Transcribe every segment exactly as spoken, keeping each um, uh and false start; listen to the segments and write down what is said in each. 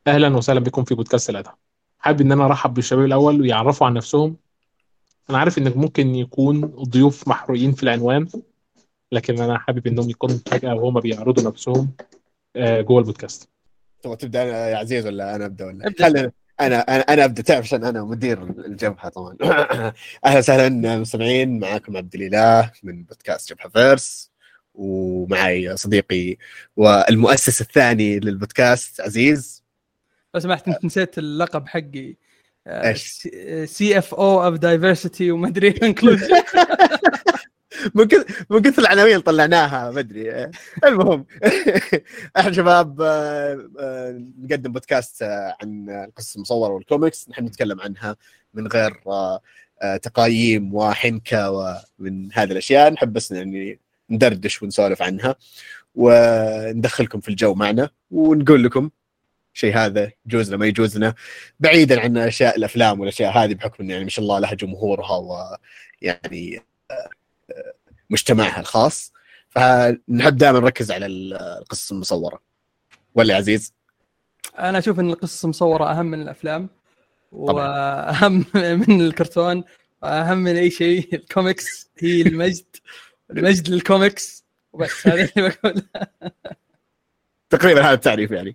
اهلا وسهلا بكم في بودكاست الادب. حابب ان انا ارحب بالشباب الاول ويعرفوا عن نفسهم. انا عارف انك ممكن يكون ضيوف محروقين في العنوان، لكن انا حابب انهم يكونوا فجأة وهما بيعرضوا نفسهم آه، جوه البودكاست. تبغى تبدا أنا يا عزيز ولا انا ابدا ولا ابدأ ابدأ. خلينا؟ انا انا انا ابدا، تعرف عشان انا مدير الجبهه طبعا. اهلا وسهلا مستمعين، معاكم عبد الاله من بودكاست جبهه فيرس، ومعي صديقي والمؤسس الثاني للبودكاست عزيز. لو سمحت، انت نسيت اللقب حقي. ايش؟ سي اف او اوف دايفرسيتي وما ادري انكلوجن. من كثر من كثر العناوين اللي طلعناها بدري. المهم، احنا شباب آه، آه، نقدم بودكاست آه، عن القصص المصوره والكوميكس. نحن نتكلم عنها من غير آه، آه، تقايم وحنكه ومن هذه الاشياء. نحب بس يعني ندردش ونسولف عنها وندخلكم في الجو معنا ونقول لكم شيء هذا يجوز لنا ما يجوز لنا، بعيدا عن اشياء الافلام والاشياء هذه، بحكم انه يعني ما شاء الله لها جمهورها ويعني مجتمعها الخاص. فنحب دائما نركز على القصص المصورة. ولا عزيز؟ انا اشوف ان القصص مصوره اهم من الافلام، طبعا واهم من الكرتون، واهم من اي شيء. الكوميكس هي المجد، المجد للكوميكس، وبس هذا اللي بقوله. تقريبا هذا التعريف يعني.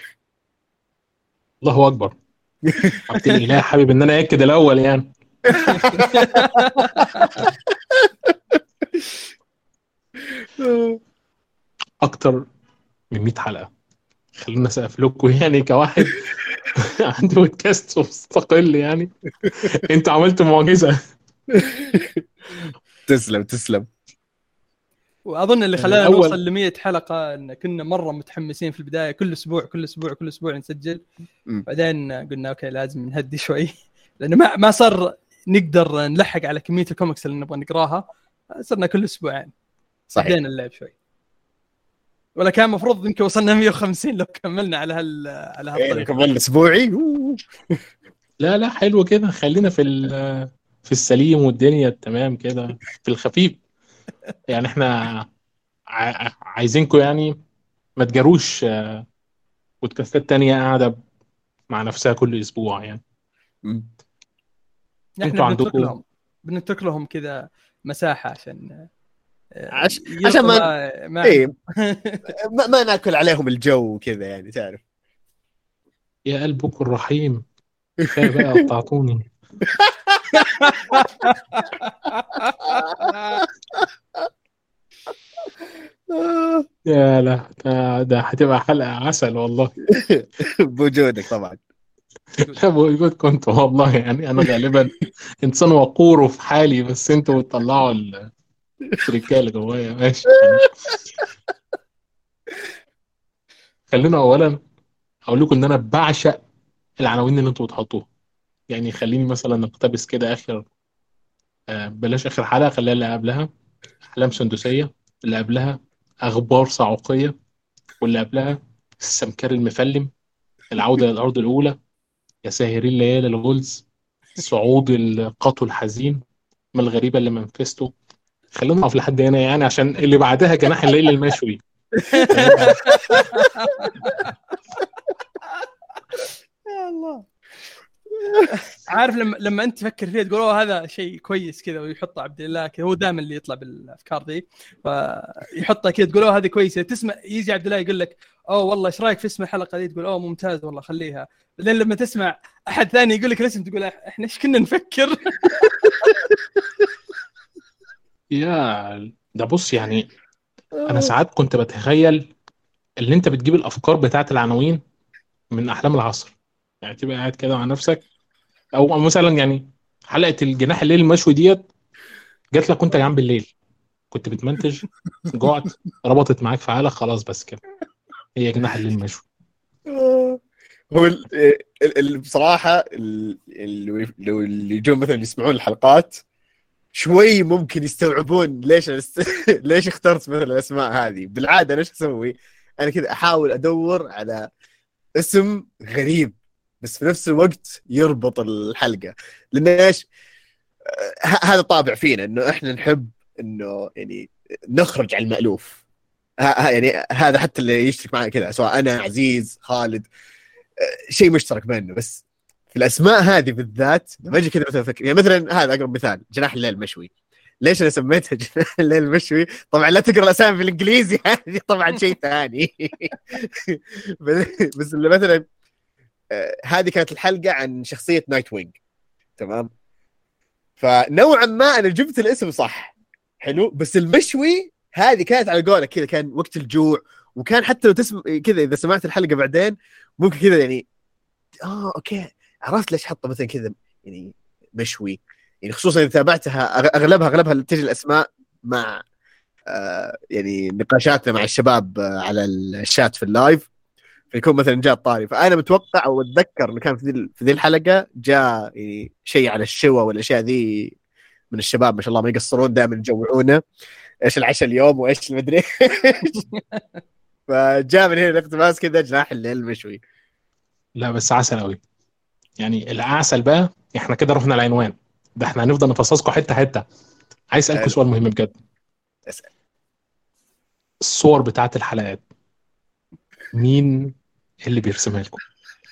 الله اكبر. عبد الاله حابب ان انا اكد الاول يعني اكتر من مئة حلقة. خلونا اسقف لكم يعني كواحد عنده بودكاست مستقل يعني. انتوا عملتوا معجزة. تسلم تسلم. واظن اللي آه، خلانا الاول نوصل ل مية حلقه ان كنا مره متحمسين في البدايه، كل اسبوع كل اسبوع كل اسبوع نسجل. م. بعدين قلنا اوكي لازم نهدي شوي، لانه ما ما صار نقدر نلحق على كميه الكوميكس اللي نبغى نقراها. صرنا كل اسبوعين. صحيح. هدينا اللعب شوي، ولا كان مفروض يمكن وصلنا مية وخمسين لو كملنا على هال على إيه، هالطريقه. كمان اسبوعي. أوه. لا لا حلو كده، خلينا في ال- في السليم والدنيا تمام كده في الخفيف. يعني احنا ع- عايزينكم يعني ما تجروش بودكاستات تانية قاعدة مع نفسها كل أسبوع يعني. م. احنا انتوا بنترك عندكم لهم بنترك لهم كذا مساحه عشان آه، عش... عشان يلقوا ما ما, ما إيه عندهم. ما, ما ناكل عليهم الجو كذا يعني، تعرف. يا قلبكم الرحيم، كفاية بقى قطعتوني. يا لا، ده, ده هتبقى حلقة عسل والله. بوجودك طبعا. لا بوجودكم انتوا والله، يعني أنا غالبا إنسان وقور وفي حالي، بس انتوا بتطلعوا التريكات اللي جوايا. ماشي يعني. خلينا أولا أقول لكم إن أنا بعشق العناوين اللي انتوا بتحطوها. يعني خليني مثلا نقتبس كده آخر آه، بلاش آخر حلقة، خليها اللي قبلها أحلام سندوسية، اللي قبلها أخبار صعقية، واللي قبلها السمكري المفلم، العودة للأرض الأولى، يا ساهرين ليالي الغلز، صعود القطو الحزين، ما الغريبة اللي منفسته. خلينا نقف لحد هنا يعني، عشان اللي بعدها جناح الليل المشوي. فاهم؟ يا الله. عارف لما لما انت تفكر فيه تقول اوه هذا شيء كويس كذا، ويحط عبد الله كذا، هو دائما اللي يطلع بالافكار دي فيحطها كذا، تقول اوه هذه كويسه. تسمع يجي عبد الله يقول لك اوه والله ايش رايك في اسم الحلقه دي، تقول اوه ممتاز والله خليها. بعدين لما تسمع احد ثاني يقول لك الاسم تقول احنا ايش كنا نفكر. يا ده بص يعني، أنا ساعات كنت بتخيل اللي أنت بتجيب الأفكار بتاعت العناوين من أحلام العصر. يعني تبقى قاعد كده مع نفسك، أو مثلا يعني حلقة الجناح الليل المشوي ديت جات لك وأنت جعان بالليل، كنت بتمنتج، جعت، ربطت معاك في عقلك، خلاص بس كده هي جناح الليل المشوي. هو ال- ال- ال- بصراحة ال- ال- لو اللي يجون مثلا يسمعون الحلقات شوي ممكن يستوعبون ليش أست... ليش اخترت مثلا الأسماء هذه. بالعادة أنا إيش أسوي؟ أنا كذا أحاول أدور على اسم غريب بس في نفس الوقت يربط الحلقة، لأن إيش ه- هذا طابع فينا، إنه إحنا نحب إنه يعني نخرج عن المألوف. ه- ه- يعني هذا حتى اللي يشترك معي كذا، سواء أنا عزيز خالد، شيء مشترك بيننا، بس في الاسماء هذه بالذات لما اجي كذا مثلا افكر، يعني مثلا هذا اقرب مثال، جناح الليل مشوي. ليش انا سميتها جناح الليل مشوي؟ طبعا لا تقرا الاسامي بالانجليزي، هذه طبعا شيء ثاني. بس اللي مثلا آه، هذه كانت الحلقه عن شخصيه نايت وينج، تمام؟ فنوعا ما انا جبت الاسم صح، حلو، بس المشوي هذه كانت على قولك كذا، كان وقت الجوع، وكان حتى لو تسمع كذا اذا سمعت الحلقه بعدين ممكن كذا يعني اه اوكي عرفت ليش حطه مثلا كذا يعني مشوي، يعني خصوصا اذا تابعتها أغ- اغلبها اغلبها تجي الاسماء مع آه يعني نقاشاتنا مع الشباب آه على الشات في اللايف، فيكون مثلا جاء الطاري، فانا متوقع او اتذكر انه كان في ذي في ذي الحلقه جاء يعني شيء على الشوا والاشياء ذي من الشباب، ما شاء الله ما يقصرون، دائما يجوعونا ايش العشاء اليوم وايش المدري. فجاء من هنا الاقتباس كذا جناح الليل المشوي. لا بس عسل قوي، يعني العسل بقى. احنا كده رحنا العنوان ده، احنا هنفضل نفصصكم حته حته. عايز اسالكم سؤال مهم بجد. اسال. الصور بتاعت الحلقات مين اللي بيرسمها لكم؟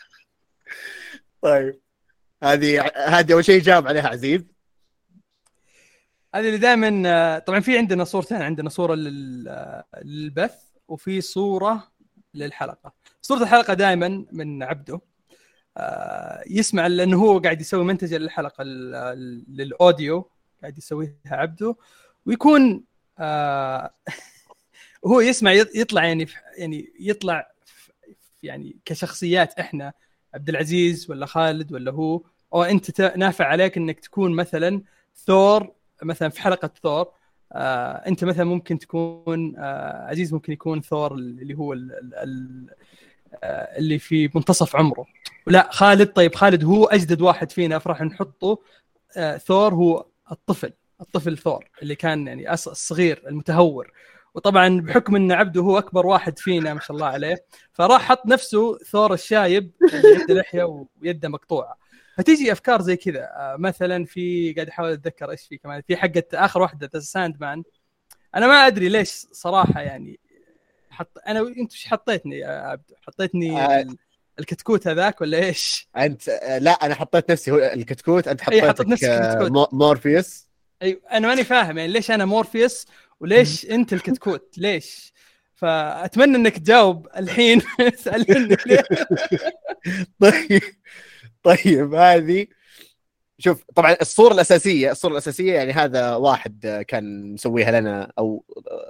طيب هذه هذه اول شيء جاوب عليها عزيز. هذه اللي دائما طبعا في عندنا صورتين، عندنا صوره لل- للبث وفي صوره للحلقه. صوره الحلقه دائما من عبده، آه، يسمع لانه هو قاعد يسوي منتج للحلقه ال- للاوديو، قاعد يسويها عبده، ويكون آه، هو يسمع يطلع يعني يعني يطلع يعني كشخصيات احنا عبد العزيز ولا خالد ولا هو، او انت نافع عليك انك تكون مثلا ثور مثلا في حلقه ثور. آه انت مثلا ممكن تكون آه عزيز ممكن يكون ثور اللي هو ال ال ال آه اللي في منتصف عمره. لا خالد، طيب خالد هو اجدد واحد فينا، فراح نحطه آه ثور هو الطفل الطفل ثور اللي كان يعني الصغير المتهور. وطبعا بحكم ان عبده هو اكبر واحد فينا ما شاء الله عليه، فراح حط نفسه ثور الشايب اللي عنده لحيه ويده مقطوعه. فتيجي افكار زي كذا. آه مثلا في قاعد احاول اتذكر ايش في كمان، في حقه اخر واحده ذا ساند مان. انا ما ادري ليش صراحه يعني حط انا انت ايش حطيتني يا عبده؟ حطيتني آه ال... الكتكوت هذاك ولا ايش؟ انت آه لا انا حطيت نفسي هو الكتكوت، انت اي حطيت حطيتك نفسك آه الكتكوت. مورفيوس. ايوه انا ماني فاهم يعني ليش انا مورفيوس وليش انت الكتكوت ليش؟ فاتمنى انك تجاوب الحين. اسالني ليه. طيب طيب هذه شوف طبعا الصورة الأساسية الصورة الأساسية يعني هذا واحد كان مسويها لنا أو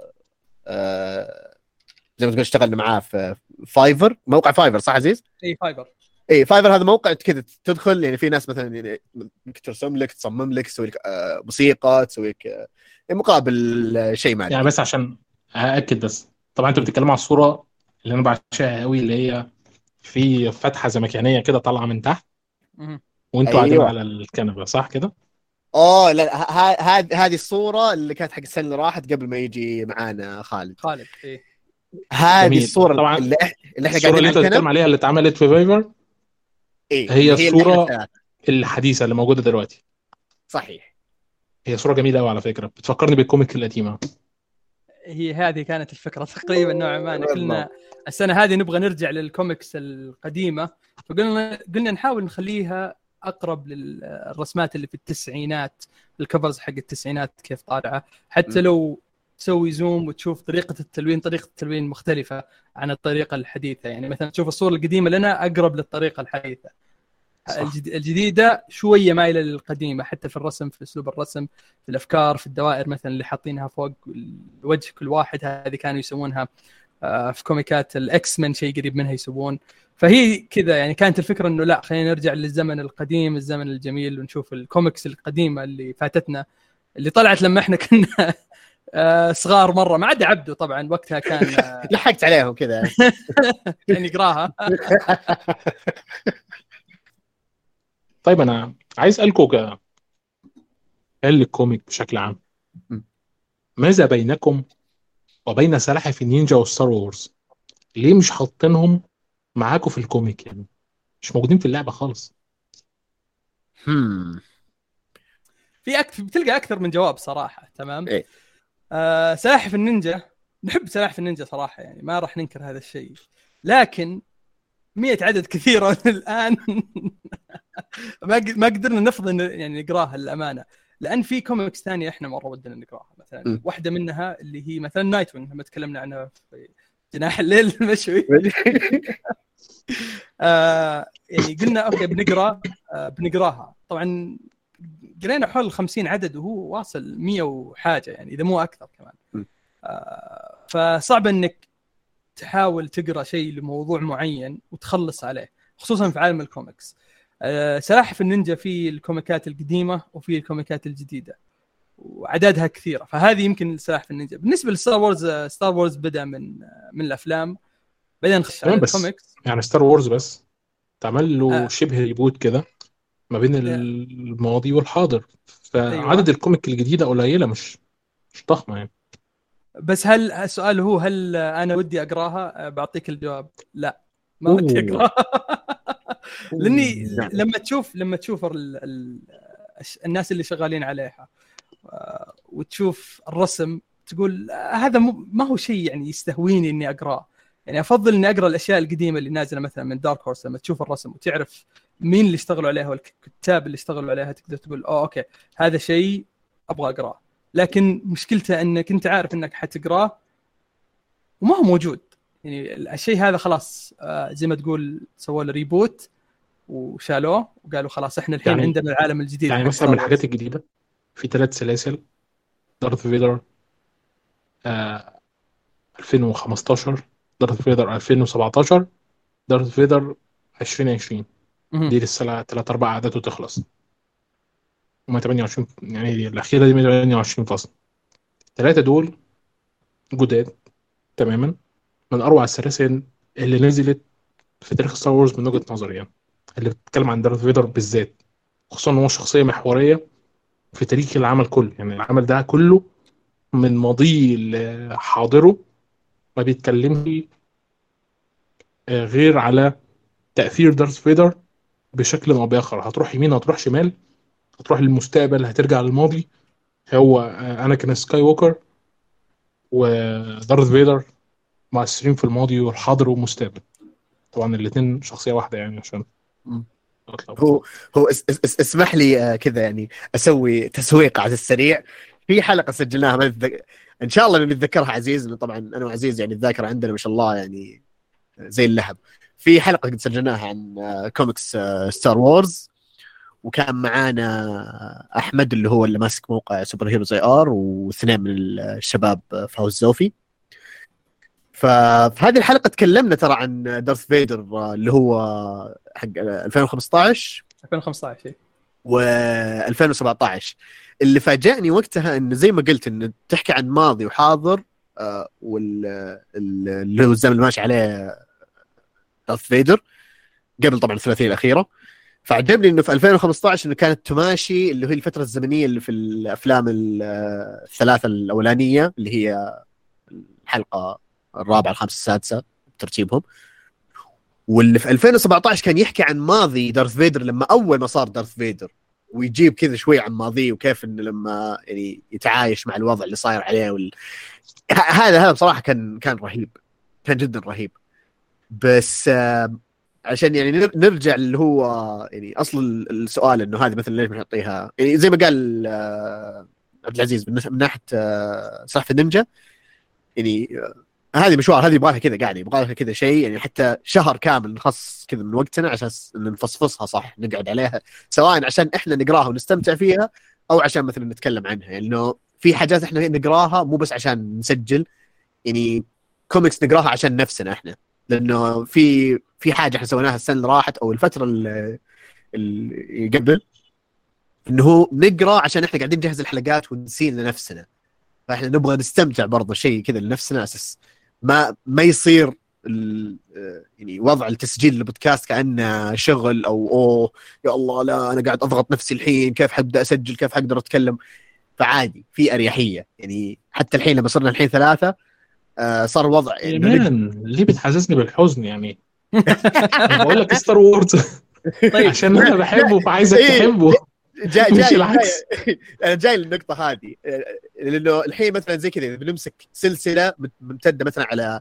آه زي ما تقول اشتغلنا معاه في فايفر، موقع فايفر صح عزيز؟ اي فايبر. اي فايفر هذا موقع كذا تدخل يعني في ناس مثلا يعني ترسم لك تصمم لك تسوي لك آه موسيقى تسوي لك آه مقابل شيء مادي يعني بس عشان أأكد بس، طبعا انتوا بتتكلموا على الصورة اللي انا بعشقها قوي، اللي هي في فتحة زمكانية كده طالعة من تحت وانتوا قاعدين ايوه على الكنبة، صح كده؟ اه لا هذه هذه الصورة اللي كانت حق السنة اللي راحت قبل ما يجي معانا خالد. خالد ايه هذه جميل. الصورة طبعا اللي إح... اللي احنا الصورة قاعدين اللي على انت بتتكلم الكنب، عليها اللي اتعملت في فايفر ايه هي اللي هي اللي احنا الصورة الثلاثة. الحديثة اللي موجودة دلوقتي. صحيح. هي صورة جميلة قوي على فكرة، بتفكرني بالكوميك القديمة. هي هذه كانت الفكره تقريبا نوعا ما. أنا بالضبط. كلنا السنه هذه نبغى نرجع للكوميكس القديمه، فقلنا قلنا نحاول نخليها اقرب للرسمات اللي في التسعينات، الكفرز حق التسعينات كيف طالعه، حتى م. لو تسوي زوم وتشوف طريقه التلوين طريقه التلوين مختلفه عن الطريقه الحديثه. يعني مثلا تشوف الصوره القديمه لنا اقرب للطريقه الحديثه، الجد... الجديده شويه مايله للقديمه، حتى في الرسم في اسلوب الرسم في الافكار في الدوائر مثلا اللي حاطينها فوق وجه كل واحد، هذه كانوا يسوونها في كوميكات الاكس من شيء قريب منها يسوون. فهي كذا يعني كانت الفكره انه لا خلينا نرجع للزمن القديم الزمن الجميل ونشوف الكوميكس القديمه اللي فاتتنا اللي طلعت لما احنا كنا صغار مره، ما عدا عبده طبعا وقتها كان لحقت عليهم كذا كان يقراها. طيب انا عايز اسالكم ك الكوميك بشكل عام، ماذا بينكم وبين سلاحف النينجا وستار وورز؟ ليه مش حاطينهم معاكم في الكوميك؟ يعني مش موجودين في اللعبة خالص. هم في أكثر بتلقى أكثر من جواب صراحة. تمام. إيه؟ آه سلاحف النينجا نحب سلاحف النينجا صراحة، يعني ما راح ننكر هذا الشيء، لكن مئة عدد كثيرة الآن ما ما قدرنا نفضل يعني نقراها للأمانة، لأن في كوميكس ثانية إحنا مرة ودنا نقراها مثلا م. واحدة منها اللي هي مثلا نايت وين لما تكلمنا عنها في جناح الليل المشوي آه يعني قلنا أوكي بنقرأ آه بنقراها. طبعا قرينا حول خمسين عدد وهو واصل مية وحاجة يعني إذا مو أكثر كمان. آه فصعب إنك تحاول تقرأ شيء لموضوع معين وتخلص عليه، خصوصا في عالم الكوميكس. أه سلاحف النينجا في الكوميكات القديمة وفي الكوميكات الجديدة وعددها كثيرة، فهذه يمكن سلاحف النينجا. بالنسبة لستار وورز، ستار وورز بدأ من من الأفلام بعدين نخش على الكوميكس. يعني ستار وورز بس تعمل له آه. شبه ريبوت كده ما بين الماضي والحاضر، فعدد أيوة. الكوميك الجديدة قليلة مش مش ضخمة يعني. بس هل السؤال هو هل أنا ودي أقراها؟ بعطيك الجواب لا، ما ودي أقراها لأني لما تشوف لما تشوف ال ال الناس اللي شغالين عليها وتشوف الرسم تقول هذا ما هو شيء يعني يستهويني إني أقراه. يعني أفضل إني أقرأ الأشياء القديمة اللي نازلة مثلا من دارك هورس، لما تشوف الرسم وتعرف مين اللي اشتغلوا عليها والكتاب اللي اشتغلوا عليها تقدر تقول أوه أوكي هذا شيء أبغى أقراه. لكن مشكلته أنك أنت عارف أنك حتقراه وما هو موجود. يعني الشيء هذا خلاص آه زي ما تقول سووا له ريبوت وشالوه وقالوا خلاص احنا الحين يعني عندنا العالم الجديد. يعني مثلا من الحاجات الجديدة في ثلاث سلاسل: دارث فيدر آه ألفين وخمستاشر، دارث فيدر ألفين وسبعتاشر، دارث فيدر عشرين عشرين. دي لسه ثلاث اربع عادات وتخلص، وما ثمانية وعشرين يعني دي الاخيره دي ثمانية وعشرين فصل. الثلاثه دول جداد تماما، من اروع السلاسل اللي نزلت في تاريخ ستار وورز من وجهه نظري، يعني اللي بتتكلم عن دارث فيدر بالذات، خصوصا ان هو شخصيه محوريه في تاريخ العمل كله. يعني العمل ده كله من ماضيه لحاضره ما بيتكلمش غير على تاثير دارث فيدر بشكل او باخر. هتروح يمين هتروح شمال، هتروح للمستقبل هترجع للماضي. هو اناكين سكاي ووكر ودارث فيدر مؤثرين في الماضي والحاضر والمستقبل، طبعا الاثنين شخصيه واحده يعني. عشان هو هو اس اس اسمح لي كذا يعني اسوي تسويق على السريع. في حلقه سجلناها ما أتذكر. ان شاء الله نتذكرها عزيز، طبعا انا وعزيز يعني الذاكره عندنا ما شاء الله يعني زي اللهب. في حلقه قد سجلناها عن كوميكس ستار وورز، وكان معانا احمد اللي هو اللي ماسك موقع سوبر هيروز اي ار، واثنين من الشباب فوز زوفي. ففي هذه الحلقه تكلمنا ترى عن دارث فيدر اللي هو حق ألفين وخمسطعش ألفين وخمسطعش و2017. اللي فاجأني وقتها انه زي ما قلت انه تحكي عن ماضي وحاضر، آه واللي هو الزمن اللي ماشي عليه دارث فيدر قبل طبعا الثلاثيه الاخيره. فعجبني انه في ألفين وخمسطعش انه كانت تماشي اللي هي الفتره الزمنيه اللي في الافلام الثلاثه الاولانيه اللي هي الحلقه الرابعه الخامسه السادسه بترتيبهم، واللي في ألفين وسبعطعش كان يحكي عن ماضي دارث فيدر لما اول ما صار دارث فيدر، ويجيب كذا شوي عن ماضيه وكيف انه لما يعني يتعايش مع الوضع اللي صاير عليه وال... هذا هذا بصراحه كان كان رهيب، كان جدا رهيب. بس آه عشان يعني نرجع اللي هو يعني اصل السؤال انه هذه مثلا ليش بنعطيها، يعني زي ما قال آه عبد العزيز من ناحيه آه سلاحف النينجا، يعني آه هذه مشوار، هذه يبغى لها كذا قاعده، يبغى لها كذا شيء يعني حتى شهر كامل نخص كذا من وقتنا عشان نفصفصها صح، نقعد عليها سواء عشان احنا نقراها ونستمتع فيها او عشان مثلا نتكلم عنها. يعني انه في حاجات احنا نقراها مو بس عشان نسجل، يعني كوميكس نقراها عشان نفسنا احنا، لانه في في حاجه احنا سويناها السنه اللي راحت او الفتره اللي, اللي قبل، انه نقرا عشان احنا قاعدين نجهز الحلقات ونسين لنفسنا، فاحنا نبغى نستمتع برضه شيء كذا لنفسنا اساس ما ما يصير يعني وضع التسجيل البودكاست كأنه شغل او اوه يا الله لا انا قاعد اضغط نفسي الحين كيف حبدا اسجل كيف حقدر اتكلم. فعادي في اريحيه، يعني حتى الحين لما صرنا الحين ثلاثه آه صار الوضع يعني مان ليه بتحسسني بالحزن يعني انا بقول لك ستار وورز طيب عشان انا بحبه فعايزك تحبه جاي جاي العكس. انا جاي للنقطه هذه، لانه الحين مثلا زي كذا بنمسك سلسله ممتده مثلا على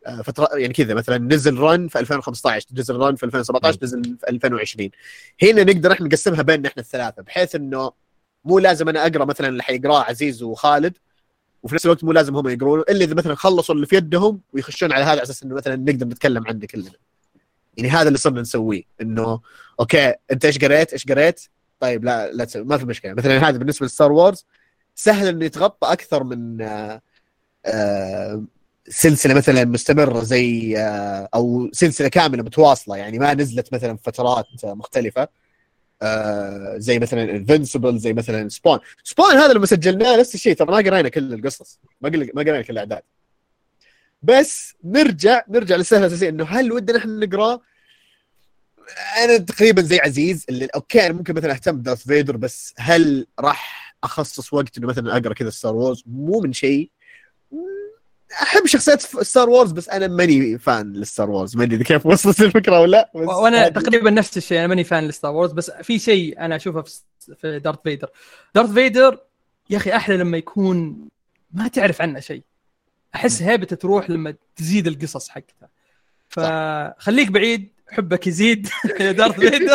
فتره يعني كذا، مثلا نزل رن في ألفين وخمسة عشر، نزل رن في ألفين وسبعة عشر، نزل في ألفين وعشرين. هنا نقدر احنا نقسمها بيننا احنا الثلاثه، بحيث انه مو لازم انا اقرا مثلا اللي حيقراه عزيز وخالد، وفي نفس الوقت مو لازم هم يقرون، الا اذا مثلا خلصوا اللي في يدهم ويخشون على هذا على اساس انه مثلا نقدر نتكلم عنه كلنا. يعني هذا اللي صرنا نسويه، انه اوكي انت ايش قريت ايش قريت طيب لا لا تسوي، ما في مشكله. مثلا هذا بالنسبه لستار وورز سهل انه يتغطى اكثر من آآ آآ سلسله مثلا مستمره زي او سلسله كامله متواصله، يعني ما نزلت مثلا فترات مختلفه زي مثلا انفنسبل، زي مثلا سبون. سبون هذا لما سجلناه نفس الشيء، ترى ما قرينا كل القصص، ما ما قرينا كل الاعداد، بس نرجع نرجع للسهله الاساسيه انه هل ودنا احنا نقراه. انا تقريبا زي عزيز اللي اوكي انا ممكن مثلا اهتم بدارث فيدر، بس هل راح اخصص وقت انه مثلا اقرا كذا ستار وورز؟ مو من شيء. احب شخصيات ستار وورز بس انا ماني فان للستار وورز، ما ادري كيف وصلت الفكره ولا. وانا تقريبا نفس الشيء، انا ماني فان للستار وورز، بس في شيء انا اشوفه في دارث فيدر. دارث فيدر يا اخي احلى لما يكون ما تعرف عنه شيء، احس هيبته تروح لما تزيد القصص حقتها. فخليك بعيد، حبك يزيد يا دارث فيدر.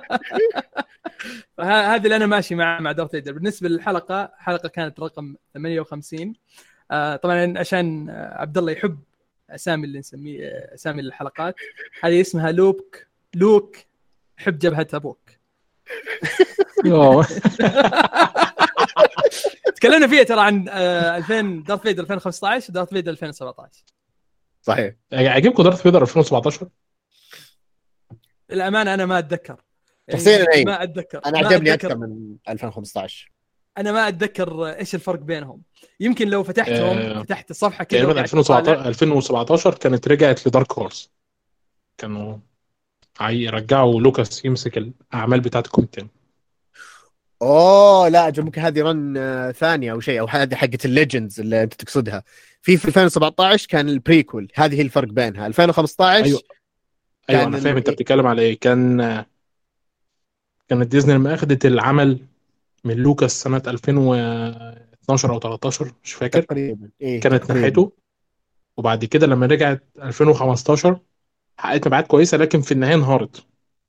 هذا اللي انا ماشي مع مع دارث فيدر. بالنسبه للحلقه، حلقه كانت رقم ثمانية وخمسين. آه طبعا عشان عبد الله يحب اسامي اللي نسميه اسامي الحلقات، هذه اسمها لوك لوك حب جبهة ابوك. تكلمنا فيها ترى عن آه ألفين دارث فيدر ألفين وخمسة عشر ودارث فيدر ألفين وسبعة عشر. صحيح. عجبكم دارث فيدر ألفين وسبعة عشر؟ الامانه انا ما اتذكر شخصيا، يعني ما اتذكر. انا عجبني اكثر من ألفين وخمسة عشر. انا ما اتذكر ايش الفرق بينهم. يمكن لو فتحتهم آه فتحت الصفحه كذا تقريبا ألفين وسبعة عشر ألفين وسبعة عشر كانت رجعت لدارك هورس، كانوا يرجعوا لوكاس يمسك الاعمال بتاعه الكوميتين. اوه لا اجل ممكن هذه رن آه ثانيه او شيء، او هذه حقه الليجندز اللي انت تقصدها. في في ألفين وسبعة عشر كان البريكول، هذه هي الفرق بينها. ألفين وخمسة عشر ايوه ايوه انا فاهم انت بتتكلم على ايه. كان كانت ديزني لما اخذت العمل من لوكاس سنه ألفين واثناشر او ثلاثة عشر مش فاكر تقريبا إيه كانت ناحيته، وبعد كده لما رجعت ألفين وخمستاشر حققت مبيعات كويسه، لكن في النهايه انهارت.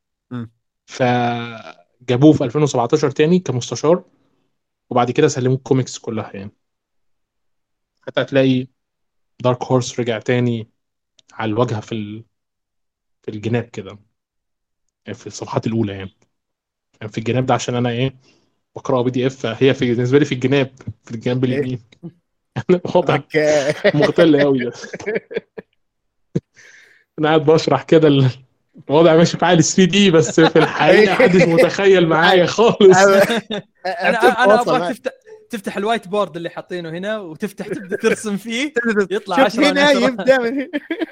فجابوه في ألفين وسبعة عشر تاني كمستشار، وبعد كده سلموه الكوميكس كلها. يعني حتى هتلاقي دارك هورس رجع تاني على الواجهه في ال... في الجناب كده، يعني في الصفحات الاولى. يعني. يعني في الجناب ده عشان انا ايه بقرأ بي دي اف، هي في بالنسبه لي في الجناب، في الجنب اليمين. انا وضع مختل قوي. انا قاعد بشرح كده الوضع ماشي في عادي ثري دي، بس في الحقيقه محدش متخيل معايا خالص. انا انا ابغى تفتح تفتح الوايت بورد اللي حاطينه هنا وتفتح تبدا ترسم فيه، يطلع عشرة هنا يبدا من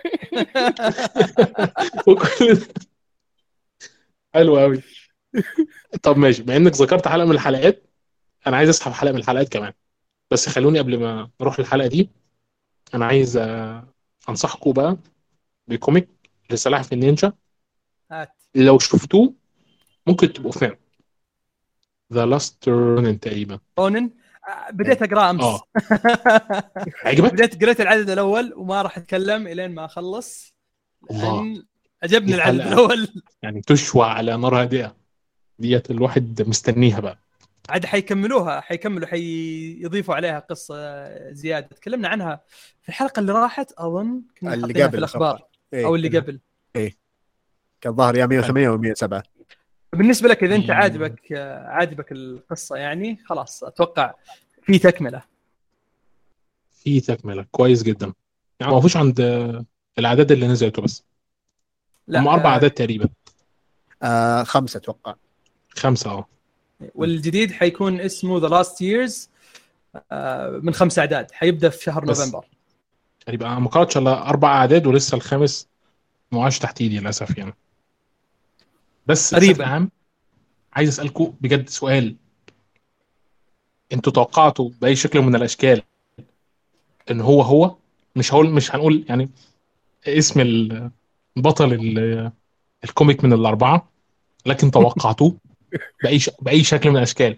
حلو قوي. طب ماشي، بما انك ذكرت حلقه من الحلقات، انا عايز اسحب حلقه من الحلقات كمان، بس خلوني قبل ما نروح للحلقه دي انا عايز انصحكم بقى بكوميك لسلاحف النينجا. هات لو شفتوه ممكن تبقوا فان. ذا لاست رونن تقريبا. رونن بديت اقرا امس. اه عجبك؟ بديت قريت العدد الاول وما راح اتكلم الين ما اخلص. الله عجبني العدد الاول، يعني تشوى على نار هادئه ديت، الواحد مستنيها بقى. عاد حيكملوها حيكملوا حيضيفوا عليها قصه زياده تكلمنا عنها في الحلقه اللي راحت اظن، كنا اللي حاطينها قبل في الاخبار إيه او اللي كنا. قبل ايه كان ظاهر يا مية وثمانية و مية وسبعة. بالنسبه لك اذا انت عاجبك عاجبك القصه يعني خلاص اتوقع في تكمله في تكمله كويس جدا. يعني ما فيش عند الاعداد اللي نزلته، بس هم اربع اعداد تقريبا. آه خمسه اتوقع. خمسه اه والجديد حيكون اسمه The Last Years آه من خمس اعداد، حيبدا في شهر نوفمبر. يبقى ما قرأتش الا اربع اعداد ولسه الخامس معاش تحت ايدي للاسف يعني. بس بشكل عام عايز اسالكم بجد سؤال، انتوا توقعتوا باي شكل من الاشكال ان هو هو مش هقول مش هنقول يعني اسم البطل الكوميك من الاربعه، لكن توقعتوه باي ش... باي شكل من الاشكال؟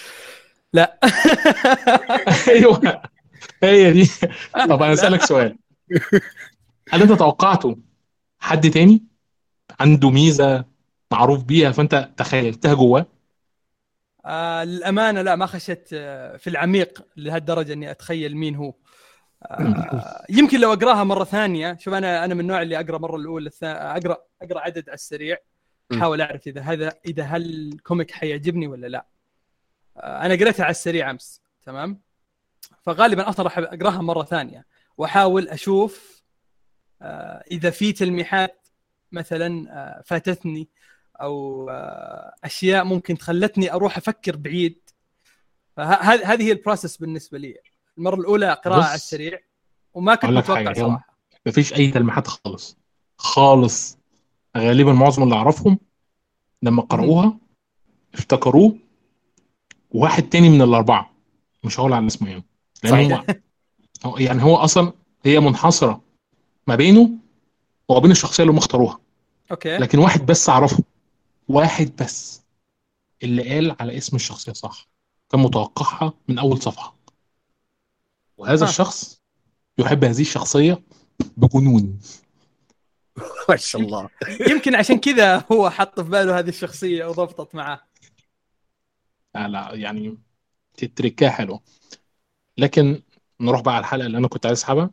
لا. ايوه هي دي. طب انا اسالك سؤال، هل انت توقعته حد تاني عنده ميزه معروف بيها فانت تخيلتها جواه؟ آه للامانه لا، ما خشيت آه، في العميق لهالدرجه اني اتخيل مين هو. آه يمكن لو اقراها مره ثانيه. شوف انا انا من النوع اللي اقرا مره الاولى الثانيه، اقرا اقرا عدد على السريع، احاول اعرف اذا هذا اذا هل الكوميك حيعجبني ولا لا. آه انا قريتها على السريع امس، تمام، فغالبا اصلا راح اقراها مره ثانيه واحاول اشوف آه اذا في تلميحات مثلا آه فاتتني، او آه اشياء ممكن خلتني اروح افكر بعيد. فهذه هي البروسس بالنسبه لي. المره الاولى قراءه على بص السريع وما كنت اقول لك متوقع حاجه، يوم صراحه. مفيش اي تلميحات خالص خالص. غالبا معظم اللي اعرفهم لما مهم. قرأوها افتكروه واحد تاني من الاربعه، مش هقول على اسمه يعني، لان صحيح. هم هو- يعني هو اصلا هي منحصره ما بينه وبين الشخصيه اللي هم اختاروها. اوكي. لكن واحد بس اعرفه، واحد بس اللي قال على اسم الشخصيه صح، كان متوقعها من اول صفحه، وهذا ها. الشخص يحب هذه الشخصيه بجنون. ما شاء الله. يمكن عشان كذا هو حط في باله هذه الشخصيه وضبطت معاه. لا لا يعني تريكاه حلوه. لكن نروح بقى على الحلقه اللي انا كنت عايز اسحبها.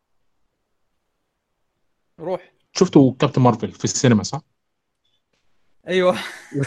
روح. شفتوا كابتن مارفل في السينما صح؟ ايوه.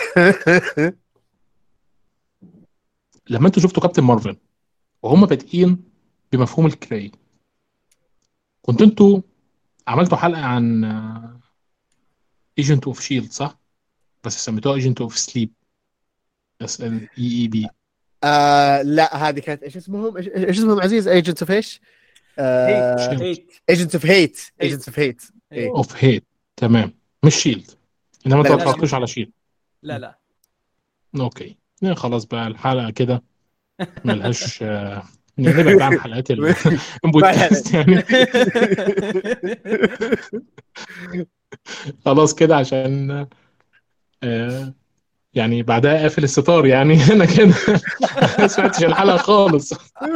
لما انتوا شفتوا كابتن مارفل وهم بادئين بمفهوم الكراي، كنت انتوا عملتوا حلقه عن ايجنت اوف شيلد صح؟ بس سميتوها ايجنت اوف سليب، اس ال اي اي بي. آه لا، هذه كانت ايش اسمهم؟ ايش ايش اسمهم عزيز؟ ايجنتس اوف ايش؟ هيت شيلد هيت ايجنتس اوف هيت. هيت. ايجنتس اوف هيت. ايه. ايوه. اوف هيت، تمام، مش شيلد. انما لا انتوا لا ما لا لا اتفرجتوش مش على هيت. شيلد. لا لا. اوكي، يعني خلاص بقى الحلقه كده ملهاش آه، نبعد بقى عن حلقات ال- ما علينا. البودكاست يعني. خلاص كده عشان آه، يعني بعدها قافل الستار يعني. انا كده ما سمعتش الحلقه خالص.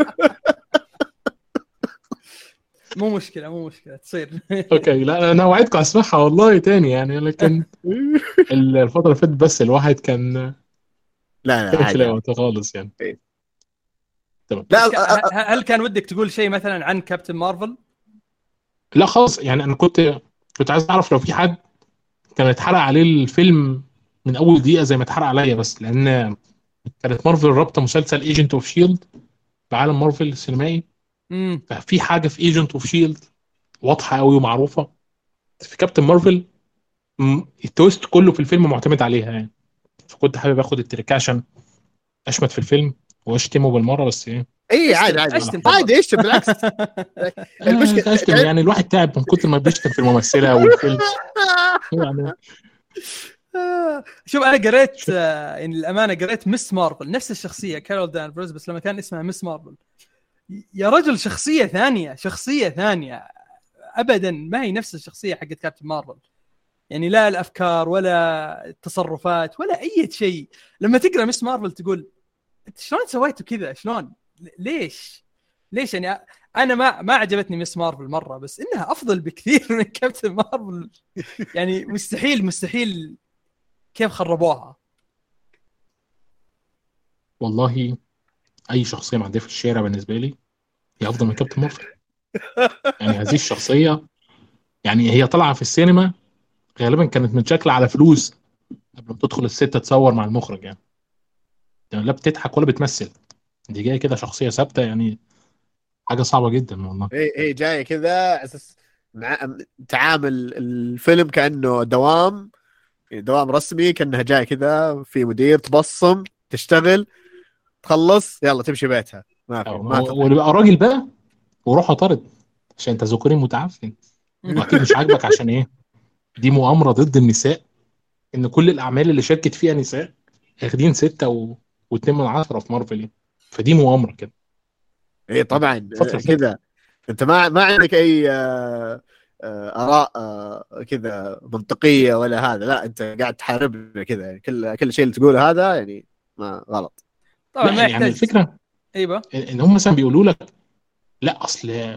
مو مشكله مو مشكله تصير. اوكي، لا انا وعدكم اسمعها والله تاني يعني، لكن الفتره اللي فاتت بس الواحد كان لا لا كانش عادي لاقي عادي. وقت خالص يعني. إيه. تمام. لا بس أ- ك... أ- أ- ه- هل كان ودك تقول شيء مثلا عن كابتن مارفل؟ لا خالص يعني، انا كنت كنت عايز اعرف لو في حد كان اتحرق عليه الفيلم من اول دقيقه زي ما اتحرق عليا، بس لان كانت مارفل رابطه مسلسل ايجنت اوف شيلد بعالم مارفل السينمائي. امم ففي حاجه في ايجنت اوف شيلد واضحه قوي ومعروفه. في كابتن مارفل م- التويست كله في الفيلم معتمد عليها يعني. فكنت حابب اخد التريك عشان اشمت في الفيلم واشتمه بالمره، بس ايه. ايه عادي اشتم عادي اشتم تفضل. عادي اشتم بالعكس. المشكله آه، اشتم تعرف. يعني، الواحد تعب من كتر ما بيشتم في الممثله والفيلم يعني. شوف انا قريت آه، يعني الامانه قريت مس مارفل نفس الشخصيه كارول دانفرز، بس لما كان اسمها مس مارفل. يا رجل شخصيه ثانيه شخصيه ثانيه ابدا، ما هي نفس الشخصيه حقت كابتن مارفل. يعني لا الافكار ولا التصرفات ولا اي شيء. لما تقرا مس مارفل تقول انت شلون سويتوا كذا؟ شلون؟ ليش؟ ليش يعني؟ انا ما ما عجبتني مس مارفل مره، بس انها افضل بكثير من كابتن مارفل. يعني مستحيل مستحيل كيف خربوها. والله اي شخصيه معديه في الشارع بالنسبه لي هي افضل من كابتن مارفل. يعني هذه الشخصيه، يعني هي طالعه في السينما غالبا كانت متشكله على فلوس قبل ما تدخل الست تصور مع المخرج يعني. يعني لا بتضحك ولا بتمثل، دي جايه كده شخصيه ثابته يعني. حاجه صعبه جدا والله. هي هي جايه كذا على اساس مع تعامل الفيلم كانه دوام، دوام رسمي، كانها جايه كذا في مدير تبصم تشتغل تخلص يلا تمشي بيتها. ما في ما في واللي بقى راجل بقى وروح اعترض عشان انت ذكوري متعفن، واكيد مش عاجبك عشان ايه؟ دي مؤامره ضد النساء، ان كل الاعمال اللي شاركت فيها نساء اخدين ستة و... واتنين من عشرة في مارفل يعني. فدي مؤامره كده. اي طبعا الفتره اللي فاتت كذا. انت ما ما عندك اي آه، آه، اراء آه، كذا منطقيه ولا هذا، لا انت قاعد تحاربنا كذا يعني. كل كل شيء اللي تقوله هذا يعني ما غلط. طبعا لا ما يعني يحتاج. الفكره ايوه. ان هم مثلا بيقولوا لك لا اصل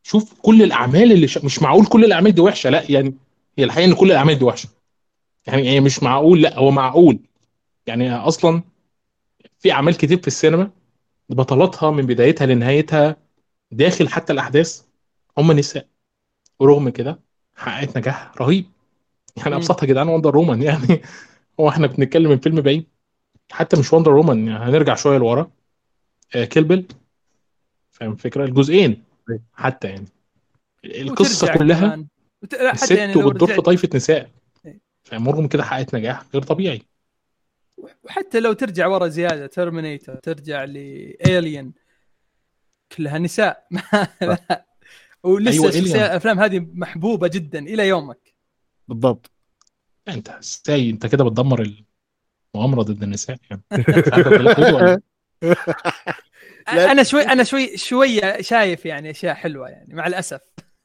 شوف كل الاعمال اللي ش... مش معقول كل الاعمال دي وحشه، لا يعني هي الحقيقه ان كل الاعمال دي وحشه. يعني هي مش معقول، لا هو معقول. يعني اصلا في اعمال كتير في السينما بطلاتها من بدايتها لنهايتها داخل حتى الاحداث هم نساء، ورغم كده حققت نجاح رهيب. يعني مم. ابسطها يا جدعان وندر رومان يعني. هو احنا بنتكلم من فيلم بعيد، حتى مش وندر رومان يعني، هنرجع شويه لورا. آه كيلبل، فاهم فكره الجزئين حتى يعني القصه وترجع كلها كمان وت... لا، حتى الست يعني لو وبتدور في رجعت، طائفه نساء، فاهم، رغم كده حققت نجاح غير طبيعي. وحتى لو ترجع ورا زياده ترمينيتر، ترجع لإيليان، كلها نساء. ولسه ايوه الشخصيه الين. الافلام هذه محبوبه جدا الى يومك. بالضبط. انت ازاي انت كده بتدمر المؤامره ضد النساء يعني؟ مش عارف الكلام حلو ولا إيه؟ لا انا شوي انا شوي شويه شايف يعني اشياء حلوه يعني مع الاسف.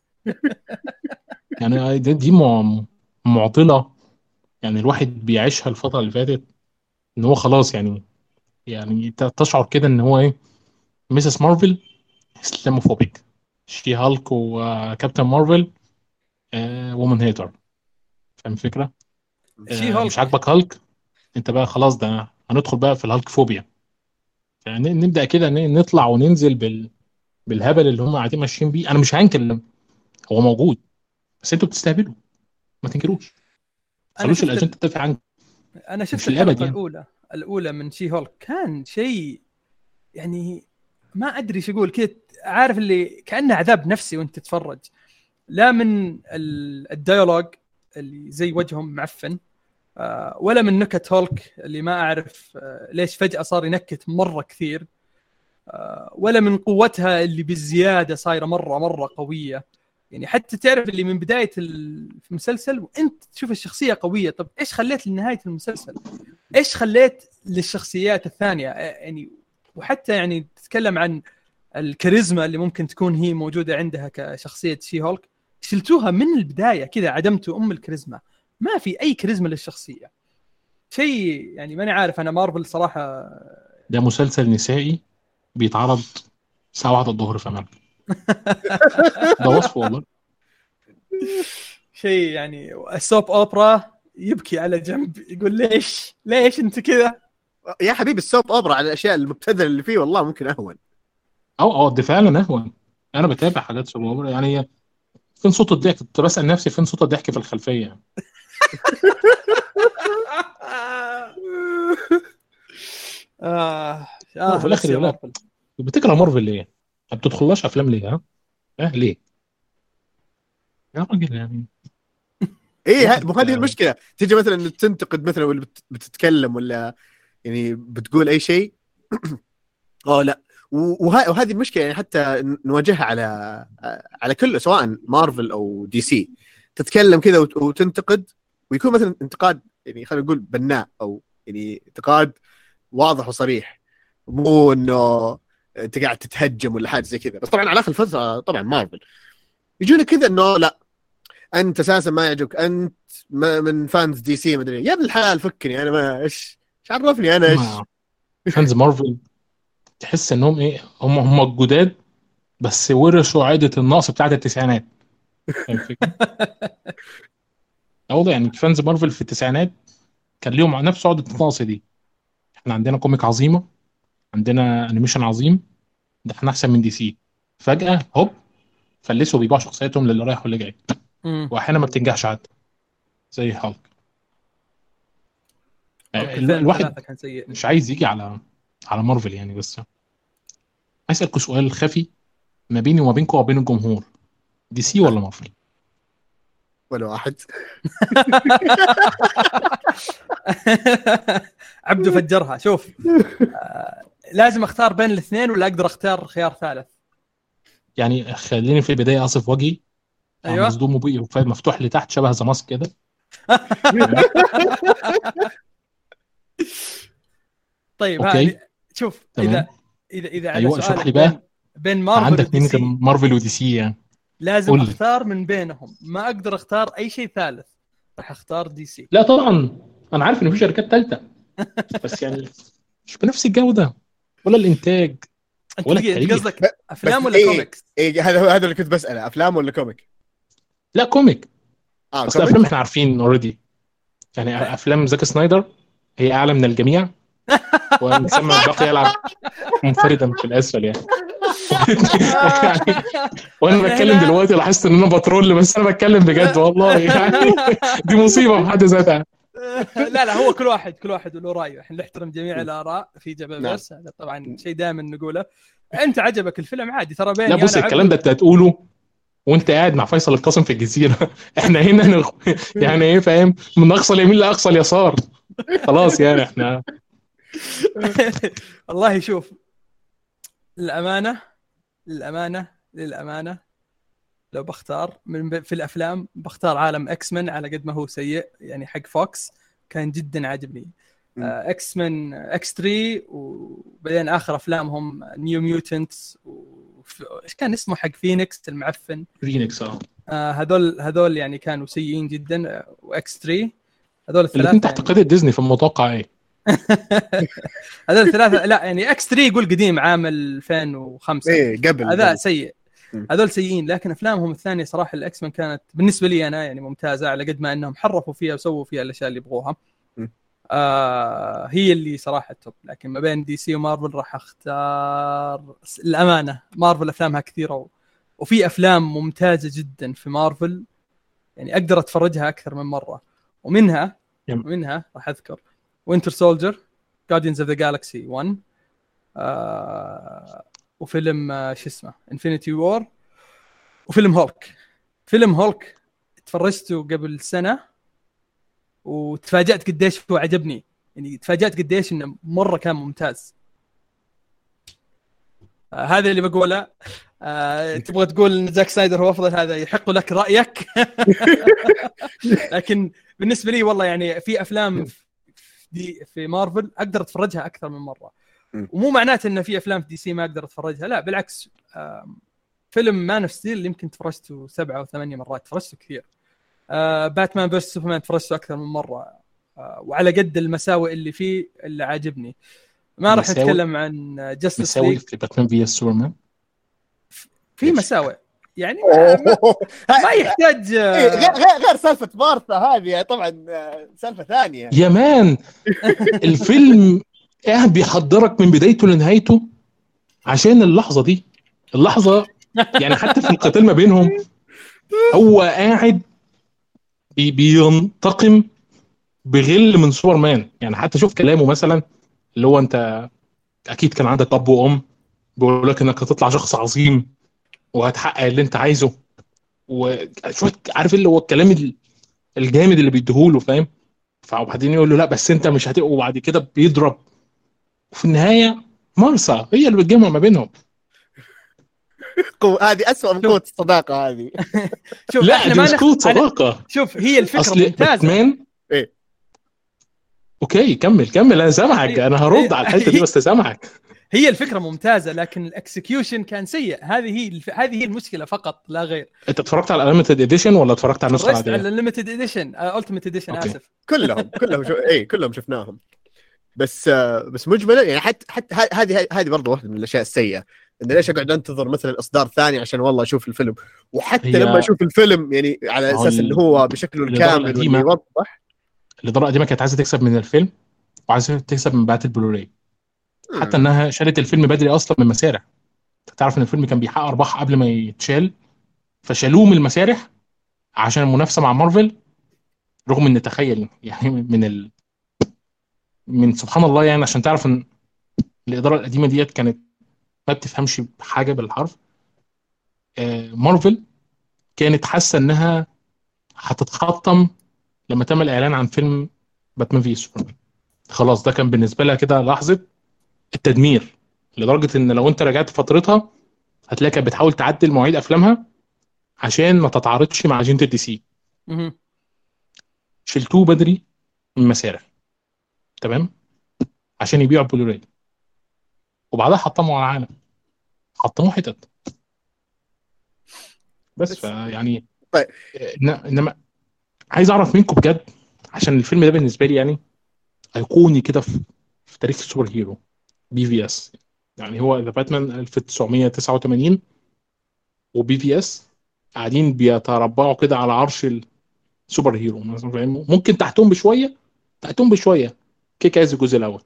يعني دي, دي مع- معضله. يعني الواحد بيعيشها الفتره اللي فاتت، ان هو خلاص يعني، يعني انت تشعر كده ان هو ايه، ميسس مارفل اسلاموفوبيك، شي هالك وكابتن مارفل آه وومن هيتر، فاهم الفكره؟ شي آه مش هولك. عاجبك هالك، انت بقى خلاص ده هندخل بقى في الهالك فوبيا. يعني نبدا كده ن- نطلع وننزل بال... بالهبل اللي هم قاعدين ماشيين بيه. انا مش هنكر هو موجود، بس انتوا بتستهبلوا، ما تنكروش، ما انا تخلوش شفت الاجنده ال... تدافع عنكم. انا شفت مش للابد الحلقه يعني. الاولى الاولى من شي هولك، كان شيء يعني ما ادري ايش اقول كذا، عارف اللي كانه عذاب نفسي وانت تتفرج. لا من ال- الديالوج اللي زي وجههم معفن، آه، ولا من نكت هولك اللي ما اعرف آه، ليش فجاه صار ينكت مره كثير، آه، ولا من قوتها اللي بالزياده صايره مره مره قويه. يعني حتى تعرف اللي من بدايه المسلسل وانت تشوف الشخصيه قويه، طب ايش خليت لنهايه المسلسل؟ ايش خليت للشخصيات الثانيه يعني؟ وحتى يعني تتكلم عن الكاريزما اللي ممكن تكون هي موجوده عندها كشخصيه شي هولك، شلتوها من البدايه كذا، عدمتوا ام الكاريزما، ما في اي كاريزما للشخصيه. شيء يعني ماني عارف، انا مارفل صراحه. ده مسلسل نسائي بيتعرض الساعه واحدة الظهر في امريكا، ده وصف والله. شيء يعني السوب اوبرا يبكي على جنب يقول ليش ليش انت كذا. يا حبيبي السوب اوبرا على الاشياء المبتذله اللي فيه والله ممكن اهون. او اه ده فعلا اهون. انا بتابع حاجات شباب يعني، فين صوت الضحك؟ كنت بسال نفسي فين صوت الضحك في الخلفيه يعني. آه لا، وفي آه الاخر بس يا يقول لك مارفل. بتكره مارفل ليه؟ ما بتدخلهاش افلام ليه؟ ها؟ اه ليه؟ يا راجل يعني ايه ه- الواحد مو هذه آه، المشكله، تجي مثلا تنتقد مثلا ولا بت- بتتكلم ولا يعني بتقول اي شيء. اه لا، و- وه- وهذه المشكله يعني حتى ن- نواجهها على على كل سواء مارفل او دي سي. تتكلم كذا وت- وتنتقد، ويكون مثلا انتقاد يعني خلينا نقول بناء او يعني انتقاد واضح وصريح، مو انه انت قاعد تتهجم ولا حاجه زي كذا. بس طبعا على اخر الفتره طبعا مارفل يجونا كذا انه لا انت اساسا ما يعجبك، انت ما من فانز دي سي، ما ادري يا ابن الحلال فكني انا ما ايش ايش عرفني انا ايش. هم فانز مارفل تحس انهم ايه، هم هم الجداد بس ورثوا عاده النقص بتاعت التسعينات، فاهم الفكره؟ اه والله يعني فانز مارفل في التسعينات كان ليهم نفس عقده النقص دي. احنا عندنا كوميك عظيمه، عندنا انيميشن عظيم، ده احنا احسن من دي سي. فجاه هوب فلسوا بيبيعوا شخصياتهم للي رايح واللي جاي، امم واحيانا ما بتنجحش حتى زي هالك. هولك ال- الواحد ألفين وثلاثة كان سيء. مش عايز يجي على على مارفل يعني، بس عايز اسالكوا سؤال خفي ما بيني وما بينكم وبين الجمهور، دي سي ولا مارفل؟ ولا واحد. عبده فجرها. شوف، آه لازم اختار بين الاثنين ولا اقدر اختار خيار ثالث؟ يعني خليني في البدايه اصف وجهي، أنا ايوه. مصدوم وبقي مفتوح لتحت شبه ذا ماسك كده. تمام؟ طيب ها اوكي يعني شوف، تمام. اذا اذا اذا على ايوه اشرح سؤالك لي بين بقى، بين مارفل عندك ودي مين غير سي، مارفل ودي سي يعني؟ لازم قول لي. اختار من بينهم، ما اقدر اختار اي شيء ثالث، راح اختار دي سي. لا طبعا انا عارف ان في شركات ثالثه، بس يعني مش بنفس الجوده ولا الانتاج انت ولا دقيقة، انت التاريخ. قصدك افلام بس ولا إيه كوميكس؟ إيه هذا هذا اللي كنت بسأله، افلام ولا كوميك؟ لا كوميك. اه اصل افلام كوميك. احنا عارفين اوريدي، يعني طيب. افلام زاك سنايدر هي اعلى من الجميع، ونسمى الباقي يلعب منفردا في الاسفل يعني. يعني وانا احنا بتكلم هنا دلوقتي لاحظت ان انا بترول، بس انا بتكلم بجد والله يعني. دي مصيبه في حد ذاتها. لا لا، هو كل واحد كل واحد له رايه، احنا نحترم جميع م. الاراء في جبه، نعم. بس هذا طبعا شيء دائما نقوله. انت عجبك الفيلم عادي، ترى لا بيني بص، انا الكلام ده عقب. انت هتقوله وانت قاعد مع فيصل القاسم في الجزيره. احنا هنا نغ... يعني ايه فاهم، من اقصى اليمين لاقصى اليسار. خلاص يعني احنا. والله شوف، للامانه للامانه للامانه لو بختار من ب- في الافلام بختار عالم اكس مان، على قد ما هو سيء يعني حق فوكس كان جدا عاجبني. م. اكس مان اكس ثلاثة، وبعدين اخر افلامهم نيو ميوتنتس، ايش كان اسمه حق فينيكس المعفن. فينيكس اه. آه، هذول هذول يعني كانوا سيئين جدا. آه، واكس ثلاثة هذول الاثنين الثلاثه تحت يعني. قيادة ديزني، في المتوقع ايه. هذول الثلاثه لا يعني اكس ثلاثة يقول قديم عام ألفين وخمسة، ايه قبل هذا قبل. سيء. م. هذول سيئين، لكن افلامهم الثانيه صراحه الاكس مان كانت بالنسبه لي انا يعني ممتازه، على قد ما انهم حرفوا فيها وسووا فيها الاشياء اللي يبغوها. م. آه هي اللي صراحه توب. لكن ما بين دي سي ومارفل راح اختار الامانه مارفل، افلامها كثيره و... وفي افلام ممتازه جدا في مارفل، يعني اقدر اتفرجها اكثر من مره. ومنها يم. ومنها راح اذكر وينتر سولجر، جارديانز اوف ذا جالكسي واحد، آه وفيلم آه شو اسمه انفينيتي وور، وفيلم هولك. فيلم هولك تفرجته قبل سنه وتفاجأت قديش هو عجبني، يعني تفاجأت قديش انه مره كان ممتاز. آه هذا اللي بقوله. آه تبغى تقول ان زاك سنايدر هو افضل، هذا يحق لك رايك. لكن بالنسبه لي والله يعني في افلام دي في مارفل اقدر اتفرجها اكثر من مره، ومو معناته ان في افلام في دي سي ما اقدر اتفرجها، لا بالعكس. فيلم مان اوف ستيل اللي يمكن تفرجته سبعة او ثمانية مرات، تفرجته كثير. باتمان فيرس سوبرمان تفرجته اكثر من مره، وعلى قد المساوئ اللي فيه اللي عاجبني. ما راح مساوئ؟ نتكلم عن جاستس مساوي ليج، في باتمان في سوبرمان. في مساوئ يعني ما, ما, ما يحتاج. إيه غير غير غير سالفه مارثا هذه طبعا آه، سالفه ثانيه. يا مان، الفيلم قاعد بيحضرك من بدايته لنهايته عشان اللحظة دي، اللحظة يعني حتى في القتال ما بينهم هو قاعد بي بينتقم بغل من سوبرمان. يعني حتى شوف كلامه مثلا، اللي هو انت اكيد كان عندك اب وام بيقول لك انك هتطلع شخص عظيم وهتحقق اللي انت عايزه، وشويه عارف اللي هو الكلام الجامد اللي بيديهوله فاهم. فبعدين يقول له لا بس انت مش هتقوى، وبعد كده بيضرب، وفي النهايه مارسا هي اللي بتجمع ما بينهم. قوة هذه أسوأ من قوة الصداقة هذه. شوف لا احنا دي ما مش نخ... قوة صداقة. شوف هي الفكرة اصل ممتازة. باتمان إيه اوكي كمل كمل انا سامعك، أيوه. انا هرد على الحتة دي بس سامعك. هي الفكرة ممتازة لكن الاكسكيوشن كان سيء، هذه هي الف... هذه هي المشكلة فقط لا غير. انت اتفرجت على الليميتد اديشن ولا اتفرجت على النسخة تفرجت على العادية؟ الليميتد اديشن، التيميت اديشن، أوكي. اسف. كلهم كلهم شو... إيه كلهم شفناهم. بس آه بس مجملا يعني حتى حتى هذه هذه برضه واحدة من الأشياء السيئة، إن ليش أقعد أنتظر مثلا إصدار ثاني عشان والله أشوف الفيلم، وحتى هي- لما أشوف الفيلم يعني على هو أساس ال- إنه هو بشكله الإدارة الكامل القديمة- واللي يوضح. الإدارة القديمة كانت عايزة تكسب من الفيلم وعايزة تكسب من بعت البلوراي، حتى مم. انها شالت الفيلم بدري اصلا من المسارح. تعرف ان الفيلم كان بيحقق ارباح قبل ما يتشال، فشالوه من المسارح عشان المنافسه مع مارفل. رغم ان تخيل يعني من ال... من سبحان الله، يعني عشان تعرف ان الاداره القديمه ديت كانت ما بتفهمش حاجه بالحرف. آه مارفل كانت حاسه انها هتتحطم لما تم الاعلان عن فيلم باتمان في سوبرمان. خلاص ده كان بالنسبه لها كده لحظه التدمير، لدرجه ان لو انت رجعت فترتها هتلاقي كانت بتحاول تعدل مواعيد افلامها عشان ما تتعارضش مع اجنده دي سي. مهم. شلتوه بدري من المسارح تمام عشان يبيعوا بلوراي، وبعدها حطموا على العالم، حطموا حتت بس, بس فيعني طيب. إن- انما عايز اعرف منكم بجد، عشان الفيلم ده بالنسبه لي يعني ايقوني كده في, في تاريخ السوبر هيرو. بي في اس يعني هو ذا باتمان ألف وتسعمية وتسعة وتمانين وبي في اس قاعدين بيتربعوا كده على عرش السوبر هيرو مثلا، فاهم؟ ممكن تحتهم بشويه، تحتهم بشويه كيك عايز الجزء الاول.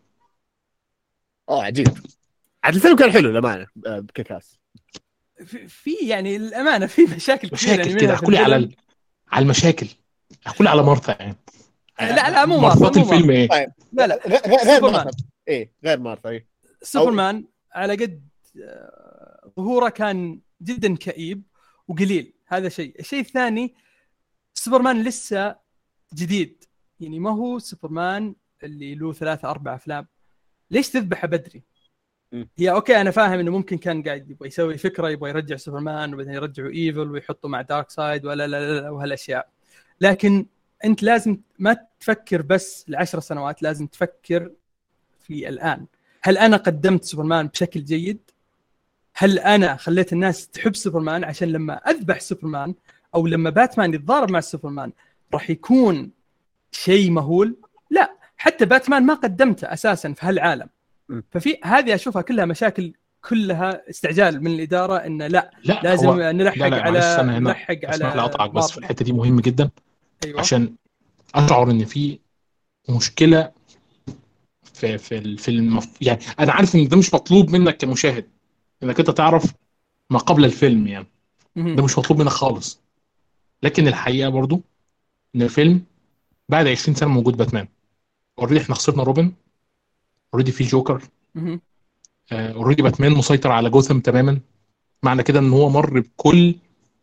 اه عجيب. عاد الفيلم كان حلو للامانه بكيكاس. في, في يعني الامانه في مشاكل كثيره يعني مشاكل منها كده، في احكوا لي على الفيلم. ال... على المشاكل، احكوا لي على مارثا يعني. لا لا مو مارثا، مارثات مو الفيلم مارثا. ايه؟ طيب لا لا غ- غ- غير سوبرمان. مارثا. ايه غير مارثا ايه. سوبرمان على قد آه، ظهوره كان جدا كئيب وقليل، هذا شيء. الشيء الثاني سوبرمان لسه جديد، يعني ما هو سوبرمان اللي له ثلاثة أربعة أفلام. ليش تذبحه بدري؟ م. هي أوكي أنا فاهم إنه ممكن كان قاعد يبغى يسوي فكرة، يبغى يرجع سوبرمان وبعدين يرجعوا إيفل ويحطوا مع دارك سايد ولا لا لا لا وهالأشياء، لكن أنت لازم ما تفكر بس العشر سنوات، لازم تفكر في الآن. هل أنا قدمت سوبرمان بشكل جيد؟ هل أنا خليت الناس تحب سوبرمان عشان لما أذبح سوبرمان أو لما باتمان يتضارب مع سوبرمان راح يكون شيء مهول؟ لا، حتى باتمان ما قدمته أساساً في هالعالم. م. ففي هذه أشوفها كلها مشاكل، كلها استعجال من الإدارة إنه لا, لا لازم هو نلحق لا لا معلش، على انا هنا نلحق اسمح لي على اقطعك بس في مارفل. الحته دي مهم جدا، أيوة. عشان اشعر ان في مشكله في في ال- في المف... يعني انا عارف ان ده مش مطلوب منك كمشاهد انك انت تعرف ما قبل الفيلم، يعني مهم. ده مش مطلوب منك خالص. لكن الحقيقه برضو ان الفيلم بعد عشرين سنه موجود باتمان. اوريدي احنا خسرنا روبن، اوريدي في جوكر، مهم. اوريدي باتمان مسيطر على جوثام تماما. معنى كده ان هو مر بكل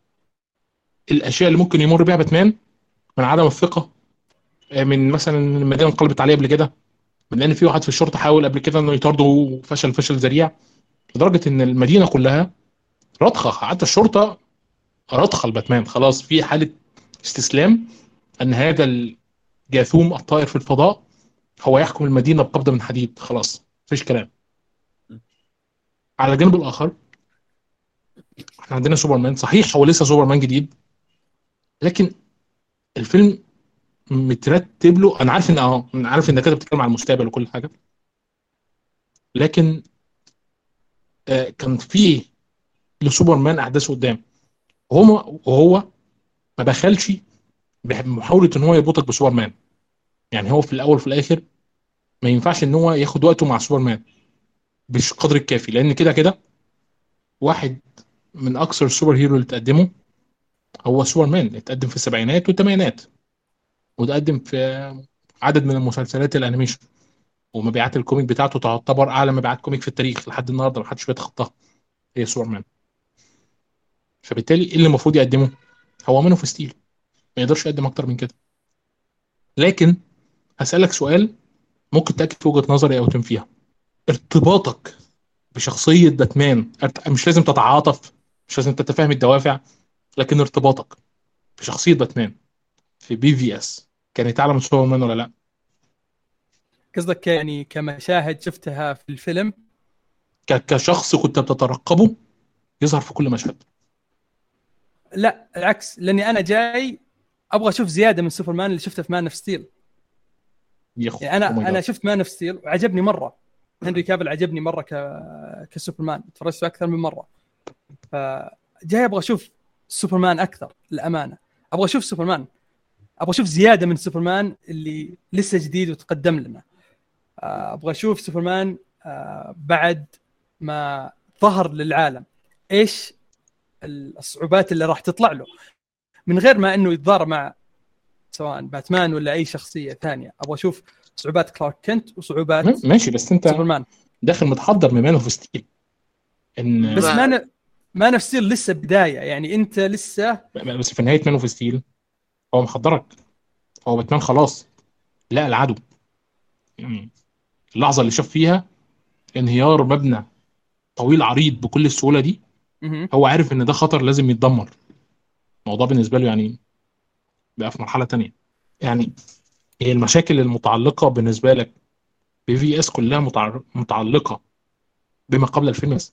الاشياء اللي ممكن يمر بيها باتمان، من عدم الثقه، آه، من مثلا المدينه انقلبت عليه قبل كده، من ان في واحد في الشرطه حاول قبل كده انه يطارده وفشل فشل ذريع، لدرجه ان المدينه كلها رضخه، حتى الشرطه رضخه لباتمان. خلاص في حاله استسلام ان هذا الجاثوم الطائر في الفضاء هو يحكم المدينه بقبضه من حديد، خلاص مفيش كلام. على الجانب الاخر احنا عندنا سوبرمان، صحيح هو لسه سوبرمان جديد، لكن الفيلم مترتب له. انا عارف ان اه انا عارف انك كده بتتكلم عن المستقبل وكل حاجه، لكن آه كان فيه لسوبرمان احداث قدام، وهو ما وهو ما بخلش بمحاوله ان هو يربطك بسوبرمان. يعني هو في الاول وفي الاخر ما ينفعش ان هو ياخد وقته مع سوبرمان بالقدر الكافي، لان كده كده واحد من اكثر السوبر هيرو اللي تقدمه هو سوبرمان. اتقدم في السبعينات والثمانينات، وتقدم في عدد من المسلسلات الانيميشن، ومبيعات الكوميك بتاعته تعتبر اعلى مبيعات كوميك في التاريخ لحد النهارده، ما حدش بيتخطاها، هي سوبرمان. فبالتالي ايه اللي المفروض يقدمه؟ هو مان اوف ستيل، ما يقدرش يقدم اكتر من كده. لكن هسألك سؤال ممكن تأكد في وجهة نظري او تنفيها. ارتباطك بشخصية باتمان، ارت- مش لازم تتعاطف، مش لازم تتفهم الدوافع، لكن ارتباطك بشخصية باتمان في بي في اس كانت اعلى من سوبرمان ولا لا؟ قصدك يعني كمشاهد شفتها في الفيلم؟ ك- كشخص كنت بتترقبه يظهر في كل مشهد. لا العكس، لاني انا جاي ابغى اشوف زياده من سوبرمان اللي شفته في مان اوف ستيل. يخ يعني او ماي انا انا جاد. شفت مان اوف ستيل وعجبني مره، هنري كابل عجبني مره ك كسوبرمان، تفرجت اكثر من مره. فجاي ابغى اشوف سوبرمان اكثر، الامانه ابغى اشوف سوبرمان، ابغى اشوف زياده من سوبرمان اللي لسه جديد وتقدم لنا. ابغى اشوف سوبرمان بعد ما ظهر للعالم ايش الصعوبات اللي راح تطلع له، من غير ما انه يتضارب مع سواء باتمان ولا اي شخصيه ثانيه. ابغى اشوف صعوبات كلارك كنت وصعوبات ماشي، بس انت سوبرمان. داخل متحضر من مان اوف ستيل ان بس ما- ما ن... ما نفسي لسه بدايه، يعني انت لسه بس في نهايه مان اوف ستيل هو محضرك، هو باتمان خلاص لا العدو. يعني اللحظه اللي شاف فيها انهيار مبنى طويل عريض بكل السهوله دي، م- هو عارف ان ده خطر لازم يتدمر. الموضوع بالنسبه له يعني بقى في مرحله تانية. يعني هي المشاكل المتعلقه بالنسبه لك بي في اس كلها متع... متعلقه بما قبل الفيلم بس.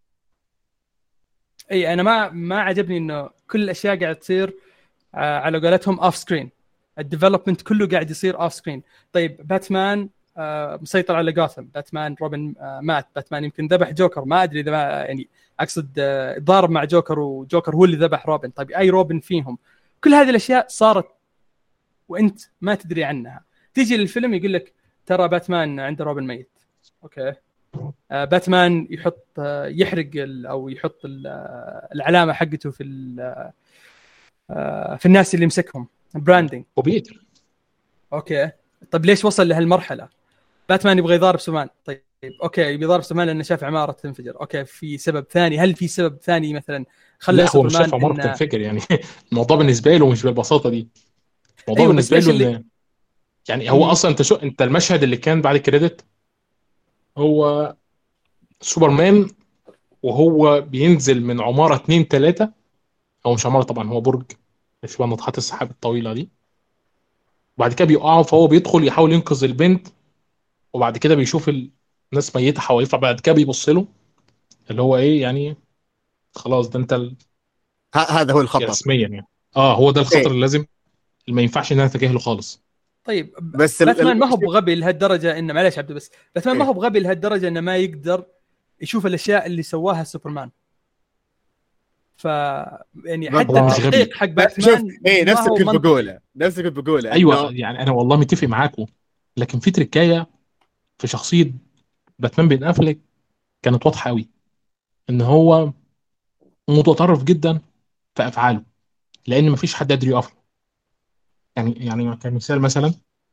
اي انا ما ما عجبني انه كل الاشياء قاعد تصير على قولتهم اوف سكرين، الديفلوبمنت كله قاعد يصير اوف سكرين. طيب باتمان آه مسيطر على غاثم. باتمان روبن آه مات، باتمان يمكن ذبح جوكر، ما ادري اذا يعني اقصد آه ضارب مع جوكر وجوكر هو اللي ذبح روبن. طيب اي روبن فيهم؟ كل هذه الاشياء صارت وانت ما تدري عنها. تيجي للفيلم يقول لك ترى باتمان عنده روبن ميت، اوكي. آه باتمان يحط آه يحرق او يحط العلامه حقته في آه في الناس اللي يمسكهم براندنج وبيقتل. اوكي طيب ليش وصل لهالمرحله؟ باتمان يبغى يضارب سومان، طيب اوكي يبغى يضارب سومان لانه شاف عماره تنفجر، اوكي في سبب ثاني؟ هل في سبب ثاني مثلا خلى لا هو مش شايف عمارة إن... تنفجر يعني. الموضوع بالنسبه له مش بالبساطه دي. الموضوع أيوة بالنسبه له اللي... ان يعني هو مم. اصلا انت شو انت المشهد اللي كان بعد الكريدت هو سوبرمان وهو بينزل من عماره اتنين تلاتة، هو مش عماره طبعا، هو برج مش بقى ناطحات السحاب الطويله دي، وبعد كده بيقعوا فهو بيدخل يحاول ينقذ البنت، وبعد كده بيشوف الناس ميته حواليه، فبعد كده بيبص له اللي هو ايه يعني خلاص ده انت ال... هذا هو الخطر رسميا يعني. اه هو ده الخطر إيه. اللي لازم اللي ما ينفعش ان انا اتجاهله خالص. طيب بس باتمان ال... ما هو بغبي لهالدرجه انه معلش عبده بس باتمان إيه. ما هو بغبي لهالدرجه انه ما يقدر يشوف الاشياء اللي سواها سوبرمان. ف يعني حتى والله مش غبي. التحقيق حق باتمان شوف ايه ما نفس هو اللي كنت منطقي. بقوله نفس اللي كنت بقوله ايوه إنه... يعني انا والله متفق معاكم، لكن في تركايه في شخصيه باتمان بين افلك كانت واضحه قوي، ان هو متطرف جدا في افعاله، لان مفيش حد قادر يقف له. يعني يعني كمثال مثلا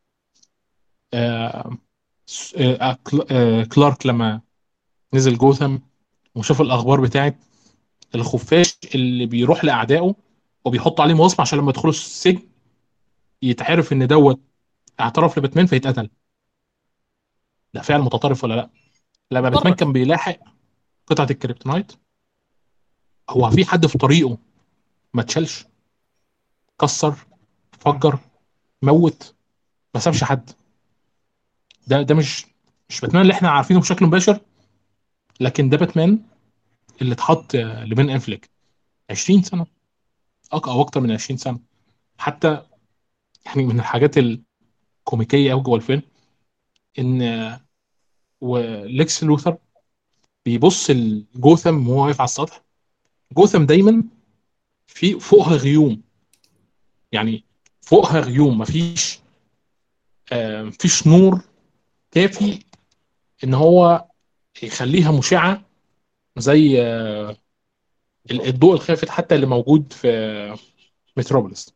آه آه آه كلارك لما نزل جوثام وشاف الاخبار بتاعت الخفاش اللي بيروح لاعدائه وبيحط عليه وصمه عشان لما يدخلوا السجن يتعرف ان دوت اعترف لباتمان فيتقتل. ده فعل متطرف ولا لا؟ لما باتمان متطرف. كان بيلاحق قطعه الكريبتونايت، هو في حد في طريقه ما اتشالش؟ كسر، فجر، موت، ما سابش حد. ده ده مش مش باتمان اللي احنا عارفينه بشكل مباشر، لكن ده باتمان اللي اتحط لبين افليك عشرين سنه أك- او اكتر من عشرين سنه. حتى يعني من الحاجات الكوميكيه قوي جوه الفيلم ان وليكس لوثر بيبص لجوثام وهو واقف على السطح، جوثام دايما في فوقها غيوم، يعني فوقها غيوم، مفيش آه مفيش نور كافي ان هو يخليها مشعه زي آه الضوء الخافت حتى اللي موجود في متروبوليس.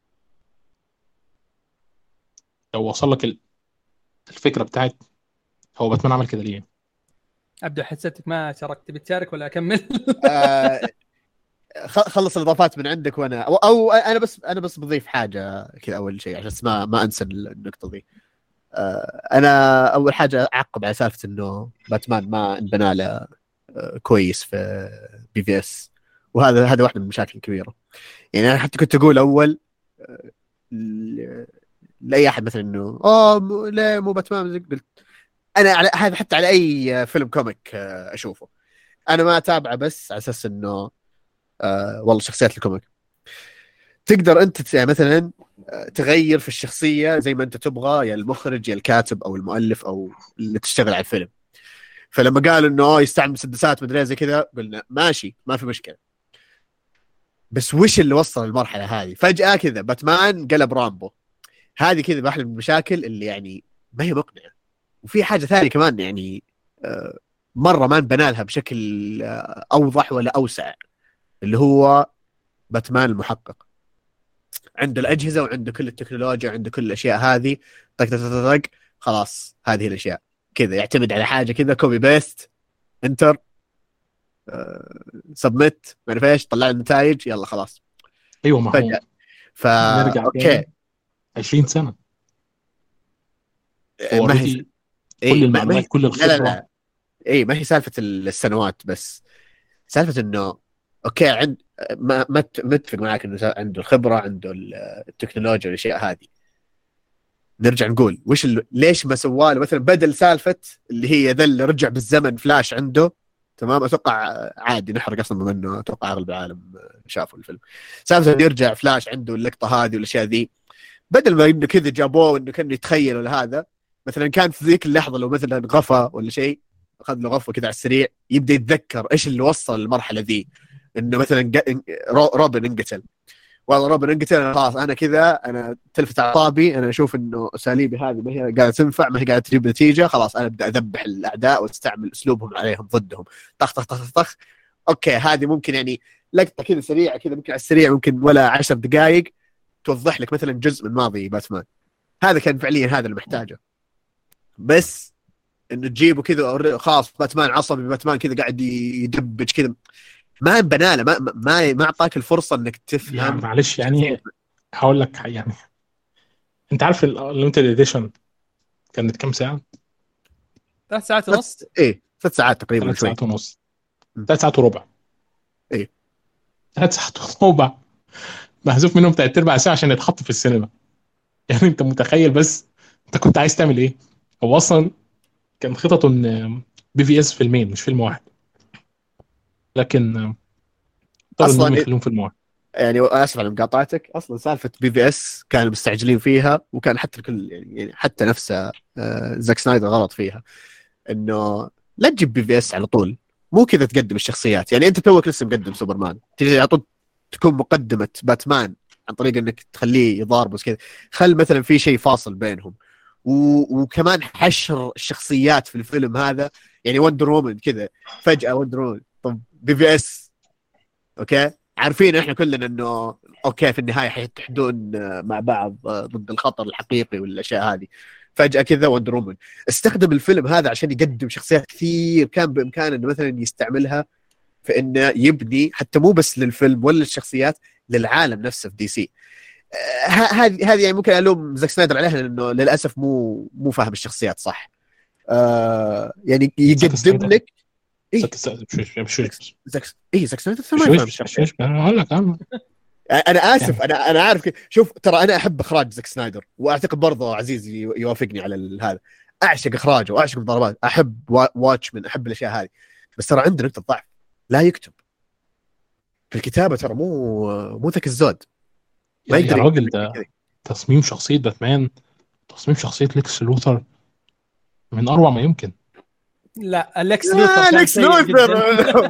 لو وصل لك الفكره بتاعت هو باتمان عمل كده ليه. ابدا حسيتك ما شاركت، بتشارك ولا اكمل؟ آه... خلص الاضافات من عندك وانا او, أو انا بس انا بس بضيف حاجه كذا اول شيء عشان ما ما انسى النقطه دي. آه... انا اول حاجه اعقب على سالفه انه باتمان ما انبنى له آه... كويس في بي في اس، وهذا هذا واحده من المشاكل الكبيره. يعني انا حتى كنت اقول اول آه... ل... لاي احد مثلا انه اه م... لا مو باتمان، قلت انا على هذا حتى على اي فيلم كوميك آه... اشوفه انا ما اتابعه بس على اساس انه آه والله شخصيات الكوميك تقدر انت يعني مثلا تغير في الشخصيه زي ما انت تبغى، يا المخرج يا الكاتب او المؤلف او اللي تشتغل على الفيلم. فلما قالوا انه اه يستعمل مسدسات مدري زي كذا قلنا ماشي ما في مشكله، بس وش اللي وصل المرحله هذه فجاه كذا باتمان قلب رامبو؟ هذه كذا واحده من المشاكل اللي يعني ما هي مقنعه. وفي حاجه ثانيه كمان يعني آه مره ما انبنى لها بشكل آه اوضح ولا اوسع، اللي هو باتمان المحقق. عنده الأجهزة وعنده كل التكنولوجيا وعنده كل الأشياء هذه، طق طق طق طق خلاص هذه الأشياء كذا يعتمد على حاجة كذا كوبي بيست انتر آه، سبميت ما اعرف ايش طلع النتائج يلا خلاص ايوه ما هو فجأة. فا نرجع اوكي عشرين سنه هو ما هي اوريدي كل اي ما المعلومات هي كل لا لا الخبره. لا اي ما هي سالفة السنوات، بس سالفة انه اوكي عند ما ما متفق معاك انه عنده الخبرة عنده التكنولوجيا والاشياء هذه. نرجع نقول وش ال... ليش ما سواله مثلا بدل سالفه اللي هي ذا اللي رجع بالزمن فلاش عنده تمام. اتوقع عادي نحرق اصلا بما انه اتوقع اغلب العالم شافوا الفيلم. سالفه انه يرجع فلاش عنده اللقطه هذه والاشياء ذي، بدل ما انه كذا جابوه انه كان يتخيل ولا هذا مثلا كان في ذيك اللحظه لو مثلا غفى ولا شيء، اخذ له غفوه كذا على السريع، يبدا يتذكر ايش اللي وصل للمرحله ذي، انه مثلا روبن انقتل، والله روبن انقتل، خلاص انا كذا، انا تلفت اعصابي، انا اشوف انه اساليبي هذه ما هي قاعده تنفع، ما هي قاعده تجيب نتيجه، خلاص انا ابدا اذبح الاعداء واستعمل اسلوبهم عليهم ضدهم، طخ طخ طخ طخ. اوكي هذه ممكن يعني لقطه كذا سريعه كذا، ممكن على السريع ممكن ولا عشر دقائق توضح لك مثلا جزء من ماضي باتمان. هذا كان فعليا هذا اللي محتاجه. بس انه تجيبه كذا خلاص باتمان عصبي، باتمان كذا قاعد يدبج كذا، ما بناله، ما ما ما اعطاك الفرصه انك تفهم. يعني معلش يعني هقول لك يعني، انت عارف الليمتد اديشن كانت كام ساعه؟ ثلاث ساعات ونص. ايه ثلاث ساعات تقريبا، ثلاث شوي ساعات ونص، ثلاث ساعات وربع. ايه ثلاث ساعات وربع محذوف منهم ثلاث ارباع ساعه عشان يتحط في السينما. يعني انت متخيل بس انت كنت عايز تعمل ايه؟ هو اصلا كان خططه ان بي في اس فيلمين مش فيلم واحد، لكن اضطر انهم اصلا يخلوهم فيلم واحد. يعني اسف على مقاطعتك، اصلا سالفه بي في اس كانوا مستعجلين فيها، وكان حتى الكل يعني حتى نفسه آه زاك سنايدر غلط فيها، انه لا تجيب بي في اس على طول، مو كذا تقدم الشخصيات. يعني انت توك لسه مقدم سوبرمان، تجي على طول تكون مقدمه باتمان عن طريق انك تخليه يضارب بس كذا، خل مثلا في شيء فاصل بينهم، و... وكمان حشر الشخصيات في الفيلم هذا. يعني وندر وومن كذا فجاه وندر وومن، طب بي في اس اوكي عارفين احنا كلنا انه اوكي في النهايه حيتحدون مع بعض ضد الخطر الحقيقي والاشياء هذه، فجاه كذا وندر وومن. استخدم الفيلم هذا عشان يقدم شخصيات كثير كان بامكانه انه مثلا يستعملها في انه يبني حتى مو بس للفيلم ولا الشخصيات، للعالم نفسه في دي سي. هذه هذه يعني ممكن الوم زاك سنايدر عليها لانه للاسف مو مو فاهم الشخصيات صح. آه يعني يقدم لك إيه؟ مش مش مش زاك ايه زاك سنايدر مش مش مش مش انا اقول لك انا انا اسف يعني. انا انا عارف كيف. شوف ترى انا احب اخراج زاك سنايدر، واعتقد برضه عزيز يوافقني على هذا، اعشق اخراجه واعشق الضربات، احب واتش من احب الاشياء هذه، بس ترى عنده نقطه ضعف، لا يكتب في الكتابه، ترى مو مو ذاك الزود ما يا راجل. ده تصميم شخصيه باتمان، تصميم شخصيه ليكس لوثر من اروع ما يمكن. لا ليكس لوثر ليكس لوثر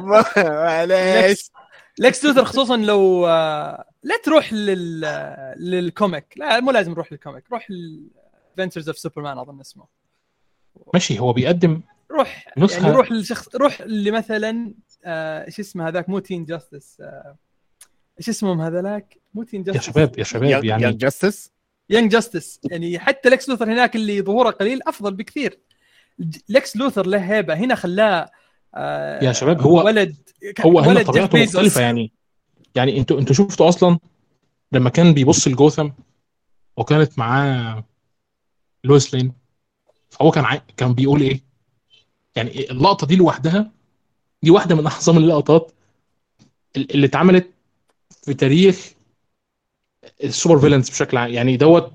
معليش ليكس لوثر خصوصا لو لا تروح لل للكوميك، لا مو لازم نروح للكوميك، روح الفنتشرز اوف سوبرمان اظن اسمه. ماشي هو بيقدم روح نسخة... يعني روح للشخص، روح اللي مثلا ايش آه اسمه هذاك، مو تين جاستس، آه ايش اسمهم هذاك، مو تين جاستس يا شباب يا شباب يعني يانج جاستس يانج جاستس يعني حتى ليكس لوثر هناك اللي ظهوره قليل افضل بكثير. ليكس لوثر له هيبه، هنا خلاه آه يا شباب هو ولد هو هنا طبيعته مختلفه. يعني يعني انتوا انتوا شفتوا اصلا لما كان بيبص لجوثم وكانت معاه لويس لين، فهو كان عاي... كان بيقول ايه؟ يعني اللقطه دي لوحدها دي واحده من اعظم اللقطات اللي اتعملت في تاريخ السوبر فيلنز بشكل عام. يعني دوت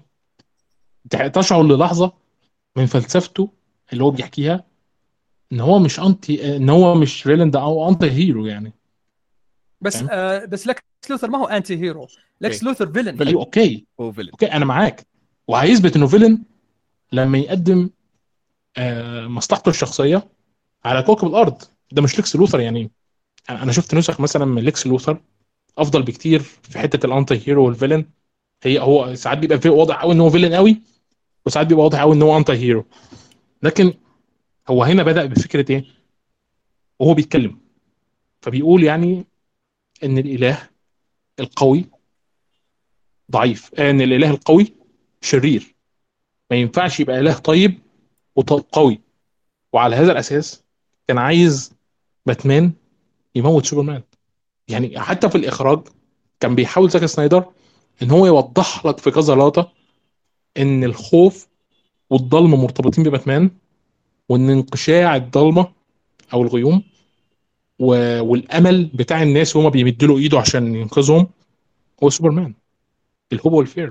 تشعر للحظه من فلسفته اللي هو بيحكيها ان هو مش انتي، ان هو مش فيلن ده او انتي هيرو يعني. بس آه بس ليكس لوثر ما هو انتي هيرو، ليكس لوثر فيلن. ايوه اوكي هو فيلن، اوكي انا معاك، وهيثبت انه فيلن لما يقدم آه مصلحته الشخصيه على كوكب الارض. ده مش ليكس لوثر. يعني انا شفت نسخ مثلا من ليكس لوثر افضل بكتير في حته الانتي هيرو والفيلن. هي هو ساعات بيبقى فيه واضح قوي ان هو فيلن قوي، وساعات بيبقى واضح قوي ان هو انتي هيرو. لكن هو هنا بدأ بفكره ايه وهو بيتكلم، فبيقول يعني ان الاله القوي ضعيف، ان الاله القوي شرير، ما ينفعش يبقى اله طيب وقوي. وعلى هذا الاساس كان عايز باتمان يموت سوبرمان. يعني حتى في الاخراج كان بيحاول زاك سنايدر ان هو يوضح لك في كذا لقطه ان الخوف والضلمه مرتبطين بباتمان، وان انقشاع الضلمه او الغيوم والامل بتاع الناس وهما بيمدوا له ايده عشان ينقذهم هو سوبرمان، الهوب والفير.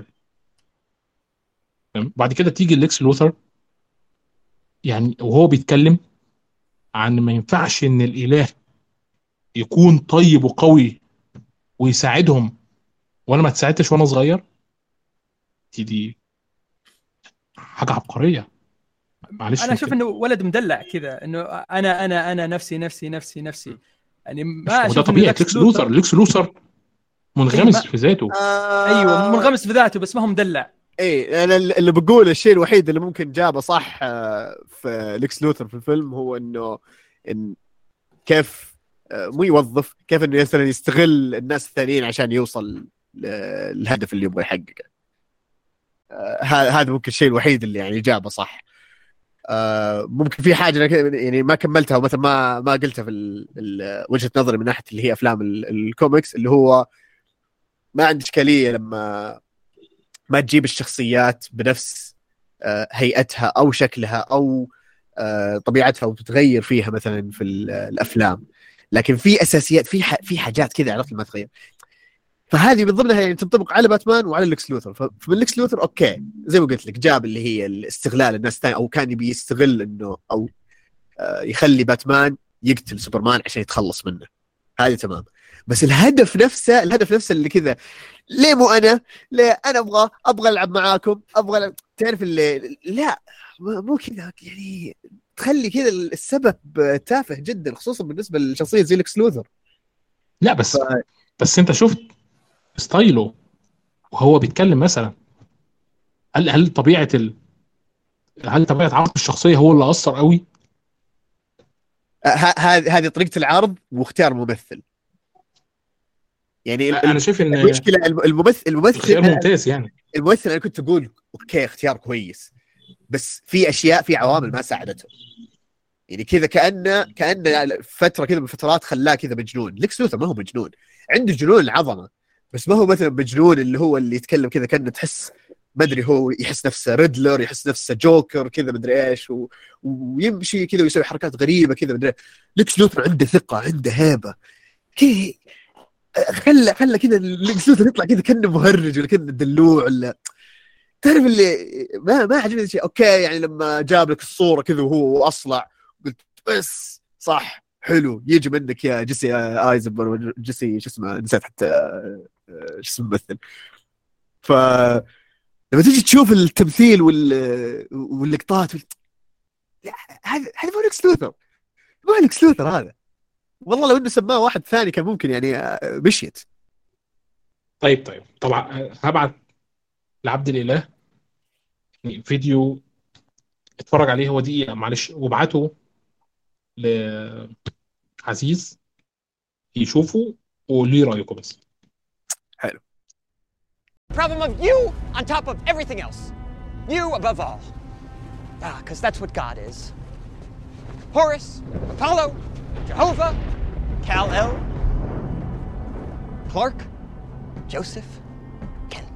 بعد كده تيجي ليكس لوثر يعني وهو بيتكلم عن ما ينفعش ان الاله يكون طيب وقوي ويساعدهم وانا ما تساعدتش وانا صغير. دي دي حاجه عبقريه. معلش انا اشوف يمكن. انه ولد مدلع كذا، انه انا انا انا نفسي نفسي نفسي نفسي يعني مش ما وده اشوف انه طبيعي لكس ليكس لوثر لوثر. ليكس لوثر اي منغمس ما في ذاته. ايوه آه... منغمس في ذاته، بس ما هو مدلع. ايه انا اللي بقول الشيء الوحيد اللي ممكن جابه صح آه، في ليكس لوثر في الفيلم هو انه إن كيف آه، مو يوظف، كيف انه مثلا يستغل الناس الثانيين عشان يوصل للهدف اللي يبغى يحققه. آه، هذا ممكن الشيء الوحيد اللي يعني جابه صح. آه، ممكن في حاجه أنا يعني ما كملتها ومثلا ما ما قلتها في ال- ال- وجهه نظري من ناحيه اللي هي افلام ال- الكوميكس، اللي هو ما عندي اشكاليه لما ما تجيب الشخصيات بنفس آه، هيئتها او شكلها او آه، طبيعتها وتتغير فيها مثلا في ال- الافلام، لكن في اساسيات، في ح- في حاجات كذا عرفت ما تغير. فهذه من ضمنها يعني تنطبق على باتمان وعلى ليكس لوثر. فمن ليكس لوثر اوكي زي ما قلت لك جاب اللي هي الاستغلال الناس الثانيه، او كان يبي يستغل انه او آه، يخلي باتمان يقتل سوبرمان عشان يتخلص منه، هذه تمام. بس الهدف نفسه الهدف نفسه اللي كذا، ليه مو انا؟ ليه انا ابغى ابغى العب معاكم، ابغى ألعب. تعرف اللي لا مو كذا يعني، تخلي كذا السبب تافه جدا خصوصا بالنسبه للشخصيه زي ليكس لوثر. لا بس بس انت شفت ستايله وهو بيتكلم مثلا، هل هل طبيعه ال... هل طبيعه عرض الشخصيه هو اللي اثر قوي؟ هذه هذه طريقه العرض واختيار الممثل. يعني انا شايف ان المشكله الممثل الممثل الخيار ممتاز يعني. الممثل انا كنت اقول اوكي اختيار كويس، بس في اشياء في عوامل ما ساعدته. يعني كذا كانه كانه فتره كذا من الفترات خلاه كذا مجنون. ليكس لوثر ما هو مجنون، عنده جنون العظمه، بس ما هو مثلا مجنون اللي هو اللي يتكلم كذا كانه تحس ما ادري هو يحس نفسه ريدلر، يحس نفسه جوكر كذا ما ادري ايش، و... ويمشي كذا ويسوي حركات غريبه كذا ما ادري. ليكس لوثر عنده ثقه، عنده هيبه كذا، خلى خلى كذا ليكس لوثر يطلع كذا كانه مهرج ولا كانه دلوع ولا تعرف اللي ما ما عجبني شيء. اوكي يعني لما جاب لك الصوره كذا وهو اصلع قلت بس صح حلو، يجي منك يا جيسي ايزنبرغ، جيسي شو اسمه نسيت حتى شو اسمه الممثل. ف لما تيجي تشوف التمثيل وال واللقطات وال... هذا هذا مو ليكس لوثر، مو ليكس لوثر هذا. والله لو انه سماه واحد ثاني كان ممكن يعني مشيت. طيب طيب طبعا هبعت لعبد الاله فيديو اتفرج عليه، هو دقيقه معلش، وابعته لعزيز يشوفه وقول لي رايكم بس. حلو. Problem of you on top of everything else. You above all. Ah, because that's what God is. Horus, Apollo, Jehovah, Kal-El, Clark, Joseph, Kent.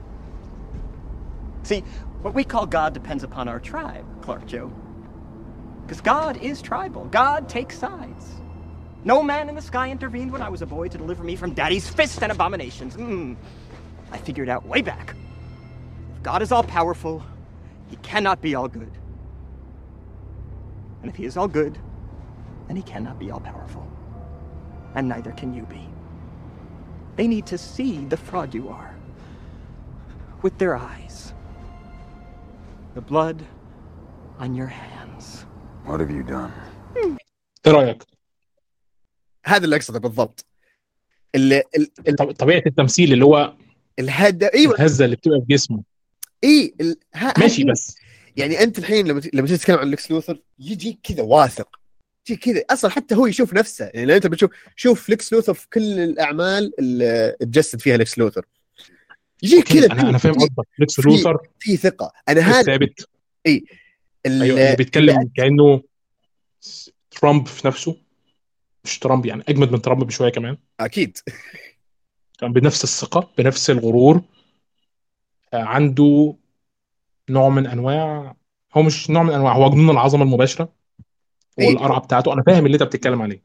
See, what we call God depends upon our tribe, Clark Joe. Because God is tribal. God takes sides. No man in the sky intervened when I was a boy to deliver me from Daddy's fist and abominations. Mm. I figured out way back. If God is all-powerful, he cannot be all good. And if he is all good, then he cannot be all-powerful. And neither can you be. They need to see the fraud you are. With their eyes. The blood on your hands. What have you done? ايه رايك؟ هذا اللي اقصده بالضبط. ال ال طب- طبيعه التمثيل اللي هو الهدف ايوه الهزه اللي بتبقى في جسمه اي ال... ها... ماشي، هذه- بس يعني انت الحين لما ت... لما تيجي تتكلم عن ليكس لوثر يجي كذا واثق، يجي كذا اصلا حتى هو يشوف نفسه. يعني لو انت بتشوف شوف ليكس لوثر في كل الاعمال اللي تجسد فيها ليكس لوثر يجي كذا انا انا فاهم في- قصدك. ليكس في- لوثر في ثقه. انا هذا ثابت، ال... ايوه اللي بيتكلم كانه ترامب في نفسه، مش ترامب يعني، اجمد من ترامب بشويه كمان، اكيد كان بنفس الثقه بنفس الغرور. آه، عنده نوع من انواع، هو مش نوع من انواع، هو جنون العظمه المباشره إيه. والقرعه بتاعته. انا فاهم اللي انت بتتكلم عليه،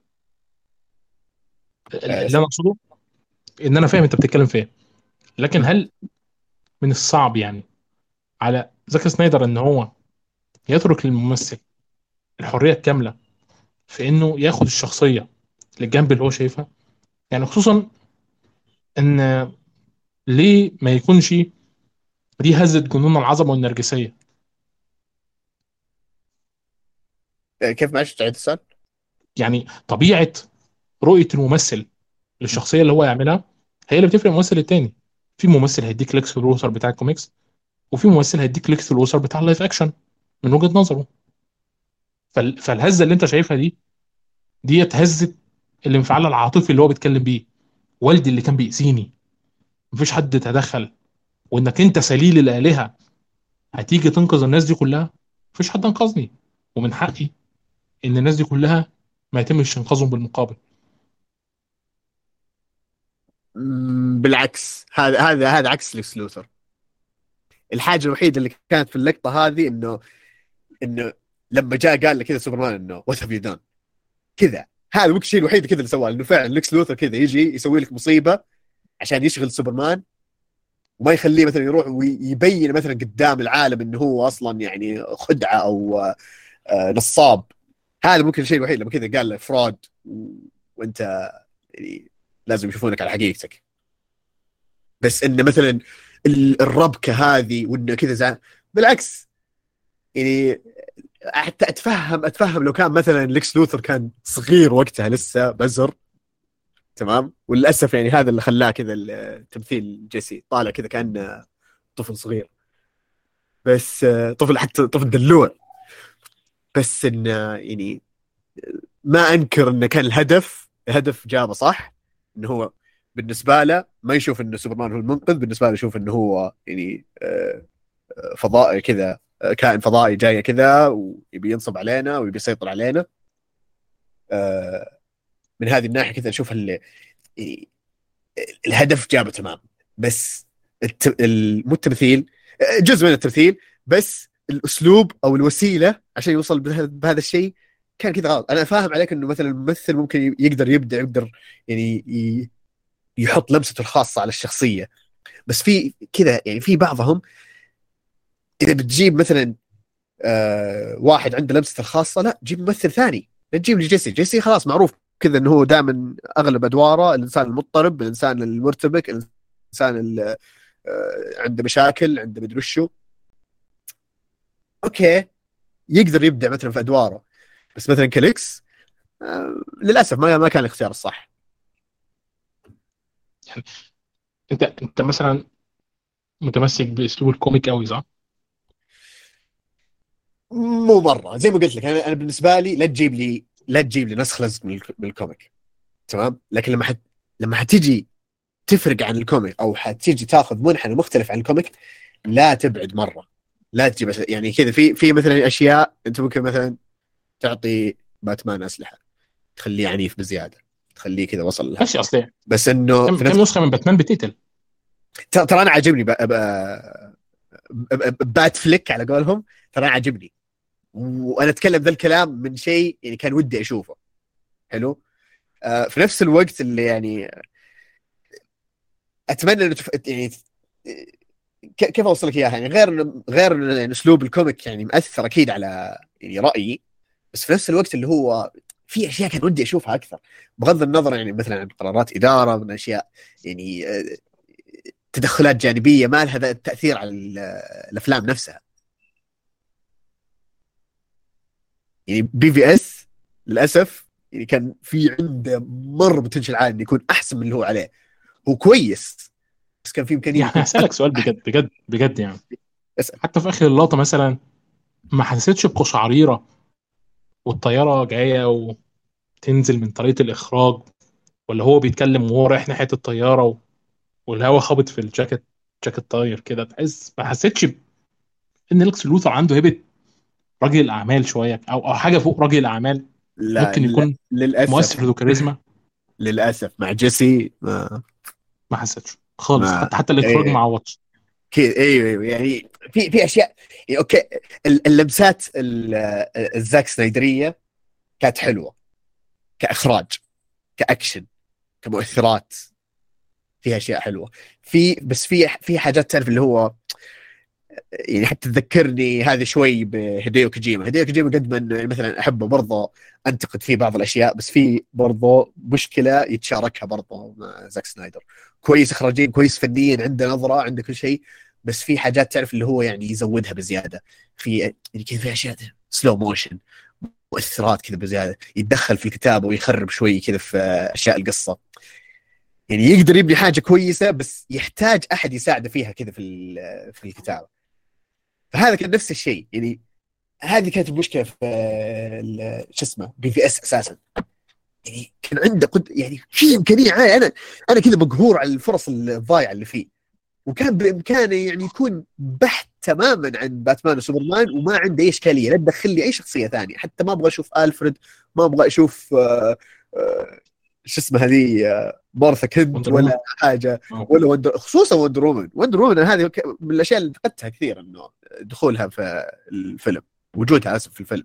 اللي انا اقصده ان انا فاهم انت بتتكلم في ايه، لكن هل من الصعب يعني على زاك سنايدر ان هو يترك للممثل الحريه الكامله في انه ياخد الشخصيه للجنب اللي هو شايفها؟ يعني خصوصا ان ليه ما يكونش دي هزة جنون العظمه والنرجسيه؟ كيف معلش تعيد السؤال؟ يعني طبيعه رؤيه الممثل للشخصيه اللي هو يعملها هي اللي بتفرق من الممثل التاني. في ممثل هيديك ليكس لوثر بتاع الكوميكس، وفي ممثل هيديك ليكس لوثر بتاع اللايف اكشن من وجهه نظره. فال... فالهزه اللي انت شايفها دي ديت هزه الانفعال العاطفي اللي هو بيتكلم بيه. والدي اللي كان بيأذيني مفيش حد تدخل، وانك انت سليل الآلهة هتيجي تنقذ الناس دي كلها. مفيش حد انقذني، ومن حقي ان الناس دي كلها ما يتمش انقاذهم بالمقابل. مم، بالعكس، هذا هذا هذا عكس ليكس لوثر. الحاجه الوحيده اللي كانت في اللقطه هذه انه انه لما جاء قال له كذا سوبرمان انه وات هاف يو دون كذا، هذا الشيء الوحيد كذا اللي سواه، انه فعلا ليكس لوثر كذا يجي يسوي لك مصيبه عشان يشغل سوبرمان، وما يخليه مثلا يروح ويبين مثلا قدام العالم انه هو اصلا يعني خدعه او آه، نصاب. هذا ممكن الشيء الوحيد لما كذا قال له فراد و... وانت يعني لازم يشوفونك على حقيقتك. بس انه مثلا ال- الربكه هذه وانه كذا زع... بالعكس يعني حتى اتفهم اتفهم لو كان مثلا ليكس لوثر كان صغير وقتها لسه بزر، تمام، وللاسف يعني هذا اللي خلاه كذا التمثيل جيسي طالع كذا كانه طفل صغير، بس آه، طفل حتى طفل دلوع. بس انه يعني ما انكر انه كان الهدف هدف جابه صح، انه هو بالنسبه له ما يشوف انه سوبرمان هو المنقذ، بالنسبه له يشوف انه هو يعني آه، آه، فضائي كذا، آه، كائن فضائي جاي كذا ويبي ينصب علينا ويبي يسيطر علينا. آه، من هذه الناحيه كذا اشوف اللي يعني الهدف جابه تمام، بس الت... ال- مو التمثيل، آه، جزء من التمثيل، بس الاسلوب او الوسيله عشان يوصل بهذا, بهذا الشيء كان كذا غلط. انا فاهم عليك انه مثلا الممثل ممكن يقدر يبدع، يقدر يعني ي... يحط لمسته الخاصه على الشخصيه، بس في كذا يعني في بعضهم اذا بتجيب مثلا آه واحد عنده لمسته الخاصه، لا جيب ممثل ثاني، لا تجيب لي جيسي. جيسي خلاص معروف كذا انه هو دائما اغلب ادواره الانسان المضطرب، الانسان المرتبك، الانسان اللي آه عنده مشاكل، عنده مدري وشو. اوكي يقدر يبدع مثلا في ادواره، بس مثلا كليكس آه للاسف ما ما كان الاختيار الصح. يعني انت انت مثلا متمسك باسلوب الكوميك قوي صح؟ مو مره زي ما قلت لك، انا انا بالنسبه لي لا تجيب لي لا تجيب لي نسخ لزق من الك- من الكوميك، تمام، لكن لما حت لما حتيجي تفرق عن الكوميك او حتيجي تاخذ منحنى مختلف عن الكوميك، لا تبعد مره، لا تجيب أس- يعني كذا في في مثلا اشياء انت ممكن مثلا تعطي باتمان اسلحه تخليه عنيف بزياده، تخليه كذا وصل لها، ماشي. اصل بس انه كم في كم نفس نسخه من باتمان بتقتل. ترى ترى انا عاجبني ب... ب... ب... بات فليك على قولهم، ترى انا عاجبني، وانا اتكلم ذا الكلام من شيء يعني كان ودي اشوفه حلو. آه في نفس الوقت اللي يعني اتمنى انه تف... يعني ك- كيف اوصل لك اياها، يعني غير غير إنه يعني اسلوب الكوميك يعني مأثر اكيد على يعني رايي، بس في نفس الوقت اللي هو في اشياء كان ودي اشوفها اكثر، بغض النظر يعني مثلا عن قرارات اداره، من اشياء يعني آه، تدخلات جانبيه ما لها ذا التاثير على ال- الافلام نفسها. يعني بي في اس للاسف يعني كان في عنده مره بوتنشل عالي انه يكون احسن من اللي هو عليه. هو كويس بس كان في امكانيه يعني يكون هسألك سؤال بجد بجد بجد يعني اسال. حتى في اخر اللقطه مثلا ما حسيتش بقشعريره والطياره جايه وتنزل من طريقه الاخراج، ولا هو بيتكلم وهو رايح ناحيه الطياره و... والهواء خابط في الجاكيت، جاكيت طاير كده، تحس ما حسيتش ب- ان ليكس لوثر عنده هيبه راجل الاعمال شويه، او او حاجه فوق راجل الاعمال لا ممكن لا يكون للاسف مؤثر ذو كاريزما؟ للاسف مع جيسي ما ما حسيتش خالص، ما حتى حتى الاخراج ايه مع واتش. كذا. ايوه ايوه يعني في في اشياء يعني اوكي ال- اللمسات ال- الزاك سنايدريه كانت حلوه كاخراج، كاكشن، كمؤثرات، فيها اشياء حلوه في، بس في في حاجات تعرف اللي هو يعني حتى تذكرني هذه شوي بهديو كوجيما. هديو كوجيما قد ما انه يعني مثلا احبه برضه انتقد فيه بعض الاشياء، بس في برضه مشكله يتشاركها برضه مع زاك سنايدر. كويس اخراجيا، كويس فنيا، عنده نظره، عنده كل شيء، بس في حاجات تعرف اللي هو يعني يزودها بزياده في يعني كذا، في اشياء سلو موشن مؤثرات كذا بزياده، يتدخل في الكتابه ويخرب شوي كذا في اشياء القصه. يعني يقدر يبني حاجه كويسه بس يحتاج احد يساعده فيها كذا في في الكتابه. فهذا كان نفس الشيء. يعني هذه كانت المشكله في شو اسمه بي في اس اساسا. يعني كان عنده قد يعني في امكانيه عاليه. انا انا كذا مقهور على الفرص الضايعه اللي فيه، وكان بامكانه يعني يكون بحث تماما عن باتمان وسوبرمان وما عنده اي اشكاليه. لا تدخل لي اي شخصيه ثانيه، حتى ما ابغى اشوف الفريد، ما ابغى اشوف آه آه شو اسمه هذه آه مارثا كنت ولا حاجه، ولا وندر، خصوصا وندر وومن. وندر وومن هذه من الاشياء اللي انتقدتها كثير، انه دخولها في الفيلم، وجودها اسف في الفيلم.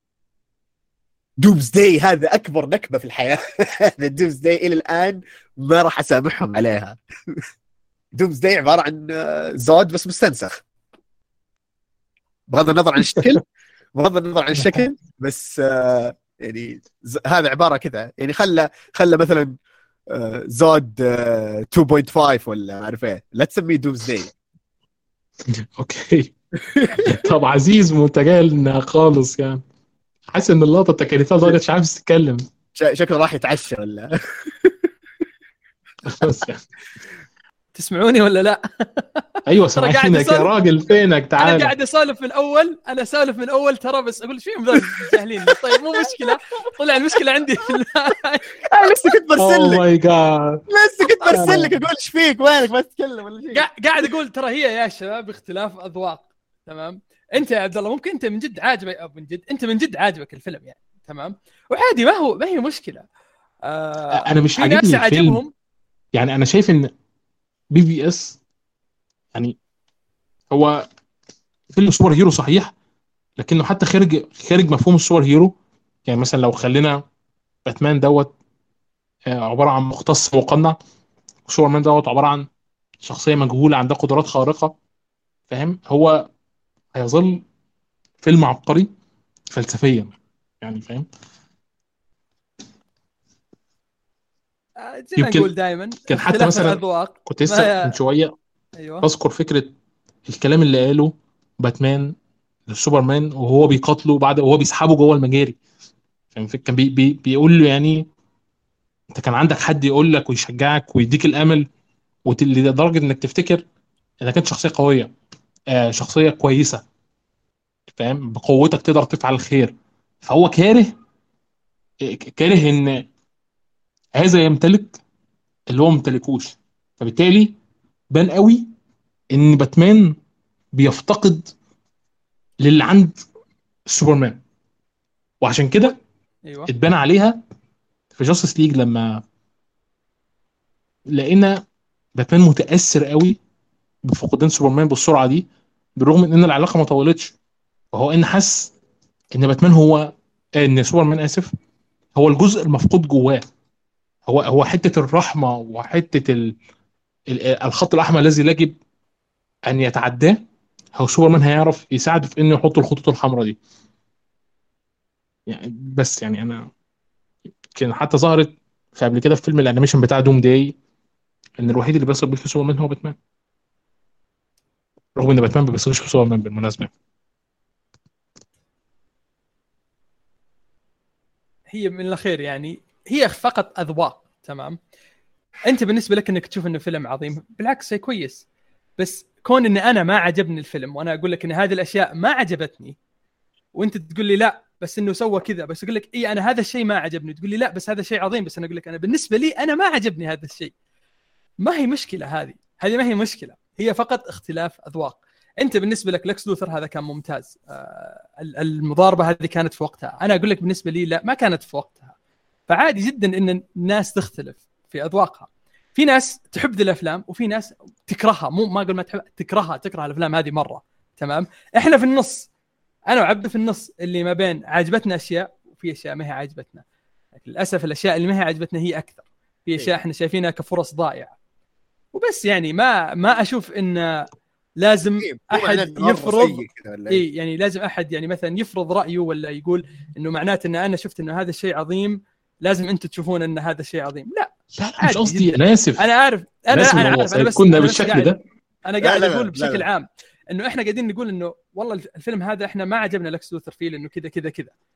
دومز داي هذا اكبر نكبه في الحياه. دومز داي الى الان ما راح اسامحهم عليها. دومز داي عباره عن زود بس مستنسخ، بغض النظر عن الشكل بغض النظر عن الشكل بس آه يعني هذا عباره كذا. يعني خلى خلى مثلا آه زود آه اثنين فاصلة خمسة ولا عارف ايه، لا تسميه دومز داي. اوكي. طب عزيز متجاهلنا خالص، يعني حاسس ان اللقطه التكاليفيه ضاقت، مش عارف تتكلم. شكله راح يتعشى ولا بس يعني. تسمعوني ولا لا؟ ايوه سامعينك يا راجل، فينك تعال. انا قاعد اسولف من اول انا اسولف من اول ترى، بس اقول شيء ذول جاهلين. طيب مو مشكله، طلع المشكله عندي. انا لسه كنت برسل لك، اوه ماي جاد، لسه كنت برسل لك اقول ايش فيك، وينك ما تتكلم ولا شيء. قاعد اقول ترى هي يا شباب اختلاف اذواق. تمام، انت يا عبد الله ممكن انت من جد عاجبك، من جد انت من جد عاجبك الفيلم يعني، تمام، وعادي، ما هو ما هي مشكله. آه انا مش عاجبني الفيلم. يعني انا شايف ان بي في اس يعني هو فيلم سوبر هيرو صحيح، لكنه حتى خارج خارج مفهوم السوبر هيرو. يعني مثلا لو خلينا باتمان دوت عباره عن مختص مقنع، وسوبرمان دوت عباره عن شخصيه مجهوله عندها قدرات خارقه، فاهم؟ هو هيظل فيلم عبقري فلسفيا يعني، فاهم؟ زي ما نقول دائما كان حتى مثلا كنت لسه من شويه ايوه بذكر فكره الكلام اللي قاله باتمان للسوبرمان وهو بيقاتله بعد وهو بيسحبه جوه المجاري، فاهم؟ كان بي بي بيقول له يعني انت كان عندك حد يقول لك ويشجعك ويديك الامل، ولدرجه انك تفتكر انك انت شخصيه قويه، آه شخصيه كويسه، فاهم؟ بقوتك تقدر تفعل الخير. فهو كاره كاره ان هذا يمتلك اللي هو ممتلكوش. فبالتالي بان قوي ان باتمان بيفتقد للي عند سوبرمان، وعشان كده ايوه اتبنى عليها في جاستس ليج لما لقينا باتمان متاثر قوي بفقدان سوبرمان بالسرعه دي، بالرغم من ان العلاقه ما طولتش. وهو ان حس ان باتمان هو ان سوبرمان اسف هو الجزء المفقود جواه. هو هو حته الرحمه وحته ال... ال... الخط الاحمر الذي يجب ان يتعداه. هو سوبرمان هيعرف يساعده في انه يحط الخطوط الحمراء دي يعني. بس يعني انا كان حتى ظهرت في قبل كده في فيلم الانيميشن بتاع دوم داي ان الوحيد اللي بيثق بيه في سوبرمان هو باتمان، رغم ان باتمان ما بيثقش في سوبرمان بالمناسبه. هي من الاخير يعني هي فقط اذواق. تمام، انت بالنسبه لك انك تشوف انه فيلم عظيم، بالعكس هي كويس، بس كون ان انا ما عجبني الفيلم وانا اقول لك ان هذه الاشياء ما عجبتني، وانت تقول لي لا بس انه سوى كذا، بس اقول لك اي انا هذا الشيء ما عجبني، تقول لي لا بس هذا شيء عظيم، بس انا اقول لك انا بالنسبه لي انا ما عجبني هذا الشيء. ما هي مشكله هذه هذه ما هي مشكله، هي فقط اختلاف اذواق. انت بالنسبه لك لكس لوثر هذا كان ممتاز، آه المضاربه هذه كانت في وقتها، انا اقول لك بالنسبه لي لا ما كانت في وقتها. فعادي جدا ان الناس تختلف في اذواقها. في ناس تحب ذي الافلام وفي ناس تكرهها، مو ما اقول ما تحب، تكرهها تكره الافلام هذه مره. تمام، احنا في النص، انا وعبد في النص اللي ما بين عجبتنا اشياء وفي اشياء ما هي عجبتنا. لكن للاسف الاشياء اللي ما هي عجبتنا هي اكثر، في اشياء احنا شايفينها كفرص ضائعه وبس. يعني ما ما اشوف ان لازم احد يفرض اي يعني لازم احد يعني مثلا يفرض رايه ولا يقول انه معناته ان انا شفت انه هذا الشيء عظيم لازم انتم تشوفون ان هذا الشيء عظيم. لا لا مش قصدي، انا اسف، انا عارف انا انا عارف انا بس كنا بالشكل ده. انا قاعد اقول بشكل عام انه احنا قاعدين نقول انه والله الفيلم هذا احنا ما عجبنا لكس لوثر فيه لانه كذا كذا كذا.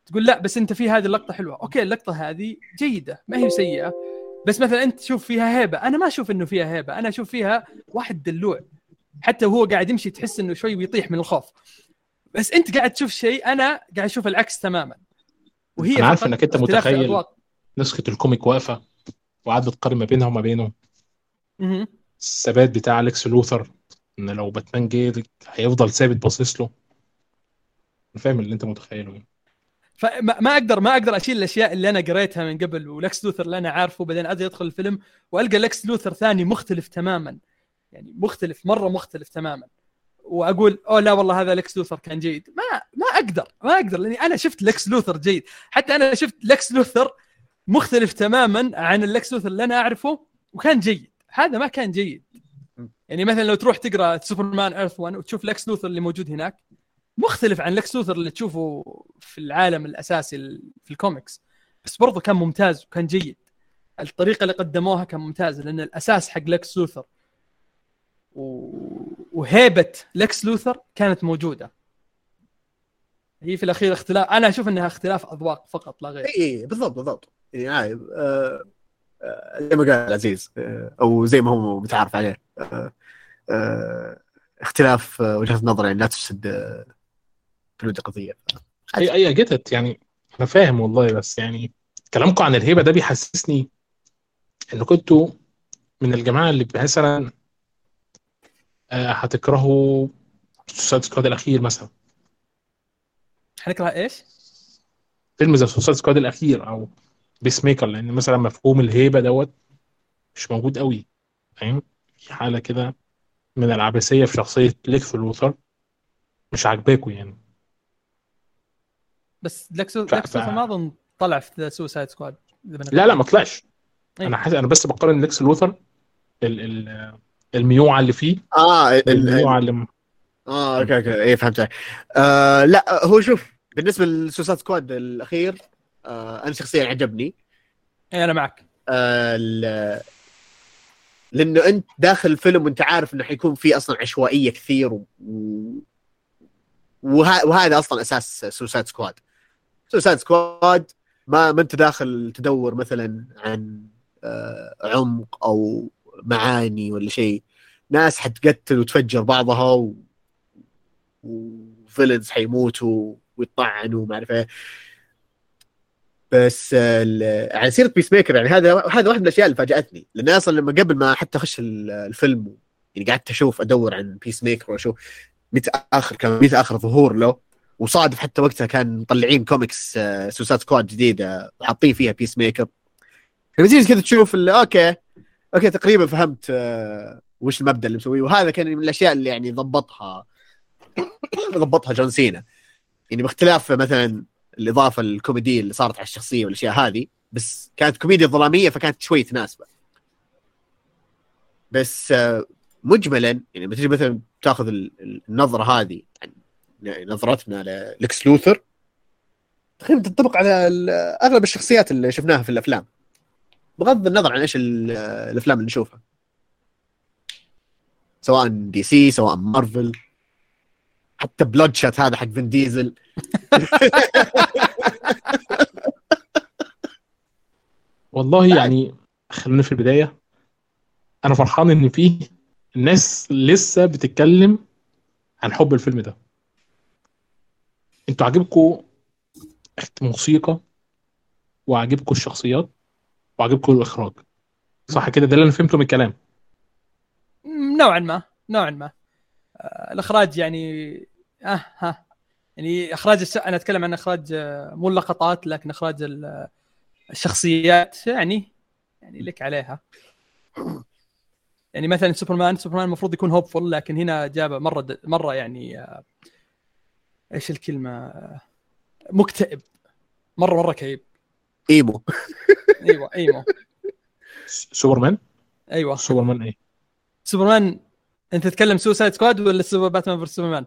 تقول لا بس انت في هذه اللقطه حلوه، اوكي اللقطه هذه جيده ما هي سيئه، بس مثلا انت تشوف فيها هيبه، انا ما اشوف انه فيها هيبه، انا اشوف فيها واحد دلوع، حتى وهو قاعد يمشي تحس انه شوي بيطيح من الخوف، بس انت قاعد تشوف شيء انا قاعد اشوف العكس تماما. وهي انا عارف فقط انك انت اختلاف في متخيل الأذواق. نسخة الكوميك واقفة وقعدت تقارن ما بينها وما بينه مهم. الثبات بتاع أليكس لوثر، ان لو باتمان جه هيفضل ثابت باصص له. أنا فاهم اللي انت متخيله يعني. فما ما اقدر ما اقدر اشيل الاشياء اللي انا قريتها من قبل ولكس لوثر اللي انا عارفه، بعدين اجي ادخل الفيلم والقى لكس لوثر ثاني مختلف تماما، يعني مختلف مره مختلف تماما، واقول اوه لا والله هذا لكس لوثر كان جيد. ما ما اقدر ما اقدر لاني انا شفت لكس لوثر جيد، حتى انا شفت لكس لوثر مختلف تماما عن اللكس لوثر اللي انا اعرفه وكان جيد، هذا ما كان جيد. يعني مثلا لو تروح تقرا سوبرمان ايرث واحد وتشوف لكس لوثر اللي موجود هناك مختلف عن لكس لوثر اللي تشوفه في العالم الاساسي في الكوميكس، بس برضه كان ممتاز وكان جيد. الطريقه اللي قدموها كان ممتازه لان الاساس حق لكس لوثر و... وهيبه لكس لوثر كانت موجوده. هي في الاخير اختلاف، انا اشوف انها اختلاف اذواق فقط لا غير. اي بالضبط بالضبط يعني آه آه زي ما قال العزيز آه او زي ما هو متعارف عليه آه آه اختلاف آه وجهة نظر يعني لا تفسد آه فلود قضية. اي اي جتت يعني. انا فاهم والله، بس يعني كلامكم عن الهيبة ده بيحسسني ان كنتوا من الجماعة اللي مثلا آه هتكرهوا سوسايد سكواد الاخير مثلا. حنكره ايش؟ فيلم زي سوسايد سكواد الاخير او بيس ميكر، لان مثلا مفهوم الهيبة دوت مش موجود قوي، فاهم؟ في حالة كده من العبثية في شخصية ليكس لوثر مش عاجباكوا يعني. بس لكسو ف... لكسو ف... ما اظن طلع في سوسايد سكواد. لا لا ما طلعش. أيه. انا حاسس انا بس بقارن ليكس لوثر ال... ال... الميوعة اللي فيه اه ال... الميوعة اللي اه اوكي اوكي اي فهمت. آه لا هو شوف بالنسبه للسوسايد سكواد الاخير آه انا شخصيا عجبني. اي انا معك. آه لانه انت داخل الفيلم وانت عارف انه حيكون في اصلا عشوائيه كثير و... وه... وهذا اصلا اساس سوسايد سكواد. سوسايد سكواد ما ما انت داخل تدور مثلا عن آه عمق او معاني ولا شيء، ناس حتقتل وتفجر بعضها و... وفيلنز حيموتوا ويطعنوا وما اعرف ايه. بس على سيره بيس ميكر يعني هذا هذا واحد من الاشياء اللي فاجاتني، لان اصلا لما قبل ما حتى اخش الفيلم يعني قعدت اشوف ادور عن بيس ميكر واشوف متى اخر كان متى اخر ظهور له، وصادف حتى وقتها كان مطلعين كوميكس سوسايد سكواد جديده وحاطين فيها بيس ميكر. فبتيجي كذا تشوف اوكي اوكي تقريبا فهمت وش المبدا اللي مسويه، وهذا كان من الاشياء اللي يعني ضبطها ضبطها جون سينا، يعني باختلاف مثلا الإضافة الكوميدية اللي صارت على الشخصية والأشياء هذه، بس كانت كوميديا ظلامية فكانت شوي تناسبة. بس مجملا يعني بتجي مثلا تاخذ النظرة هذه يعني نظرتنا للكس لوثر تقريبا تنطبق على أغلب الشخصيات اللي شفناها في الأفلام بغض النظر عن إيش الأفلام اللي نشوفها، سواء دي سي سواء مارفل، حتى بلود شات هذا حق فين ديزل. والله يعني خلونا في البداية، أنا فرحان إن فيه الناس لسه بتتكلم عن حب الفيلم ده. انتوا عاجبكم موسيقى وعاجبكم الشخصيات وعاجبكم الإخراج، صح كده؟ ده اللي أنا فهمته من الكلام. نوعا ما نوعا ما آه الإخراج يعني آه ها يعني إخراج الس... أنا أتكلم عن إخراج مو اللقطات لكن إخراج الشخصيات يعني يعني لك عليها. يعني مثلا سوبرمان سوبرمان المفروض يكون هوبفول لكن هنا جابه مرة د... مرة يعني آه... إيش الكلمة آه... مكتئب مرة مرة كئيب. إيمو. أيوة إيمو. سوبرمان أيوة سوبرمان إيه؟ سوبرمان أنت تتكلم سوسايد سكواد ولا سوبر باتمان فيرس سوبرمان؟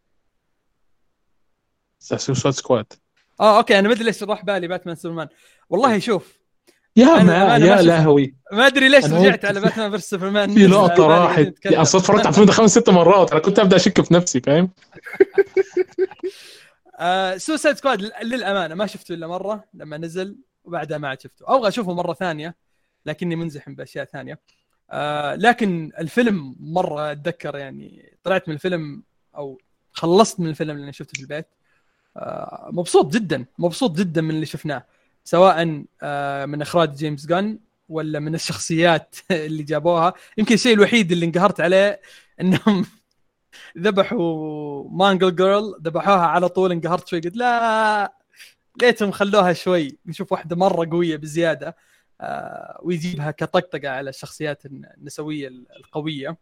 سوسايد سكواد. اه اوكي انا ما ادري ليش راح بالي باتمان سوبرمان. والله شوف يا ما يا لهوي ما ادري ليش رجعت على باتمان فيرس سوبرمان. في لقطه راحت اصلا اتفرجت على الفيلم ده خمس ست مرات، انا كنت ابدا اشك في نفسي فاهم. آه سوسايد سكواد للامانه ما شفته الا مره لما نزل، وبعدها ما عاد شفته. ابغى اشوفه مره ثانيه لكني منزحم باشياء ثانيه. آه لكن الفيلم مره اتذكر يعني طلعت من الفيلم او خلصت من الفيلم اللي شفته في البيت آه مبسوط جدا، مبسوط جدا من اللي شفناه، سواء آه من اخراج جيمس جان ولا من الشخصيات اللي جابوها. يمكن الشيء الوحيد اللي انقهرت عليه انهم ذبحوا مانجل جيرل، ذبحوها على طول. انقهرت شوي، قلت لا ليتهم خلوها شوي نشوف واحدة مرة قوية بزيادة آه ويجيبها كطقطقة على الشخصيات النسوية القوية.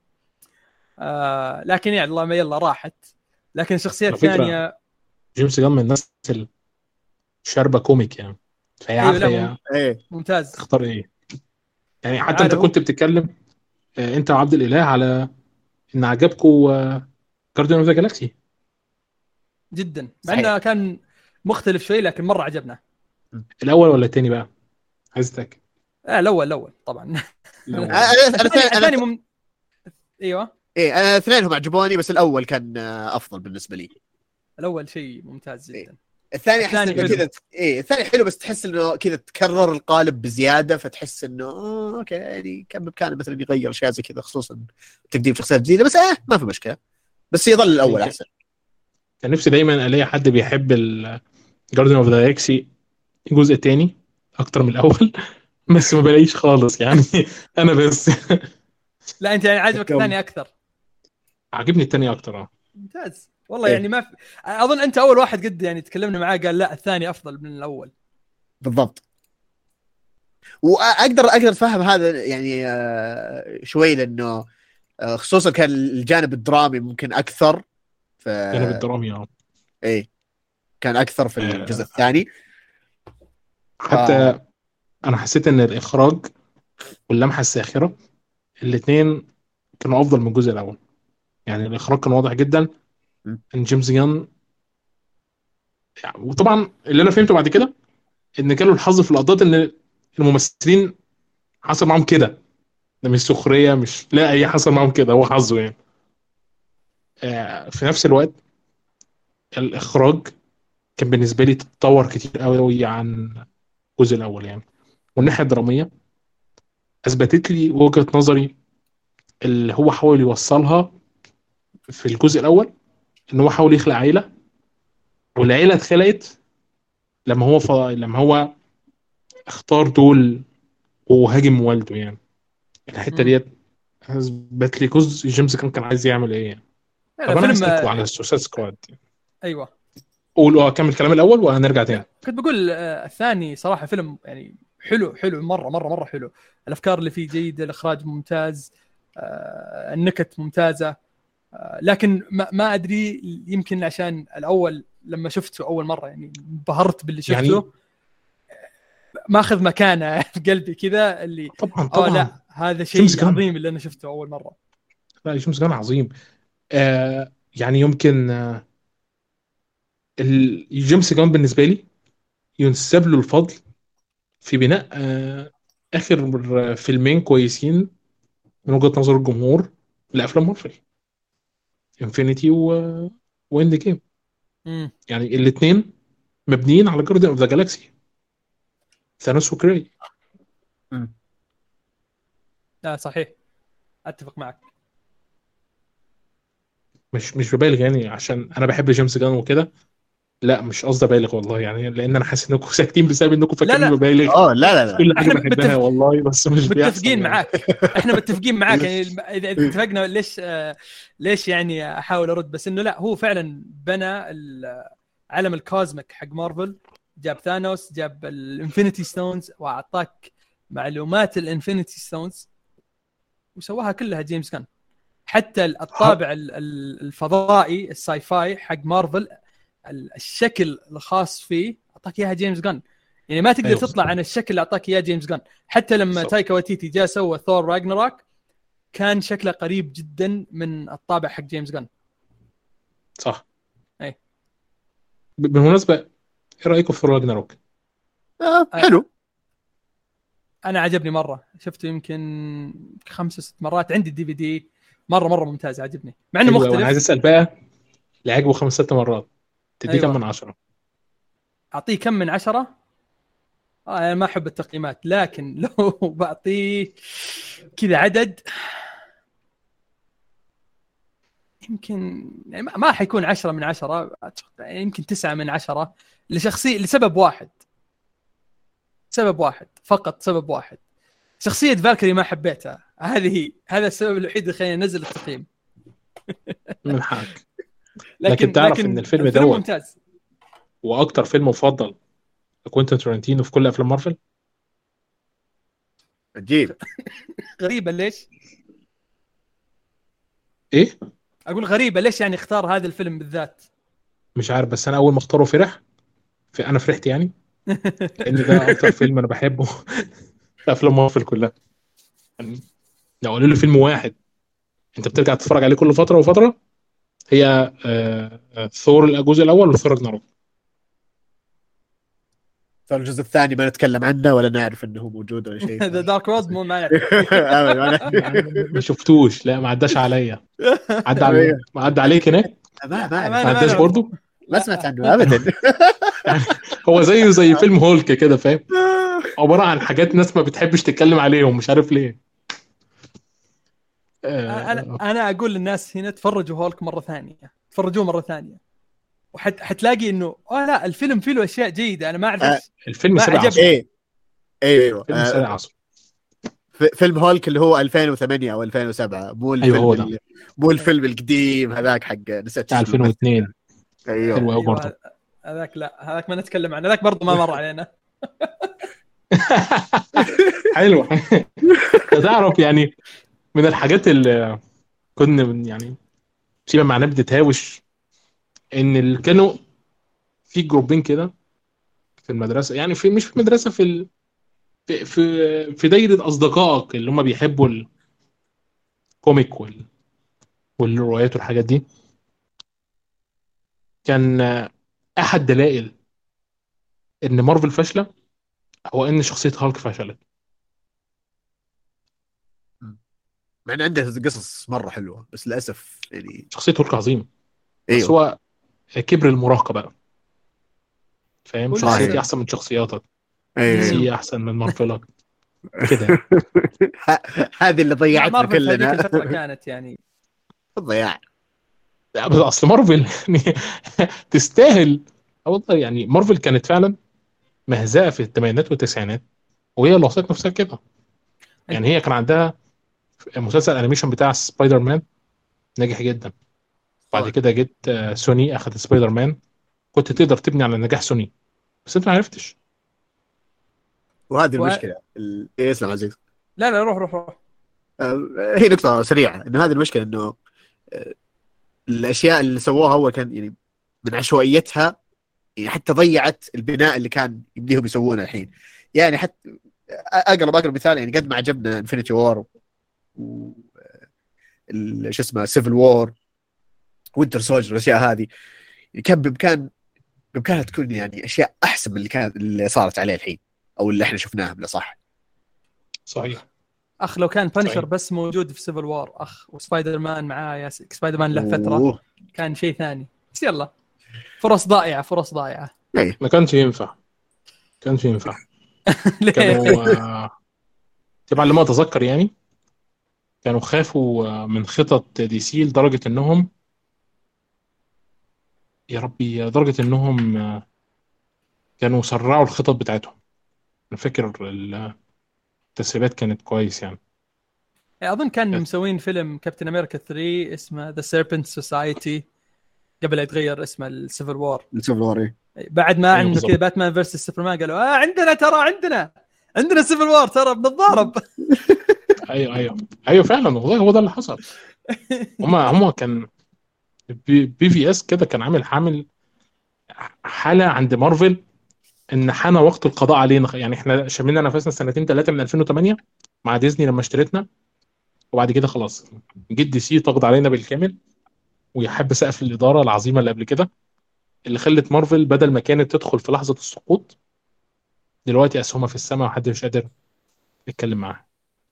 آه لكن يعني الله ما يلا راحت. لكن الشخصيات على فكرة الثانية جيمس جان من الناس الشاربة كوميك يعني، فهي أيوة عارفة لا هي مم... ايه ممتاز. تختار ايه. يعني حتى انت تعال هو كنت بتتكلم آه، انت وعبد الاله على ان عجبكم جارديان اوف ذا جالاكسي. جدا، مع صحيح. انه كان مختلف شوي لكن مرة عجبنا. الاول ولا التاني بقى؟ عايز اتاكد. آه الاول الاول طبعا. الاول. انا انا الثاني انا الثاني مم... ايوه ايه انا اثنينهم عجبوني، بس الاول كان آه، افضل بالنسبه لي. الاول شيء ممتاز إيه. جدا. الثاني احس الثاني انه حلو. كذا ايه الثاني حلو، بس تحس انه كذا تكرر القالب بزياده، فتحس انه آه اوكي يعني كان بامكانه مثلا يغير اشياء زي كذا، خصوصا تقديم شخصيات جديده، بس اه ما في مشكله، بس يظل الاول يعني احسن. كان نفسي دايما الاقي حد بيحب جارديان اوف ذا جالاكسي الجزء الثاني اكتر من الاول، بس ما بلاقيش خالص يعني. انا بس لا انت يعني عاجبك يوم. الثاني اكثر. عجبني الثاني اكتر. اه ممتاز والله. إيه. يعني ما في... اظن انت اول واحد قد يعني تكلمنا معاه قال لا الثاني افضل من الاول. بالضبط. واقدر اقدر افهم هذا يعني آه شوي، لانه آه خصوصا كان الجانب الدرامي ممكن اكثر ف جانب الدرامي اه ايه كان اكثر في الجزء الثاني. حتى انا حسيت ان الاخراج واللمحه الساخره الاثنين كانوا افضل من الجزء الاول. يعني الاخراج كان واضح جدا ان جيمس جان يعني، وطبعا اللي انا فهمته بعد كده ان كانوا الحظ في اللقطات ان الممثلين حصل معاهم كده، ده مش سخريه، مش لا هي حصل معاهم كده، هو حظه يعني. آه، في نفس الوقت الاخراج كان بالنسبه لي تطور كتير قوي عن الجزء الاول يعني. والناحيه الدراميه اثبتت لي وجهه نظري اللي هو حاول يوصلها في الجزء الاول، ان هو حاول يخلق عيله، والعيله اتخلقت لما هو ف... لما هو اختار دول وهاجم والده يعني. الحته مم. ديت اثبت لي جزء جيمس كان كان عايز يعمل ايه يعني. لا طب انا فيلم هسالكوا آه، على السوسايد سكواد. ايوه. قول اه كمل الكلام الاول وهنرجع تاني. لا كنت بقول آه، الثاني صراحه فيلم يعني حلو حلو مره مره مره حلو. الافكار اللي فيه جيده، الاخراج ممتاز، آه، النكت ممتازه. آه، لكن ما, ما ادري يمكن عشان الاول لما شفته اول مره يعني انبهرت باللي شفته يعني ماخذ مكانه في قلبي كذا اللي طبعا اه طبعا لا هذا جيمس شيء جان، عظيم اللي انا شفته اول مره. لا جيمس جان عظيم. آه يعني يمكن آه ال- جيمس جان بالنسبه لي ينسب له الفضل في بناء آه اخر فيلمين كويسين من وجهه نظر الجمهور لافلام مارفل، انفينيتي و واند جيم. امم يعني الاثنين مبنيين على جاردن اوف ذا جالاكسي، ثانوس وكراي. لا صحيح اتفق معك. مش مش ببالغ يعني عشان انا بحب جيمس جان وكده، لا مش قصدي ابالغ والله يعني، لان انا حاسس انكم ساكتين بسبب انكم لا فاكرين لا ببالغ اه لا لا في لا كل حاجه احنا بحبها متفق والله، بس مش بيحصل متفقين يعني. معاك. احنا متفقين معاك يعني الم- اذا إذا اتفقنا ليش آه ليش يعني احاول ارد، بس انه لا هو فعلا بنى ال- عالم الكوزميك حق مارفل. جاب ثانوس، جاب الانفينيتي ستونز واعطاك معلومات الانفينيتي ستونز وسواها كلها جيمس كان. حتى الطابع ال- ال- الفضائي الساي فاي حق مارفل، ال- الشكل الخاص فيه اعطاك اياها جيمس جان. يعني ما تقدر أيوة. تطلع عن الشكل اللي اعطاك اياه جيمس جان. حتى لما صح. تايكا واتيتي جاء سوى ثور راجناروك كان شكله قريب جدا من الطابع حق جيمس جان. صح. أي. ب- بالمناسبه ايه رايكم في ثور راجناروك؟ آه حلو. انا عجبني مره، شفته يمكن خمسة ست مرات عندي الدي في دي. مره مره ممتاز، عجبني مع انه حلو قوي. انا مختلف. عايز اسال بقى اللي عجبه خمس ست مرات تدي كم أيوة. من عشرة؟ اعطيه كم من عشرة؟ آه انا ما احب التقييمات، لكن لو بعطيه كذا عدد يمكن يعني ما ما حيكون عشرة من عشرة، يعني يمكن تسعة من عشرة لشخصية لسبب واحد. سبب واحد فقط، سبب واحد. شخصية فالكري ما حبيتها، هذه هذا السبب الوحيد اللي خليني انزل التقييم. من حقك. لكن لكن تعرف لكن ان الفيلم الفيلم دوت ممتاز. واكتر فيلم مفضل كوينتين تارانتينو في كل افلام مارفل. عجيب. غريبة ليش؟ ايه اقول غريبة ليش يعني اختار هذا الفيلم بالذات؟ مش عارف، بس انا اول ما اختاره فرح، في انا فرحت يعني، لان ده اكتر فيلم انا بحبه في افلام مارفل كلها. يعني لو قالوا لي فيلم واحد انت بترجع تتفرج عليه كل فتره وفتره، هي آه، آه، ثور الجزء الاول وثور راجناروك. صار الجزء الثاني ما نتكلم عنه ولا نعرف انه موجود ولا شيء. ذا دارك وورد مو ما نعرف. أبداً، يعني ما شفتوش، لا ما عداش عليا. عدى على أيوة. ما عدى عليك هناك، ما ما ما أعرف. أنا- ما عداش أنا- برضه. ما سمعت عنه ابدا. يعني هو زيه زي فيلم هولك كده، فاهم؟ عباره عن حاجات ناس ما بتحبش تتكلم عليهم، مش عارف ليه. انا آه، انا اقول للناس هنا تفرجوا هولك مره ثانيه، تفرجوه مره ثانيه، وحت حتلاقي انه اه لا الفيلم فيه له اشياء جيده. انا ما اعرف آه. ليش الفيلم ما سابق عصره. عجبني. ايه ايوه فيلم آه، سابق عصره. ف- فيلم هولك اللي هو ألفين وثمانية او ألفين وسبعة، مو الفيلم أيوة هو ده. اللي مو الفيلم القديم هذاك حق نسيت بتاع اسمه ألفين واثنين. ايوه حلو قوي ايوه برضه. هذاك لا، هذاك ما نتكلم عنه، هذاك برضه ما مر علينا. حلو. تعرف يعني من الحاجات اللي كنا من يعني سيما مع نبدة هاوش، ان اللي كانوا في جروبين كده في المدرسه، يعني في مش في المدرسه، في ال... في في في دايره اصدقائك اللي هم بيحبوا الكوميك وال... والروايات والحاجات دي. كان احد دلائل ان مارفل فاشله هو ان شخصيه هالك فشلت. مع ان عنده قصص مره حلوه بس للاسف يعني. شخصيه هالك عظيمه، بس ايوه هو كبر المراهقه بقى، فاهم؟ هو صحيح. شخصيتي لسه احسن من شخصياتك، ايوه مم. سي احسن من مارفلك كده يعني. ه- هذه اللي مع ضيعتنا مارفل في هذيك كلنا. الفتره كانت يعني ضياع. لا، بس اصل مارفل يعني تستاهل. أه والله يعني مارفل كانت فعلا مهزأة في الثمانينات والتسعينات، وهي اللي وصلت نفسها كده. يعني هي كان عندها مسلسل الانيميشن بتاع سبايدر مان ناجح جدا. بعد كده جيت آه، سوني اخذت سبايدر مان، كنت تقدر تبني على نجاح سوني، بس انت ما عرفتش. وهذه و... المشكله ال- إيه، اسلم عزيز. لا لا روح روح روح. آه، هي نقطه سريعه انه هذه المشكله انه آه، الاشياء اللي سووها اول كان يعني من عشوائيتها، يعني حتى ضيعت البناء اللي كان يبديهم يسوونه الحين. يعني حتى اقرب اقرب مثال، يعني قد ما عجبنا انفنتي وور و ال- شو اسمه سيفل وور وينتر سولجر الاشياء هذه، يعني كان بامكان بامكانها تكون يعني اشياء احسن من اللي كانت اللي صارت عليه الحين او اللي احنا شفناها بلا صح. صحيح. اخ لو كان بانشر صحيح. بس موجود في سيفل وار اخ، وسبايدر مان معاه، يا س- سبايدر مان له فتره أوه. كان شيء ثاني. بس يلا فرص ضائعه، فرص ضائعه. إيه. ما كانش ينفع، كانش ينفع. ليه؟ كانوا آه، طبعا لما اتذكر يعني كانوا خافوا آه، من خطط دي سي لدرجة انهم، يا ربي، لدرجة انهم آه، كانوا سرعوا الخطط بتاعتهم. انا فاكر التسريبات كانت كويس يعني. اظن كان مسوين فيلم كابتن امريكا ثلاثة اسمه ذا سيربنت سوسايتي قبل لا يتغير اسمه السيفل وور. السيفل وور إيه. بعد ما أيوة عنده بالضبط. كذا باتمان فيرسس سوبرمان قالوا اه عندنا ترى عندنا عندنا سيفل وور ترى بنتضارب. ايوه ايوه ايوه فعلا والله هو ده اللي حصل. هما هما كان بي, بي في اس كده كان عامل حامل حالة عند مارفل ان حان وقت القضاء علينا. يعني احنا شمينا نفسنا سنتين ثلاثة من ألفين وثمانية مع ديزني لما اشتريتنا، وبعد كده خلاص جد دي سي تقضي علينا بالكامل، ويحب سقف الإدارة العظيمة اللي قبل كده اللي خلت مارفل بدل ما كانت تدخل في لحظة السقوط، دلوقتي أسهمها في السماء وحد مش قادر يتكلم معاها.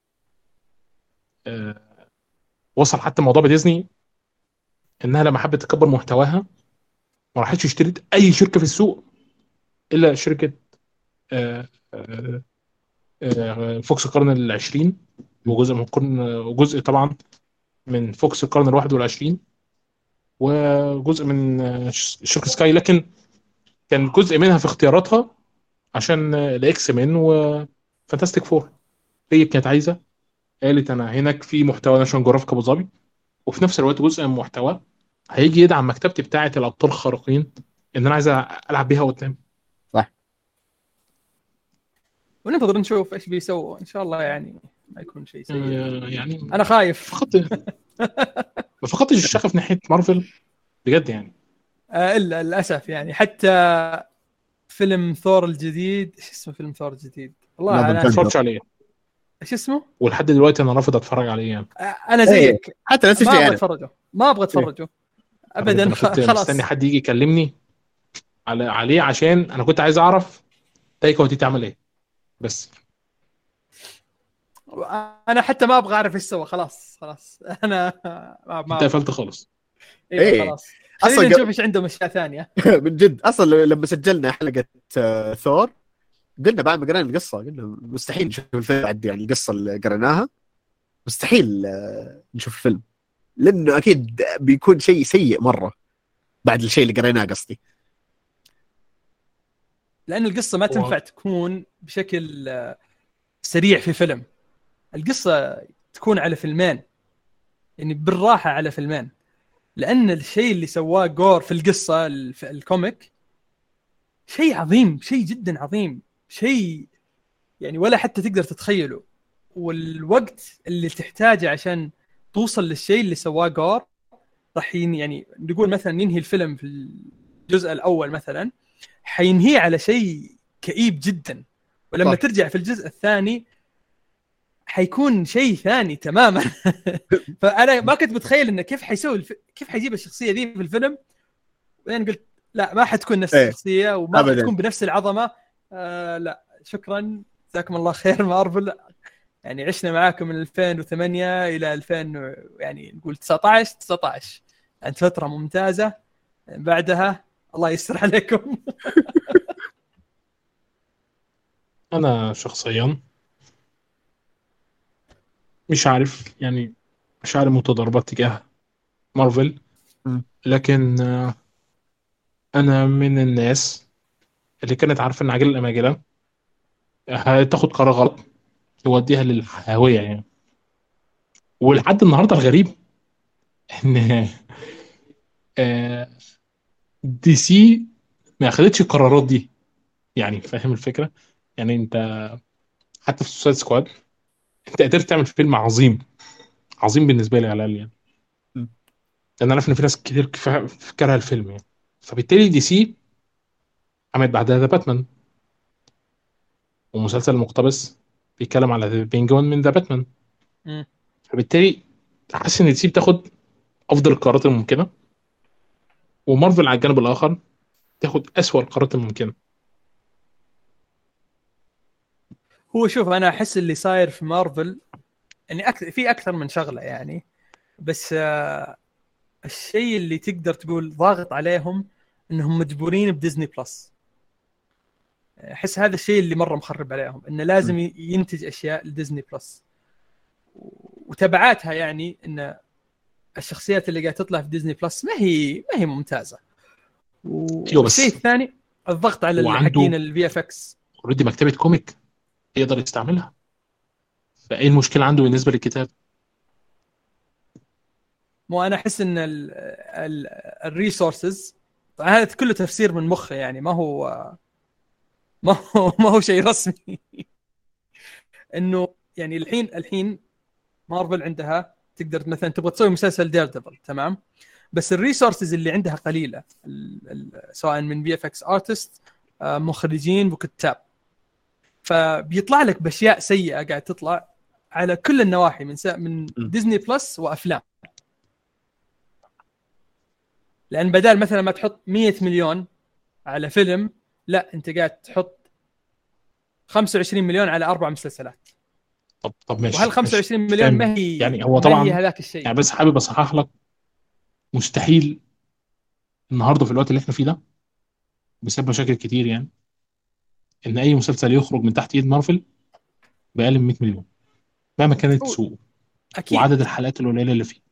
أه وصل حتى الموضوع بديزني إنها لما حبت تكبر محتواها ما راحتش اشتريت اي شركه في السوق الا شركه آه، آه، آه، فوكس القرن العشرين، وجزء من القرن، وجزء طبعا من فوكس القرن الواحد والعشرين، وجزء من آه، ش- شركه سكاي. لكن كان جزء منها في اختياراتها عشان آه، الاكس مان وفانتاستيك فور. هي كانت عايزه، قالت انا هناك في محتوى ناشونال جغرافيك ابو ظبي، وفي نفس الوقت جزء من محتوى هيجي يدعم مكتبتي بتاعه الابطال الخارقين ان انا عايز العب بيها قدام. صح. وننتظر نشوف ايش بيسووا ان شاء الله، يعني ما يكون شيء سيء. آه، يعني انا خايف. فقدت ما فقدتش الشغف ناحيه مارفل بجد يعني. آه الا للاسف يعني حتى فيلم ثور الجديد، ايش اسمه فيلم ثور الجديد؟ والله Love and انا ما Thunder. اتفرجتش عليه ايش اسمه؟ ولحد دلوقتي انا رافض اتفرج عليه يعني. آه انا إيه، زيك حتى نفس ما الشيء ابغى انا. اتفرجه، ما ابغى اتفرجه ابدا. انا كنت خلاص مستني حد يجي يكلمني على عليه عشان انا كنت عايز اعرف تايكا وتيتا عمل ايه بس. انا حتى ما ابغى اعرف ايش سوى. خلاص خلاص انا ما انت ما قفلت خالص. ايوه إيه. خلاص. أصلاً خلينا قبل- نشوف ايش عندهم اشياء ثانيه. من جد اصلا لما سجلنا حلقه آه، ثور قلنا بعد ما قرينا القصه قلنا مستحيل نشوف الفيلم بعد يعني القصه اللي قريناها، مستحيل آه، نشوف الفيلم لانه اكيد بيكون شيء سيء مره بعد الشيء اللي قريناه قصدي. لان القصه ما هو- تنفع تكون بشكل آه، سريع في فيلم. القصه تكون على فيلمين، يعني بالراحه على فيلمين، لان الشيء اللي سواه جور في القصه الف- الكوميك شيء عظيم، شيء جدا عظيم، شيء يعني ولا حتى تقدر تتخيله. والوقت اللي تحتاجه عشان توصل للشيء اللي سواه جور راح ين- يعني نقول مثلا ينهي الفيلم في الجزء الاول مثلا حينهيه على شيء كئيب جدا، ولما صح. ترجع في الجزء الثاني حيكون شيء ثاني تماما. فانا ما كنت متخيل انه كيف حيسوي الف... كيف حيجيب الشخصيه دي في الفيلم، وبعدين قلت لا ما حتكون نفس إيه. الشخصيه وما أبداً. حتكون بنفس العظمه. آه لا شكرا جزاكم الله خير مارفل، يعني عشنا معاكم من ألفين وثمانية الى ألفين يعني نقول تسعة عشر تسعة عشر، انت فتره ممتازه. بعدها الله يستر عليكم. انا شخصيا مش عارف يعني، مش عارف متضاربات تجاه مارفل، م. لكن آه، انا من الناس اللي كانت عارفه ان عجل الاماجله هتاخد قرار غلط يوديها للهاويه يعني. ولحد النهارده الغريب ان آه، دي سي ما اخدتش القرارات دي يعني. فاهم الفكره؟ يعني انت حتى في سوسايد سكواد انت قدرت تعمل فيلم عظيم، عظيم بالنسبه لي على الاقل يعني. م. لان انا عارف ان في ناس كتير كفا- كره الفيلم يعني. فبالتالي دي سي عملت بعدها ذا باتمان، ومسلسل المقتبس بيتكلم على ذا بينجوين من ذا باتمان. مم. فبالتالي حاسس ان دي سي بتاخد افضل القرارات الممكنه، ومارفل على الجانب الاخر تاخد اسوأ القرارات الممكنه. هو شوف انا احس اللي صاير في مارفل يعني أكثر في اكثر من شغله يعني، بس آه الشيء اللي تقدر تقول ضاغط عليهم انهم مجبورين بديزني بلس. احس هذا الشيء اللي مره مخرب عليهم، انه لازم ي- ينتج اشياء لديزني بلس، وتبعاتها يعني ان الشخصيات اللي قاعده تطلع في ديزني بلس ما هي ما هي ممتازه. ايوه بس والشيء الثاني الضغط على هو عنده الحقين الفي اف اكس. اوريدي مكتبه كوميك يقدر يستعملها، فايه المشكله عنده بالنسبه للكتاب؟ مو انا احس ان الريسورسز هذا كله تفسير من مخه يعني، ما هو ما هو ما هو شيء رسمي. انه يعني الحين الحين مارفل عندها تقدر مثلا تبغى تسوي مسلسل دير ديفل تمام، بس الريسورسز اللي عندها قليله، ال ال سواء من بي اف اكس ارتست مخرجين وكتاب، فبيطلع لك باشياء سيئه قاعد تطلع على كل النواحي من من ديزني بلس وافلام. لان بدال مثلا ما تحط مية مليون على فيلم، لا انت قاعد تحط خمسة وعشرين مليون على اربع مسلسلات. طب طب ماشي، وهل خمسة وعشرين مليون ما هي يعني هو ما طبعا هي هذاك الشيء يعني، بس حابب اصحح لك، مستحيل النهارده في الوقت اللي احنا فيه ده بسبب مشاكل كتير يعني، ان اي مسلسل يخرج من تحت ايد مارفل باقل من مية مليون مهما كانت هو سوقه اكيد. وعدد الحلقات القليله اللي فيه.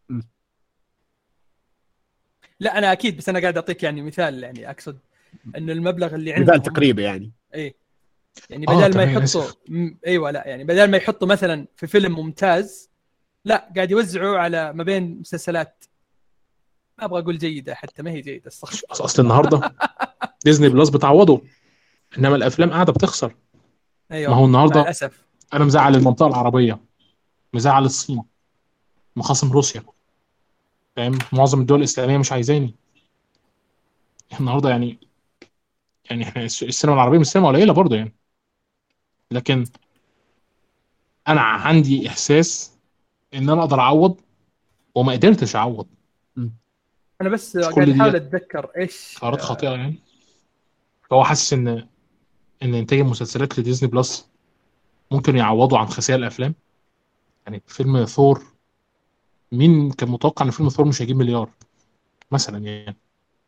لا انا اكيد، بس انا قاعد اعطيك يعني مثال، يعني اقصد انه المبلغ اللي مثال عندهم تقريبا يعني. ايه يعني اه بدل ما تمام يحطوا اسف. م... ايوه لا يعني بدل ما يحطوا مثلا في فيلم ممتاز، لا قاعد يوزعوا على ما بين مسلسلات ما ابغى اقول جيده، حتى ما هي جيده، استغفر أص- اصل النهارده ديزني بلس بتعوضه، انما الافلام قاعده بتخسر. ما ايوه هو مع النهارده الاسف. انا مزعل المنطقه العربيه، مزعل الصين، مخاصم روسيا، فاهم، معظم الدول الاسلاميه مش عايزاني النهارده يعني. يعني احنا الس- السينما العربيه مش سينما قليله برضه يعني، لكن انا عندي احساس ان انا اقدر اعوض وما قدرتش اعوض. انا بس مش قاعد كل احاول دي اتذكر ايش. قرارات خاطئه يعني. فهو حاسس ان ان انتاج المسلسلات لديزني بلس ممكن يعوضوا عن خسائر الافلام. يعني فيلم ثور، مين كان متوقع ان فيلم ثور مش هيجيب مليار مثلا يعني؟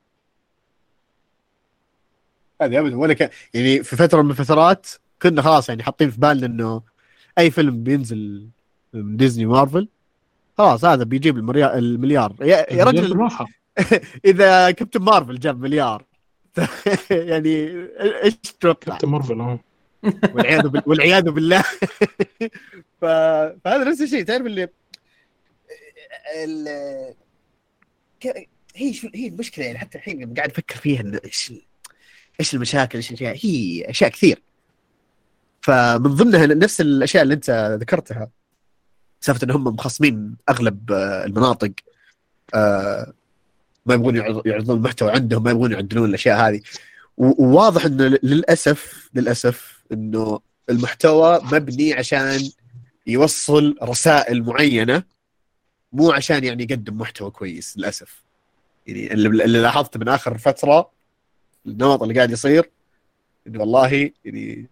هذه ابدا ولا كان يعني في فتره من الفترات كنا خلاص يعني حاطين في بالنا انه اي فيلم بينزل من ديزني مارفل خلاص هذا بيجيب المليار المليار يا, يا المليار رجل. بالراحه. اذا كابتن مارفل جاب مليار يعني ايش تتوقع؟ كابتن مارفل اه. والعياذ بال... والعياذ بالله. ف... فهذا نفس الشيء تعرف اللي ال... ك... هي شو... هي المشكله يعني حتى الحين قاعد افكر فيها انه ايش ايش المشاكل ايش الاشياء هي اشياء كثير. فمن ضمنها نفس الاشياء اللي انت ذكرتها سالفه انهم مخصمين اغلب آه، المناطق آه، ما يبغون يعرض- يعرضون المحتوى عندهم ما يبغون يعدلون الاشياء هذه. و- وواضح انه للاسف للاسف انه المحتوى مبني عشان يوصل رسائل معينه مو عشان يعني يقدم محتوى كويس للاسف. يعني اللي, اللي لاحظت من اخر فتره النمط اللي قاعد يصير انه والله يعني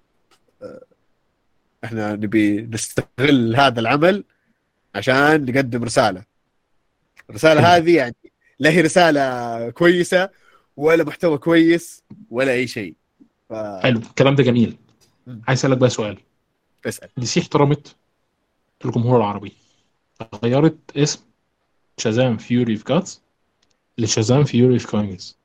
احنا نبي نستغل هذا العمل عشان نقدم رساله. الرساله حلو. هذه يعني لا هي رساله كويسه ولا محتوى كويس ولا اي شيء. ف... حلو الكلام ده جميل. مم. عايز اسالك بقى سؤال. اسال. دي سي احترمت الجمهور العربي، غيرت اسم شازام فيوري اوف جادز لشازام فيوري اوف كوينجز.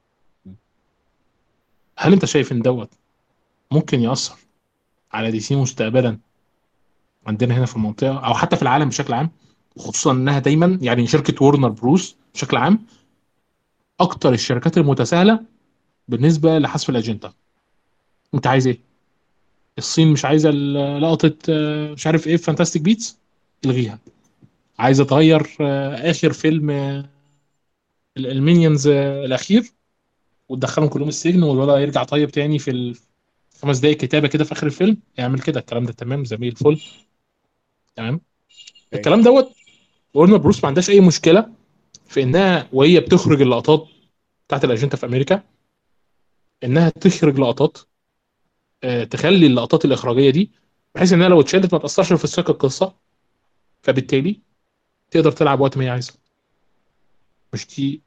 هل انت شايف ان دوت ممكن يأثر على دي سي مستقبلا عندنا هنا في المنطقة او حتى في العالم بشكل عام؟ خصوصا انها دايما يعني شركة وورنر بروس بشكل عام اكتر الشركات المتساهلة بالنسبة لحذف الاجندة. انت عايز ايه؟ الصين مش عايزة ال- لقطة آه، مش عارف ايه فانتاستيك بيتس، الغيها. عايزة تغير آه، اخر فيلم آه، المينيونز الاخير وتدخلهم كلهم السجن والولد يرجع طيب تاني في الخمس دقايق كتابة كده في اخر الفيلم، يعمل كده الكلام ده تمام زي الفل. تمام. أي. الكلام دوت ورنر بروس ما عندهاش اي مشكله في انها وهي بتخرج اللقطات بتاعت الاجنده في امريكا انها تخرج لقطات آه، تخلي اللقطات الاخراجيه دي بحيث انها لو اتشالت ما تاثرش في سياق القصه، فبالتالي تقدر تلعب وقت ما هي عايزه. مش دي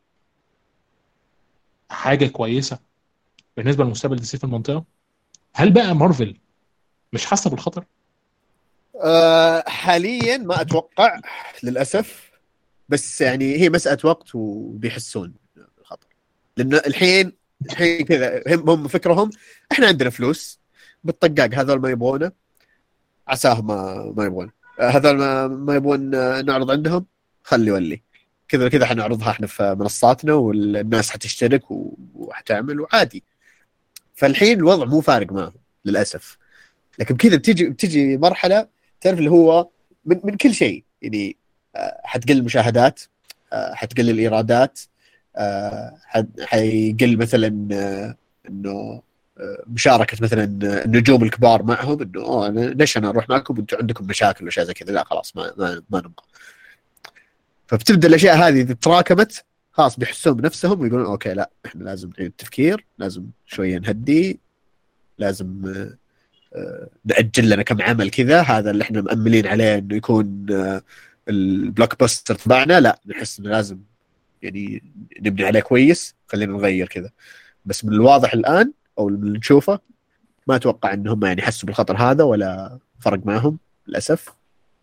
حاجه كويسه بالنسبه لمستقبل دي سي في المنطقه؟ هل بقى مارفل مش حاسه بالخطر؟ أه حاليا ما اتوقع للاسف. بس يعني هي مساله وقت وبيحسون بالخطر. لانه الحين الحين كذا هم هم فكرهم احنا عندنا فلوس بالطقاق هذول ما يبغونه عساهم ما ما يبغون هذول ما ما يبغون آه، نعرض عندهم خلي ولي كذا كذا حنعرضها احنا في منصاتنا والناس حتشترك و- وحتعمل وعادي. فالحين الوضع مو فارق معهم للاسف. لكن كذا بتيجي بتيجي مرحله تعرف اللي هو من من كل شيء يعني آه، حتقل المشاهدات آه، حتقل الايرادات آه، حد- حيقل مثلا آه، انه آه، مشاركه مثلا النجوم الكبار معهم انه اوه أنا ليش انا اروح معكم وانتم عندكم مشاكل واشياء زي كذا لا خلاص ما ما, ما نبغى. فبتبدا الاشياء هذه اذا تراكمت خلاص بيحسون بنفسهم ويقولون اوكي لا احنا لازم نعيد التفكير لازم شويه نهدي لازم آه، آه، نأجل لنا كم عمل كذا هذا اللي احنا مأملين عليه انه يكون آه، البلوك باستر تبعنا لا نحس انه لازم يعني نبني عليه كويس خلينا نغير كذا. بس من الواضح الآن أو اللي نشوفه ما أتوقع أنهم يعني حسوا بالخطر هذا ولا فرق معهم للأسف،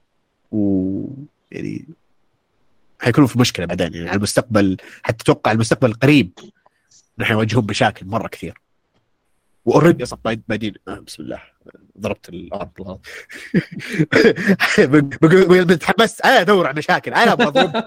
ويعني حيكونوا في مشكلة بعدين يعني على المستقبل. حتى أتوقع المستقبل القريب نحن نواجههم مشاكل مرة كثير. وأوريدي أصلا بعدين آه بسم الله ضربت الأرض الغلط. بقول بتحمس أنا أدور على مشاكل أنا بضرب.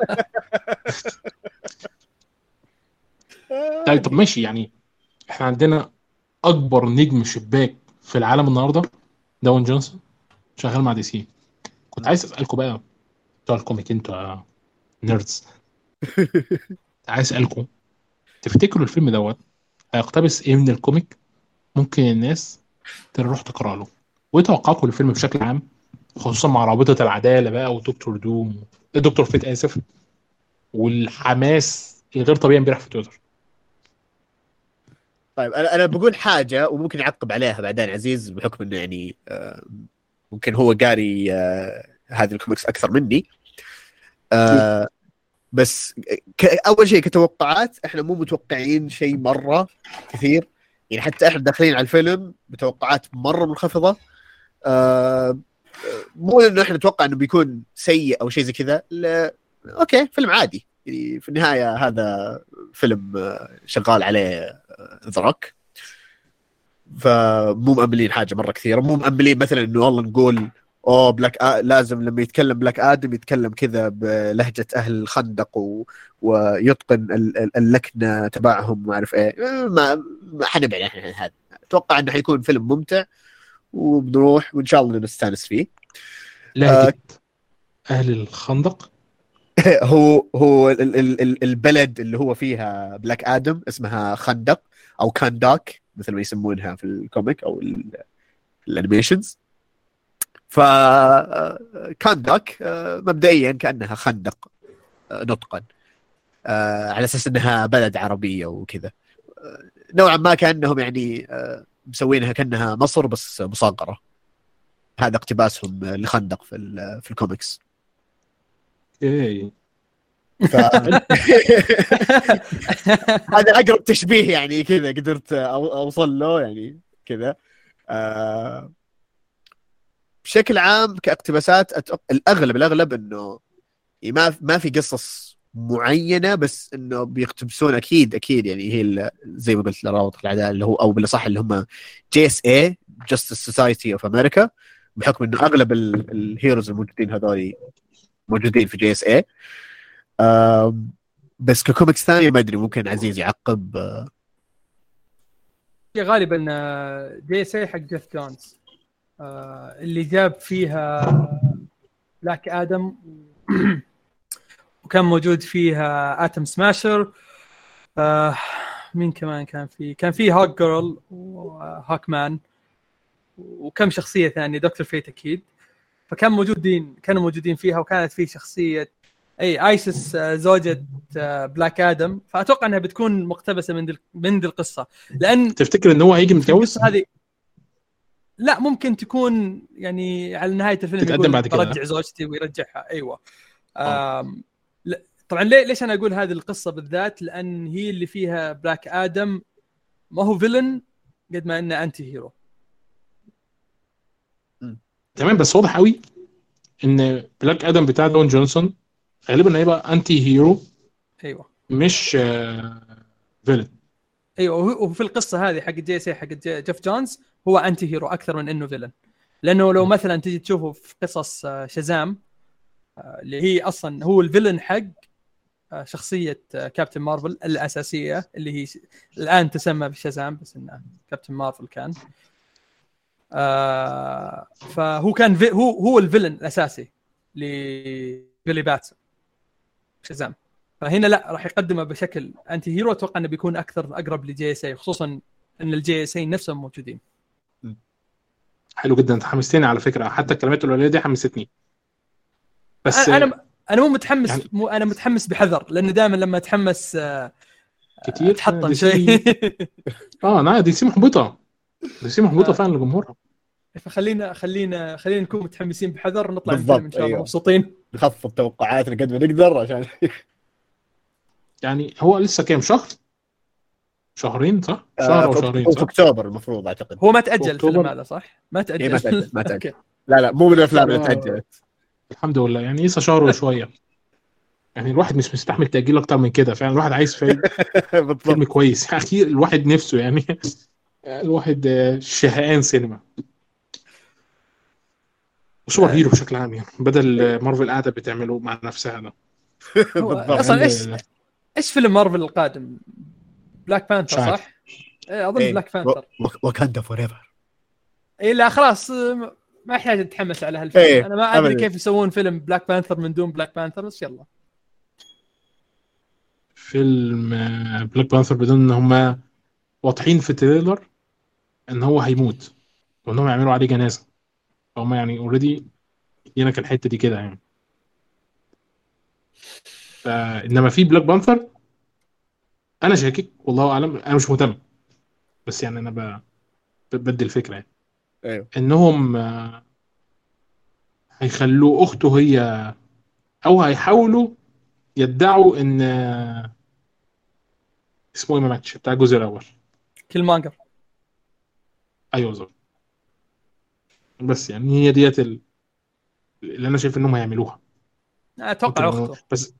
طيب طب ماشي، يعني احنا عندنا اكبر نجم شباك في العالم النهارده داون جونسون شغال مع دي سي. كنت عايز اسالكم بقى بتوع الكوميك، انتوا نيردز، عايز اسالكم تفتكروا الفيلم دوت هيقتبس ايه من الكوميك ممكن الناس تروح تقرا له؟ وايه توقعكم للفيلم بشكل عام، خصوصا مع رابطه العداله بقى ودكتور دوم دكتور فيت اسف والحماس الغير طبيعي امبارح في تويتر؟ طيب انا انا بقول حاجه وممكن يعقب عليها بعدين عزيز بحكم انه يعني آه ممكن هو قاري آه هذه الكوميكس اكثر مني. آه بس اول شيء كتوقعات احنا مو متوقعين شيء مره كثير، يعني حتى احنا داخلين على الفيلم بتوقعات مره منخفضه. آه مو انه احنا نتوقع انه بيكون سيء او شيء زي كذا، لا اوكي فيلم عادي يعني في النهايه هذا فيلم شغال عليه ذرك، فمو مأملين حاجه مره كثيره. مو مأملين مثلا انه والله نقول اوه بلاك آ... لازم لما يتكلم بلاك آدم يتكلم كذا بلهجه اهل الخندق و... ويتقن اللكنه تبعهم ما اعرف ايه. ما ما حنبعد احنا هذا. اتوقع انه حيكون فيلم ممتع وبنروح وان شاء الله نستانس فيه. لهجة آه... اهل الخندق هو هو ال ال البلد اللي هو فيها بلاك آدم اسمها خندق او كانداك مثل ما يسمونها في الكوميك او الانيميشنز. فكانداك مبدئيا كأنها خندق نطقا على اساس انها بلد عربية وكذا نوعا ما، كأنهم يعني مسوينها كأنها مصر بس مصغرة. هذا اقتباسهم لخندق في في الكوميكس. ايه ف... هذا اقرب تشبيه يعني كذا قدرت اوصل له يعني كذا. آه... بشكل عام كاقتباسات أتوقع الاغلب الاغلب انه ما ما في قصص معينه، بس انه بيقتبسون اكيد اكيد يعني هي زي ما قلت لرابطه العداله اللي هو او بالاصح اللي هم جي اس اي Justice Society of America، بحكم انه اغلب الهيروز الموجودين هذول موجودين في جي اس اي. آه بس ككوميكس ثانية ما أدري ممكن عزيز يعقب. آه غالبا جي اس اي حق جيف جونز آه اللي جاب فيها بلاك آدم وكان موجود فيها آتم سماشر. آه مين كمان كان فيه؟ كان فيه هوك جيرل وهوك مان وكم شخصية ثانية، دكتور فيت أكيد. فكان موجودين كانوا موجودين فيها، وكانت فيه شخصية اي ايسس زوجة بلاك آدم. فأتوقع أنها بتكون مقتبسة من دل... من دي القصة. لأن تفتكر إنه هو هيجي متجوز؟ هذه لا ممكن تكون يعني على نهاية الفيلم يقول برجع زوجتي ويرجعها. أيوة. آم... لا. طبعا ليه ليش أنا أقول هذه القصة بالذات؟ لأن هي اللي فيها بلاك آدم ما هو فيلن قد ما إنه أنتي هيرو. تمام، بس واضح قوي إن بلاك آدم بتاع دون جونسون غالبا هيبقى انتي هيرو. ايوه مش آه فيلن. ايوه وفي القصه هذه حق جي سي حق جيف جونز هو انتي هيرو اكثر من انه فيلن. لانه لو مثلا تجي تشوفه في قصص شازام اللي هي اصلا هو الفيلن حق شخصيه كابتن مارفل الاساسيه اللي هي الان تسمى بشازام بس انه كابتن مارفل كان. آه فهو كان في هو هو الفيلن الاساسي لبيلي باتسون شازام. فهنا لا راح يقدمه بشكل انتي هيرو. اتوقع انه بيكون اكثر اقرب لجي اس اي، خصوصا ان الجي اس اي نفسهم موجودين. حلو جدا، انت حمستني على فكره، حتى الكلمات القليله دي حمستني. بس انا انا مو متحمس يعني... مو انا متحمس بحذر، لانه دائما لما اتحمس كتير تحطم شيء. اه انا دي سي محبطه، دي سي محبطه فعلا للجمهور. فخلينا خلينا خلينا نكون متحمسين بحذر ونطلع بالضبط. ان شاء الله أيوه. مبسوطين، نخفض توقعاتنا قد ما نقدر عشان يعني هو لسه كام شهر شهرين صح شهر آه او في شهرين في صح اكتوبر المفروض اعتقد. هو ما تاجل أكتوبر. الفيلم هذا صح؟ ما تاجل إيه ما تأجل ما أوكي. تأجل. لا لا مو من الافلام اللي آه. تأجلت. الحمد لله يعني لسه شهر وشويه. يعني الواحد مش مستحمل تأجيل اكتر من كده فعلا. الواحد عايز فيلم فيلم بالضبط. كويس اخير. الواحد نفسه يعني الواحد آه، شهقان سينما وسوبر هيرو بشكل عام يعني بدل آه، مارفل قاعده بتعمله مع نفسها ده. هو بالضبط. اصلا يعني ايش ايش فيلم مارفل القادم؟ بلاك بانثر مش عارف. صح؟ إيه اظن إيه. بلاك بانثر. وكاندا فور ايفر. اي لا خلاص ما يحتاج نتحمس على هالفيلم. إيه، انا ما ادري أبداً. كيف يسوون فيلم بلاك بانثر من دون بلاك بانثر بس يلا. فيلم آه، بلاك بانثر بدون ان هم واضحين في التريلر ان هو هيموت وانهم يعملوا عليه جنازه. هم يعني اوريدي هنا كان الحته دي كده يعني. آه، انما في بلاك بانثر انا شاكك والله اعلم. انا مش مهتم بس يعني انا ب- بدي الفكره يعني ايوه انهم آه، هيخلوا اخته هي او هيحاولوا يدعوا ان آه، اسمه ايه ما ماتش بتاع الجزء الاول. كل مانجر. ايوه بالظبط. بس يعني هي ديت ال- اللي انا شايف انهم هيعملوها. ممكن اتوقع يعملوها. اخته. بس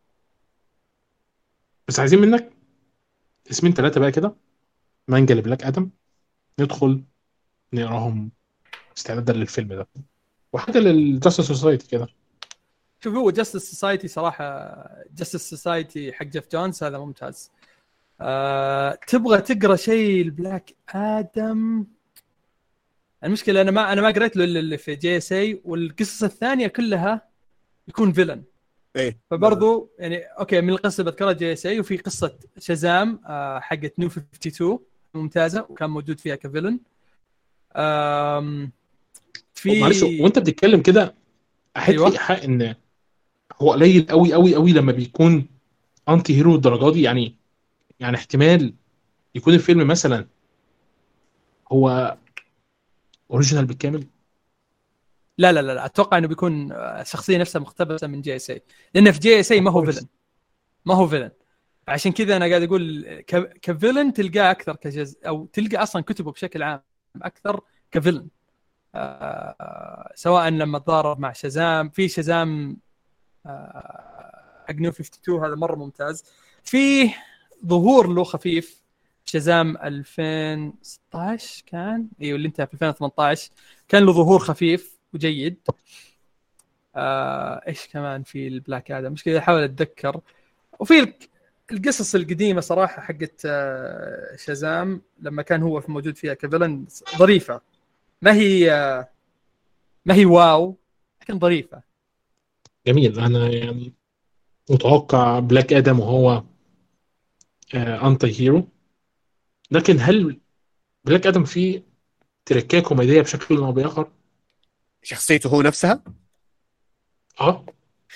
بس عايزين منك اسمين ثلاثه بقى كده مانجا لبلاك ادم ندخل نقراهم استعدادا للفيلم ده وحاجه للجاستس سوسايتي كده. شوف هو جاستس سوسايتي صراحه جاستس سوسايتي حق جيف جونز هذا ممتاز. أه... تبغى تقرا شيء البلاك ادم. المشكله انا ما انا ما قريت له الا اللي في جي اس اي والقصص الثانيه كلها يكون فيلن. ايه فبرضو يعني اوكي من القصه بذكرها جي اس اي وفي قصه شازام آه حقت نيو اثنين وخمسين ممتازه وكان موجود فيها كفيلن. آم في معلش وانت بتتكلم كده احس أيوة. في حق ان هو قليل قوي قوي قوي لما بيكون انتي هيرو الدرجه دي يعني. يعني احتمال يكون الفيلم مثلا هو اوريجينال بالكامل. لا لا لا اتوقع انه بيكون الشخصيه نفسها مقتبسه من جي اس اي لانه في جي اس اي ما هو فيلن. ما هو فيلن عشان كذا انا قاعد اقول ك... كفيلن تلقاه اكثر كجزء او تلقى اصلا كتبه بشكل عام اكثر كفيلن. آه... سواء لما تضارب مع شازام في شازام حق نيو اثنين وخمسين هذا مره ممتاز. في ظهور له خفيف شازام ألفين وستة عشر كان ايوه اللي انتهى في ألفين وثمانية عشر كان له ظهور خفيف وجيد. آه ايش كمان في البلاك ادم مش كذا احاول اتذكر. وفي القصص القديمه صراحه حقت آه شازام لما كان هو في موجود فيها كفيلن ظريفه. ما هي آه ما هي واو لكن ظريفه. جميل. انا يعني متوقع بلاك ادم وهو آه انتي هيرو. لكن هل بلاك ادم فيه تركية كوميدية بشكل او باخر؟ شخصيته هو نفسها اه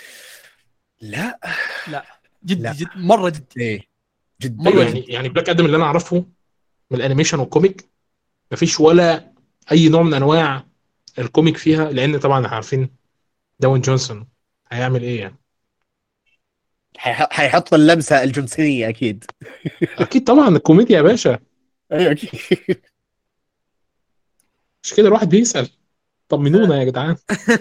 لا لا جد لا. جد مره جد ايه جدا مرة ايوه جد. يعني يعني بلاك ادم اللي انا اعرفه من الانيميشن والكوميك مفيش ولا اي نوع من انواع الكوميك فيها. لان طبعا عارفين داون جونسون هيعمل ايه يعني. حيح- حيحط اللمسه الجنسيه اكيد. اكيد طبعا الكوميديا يا باشا. ايوه اكيد. مش كده الواحد بيسأل طمنونا يا جدعان.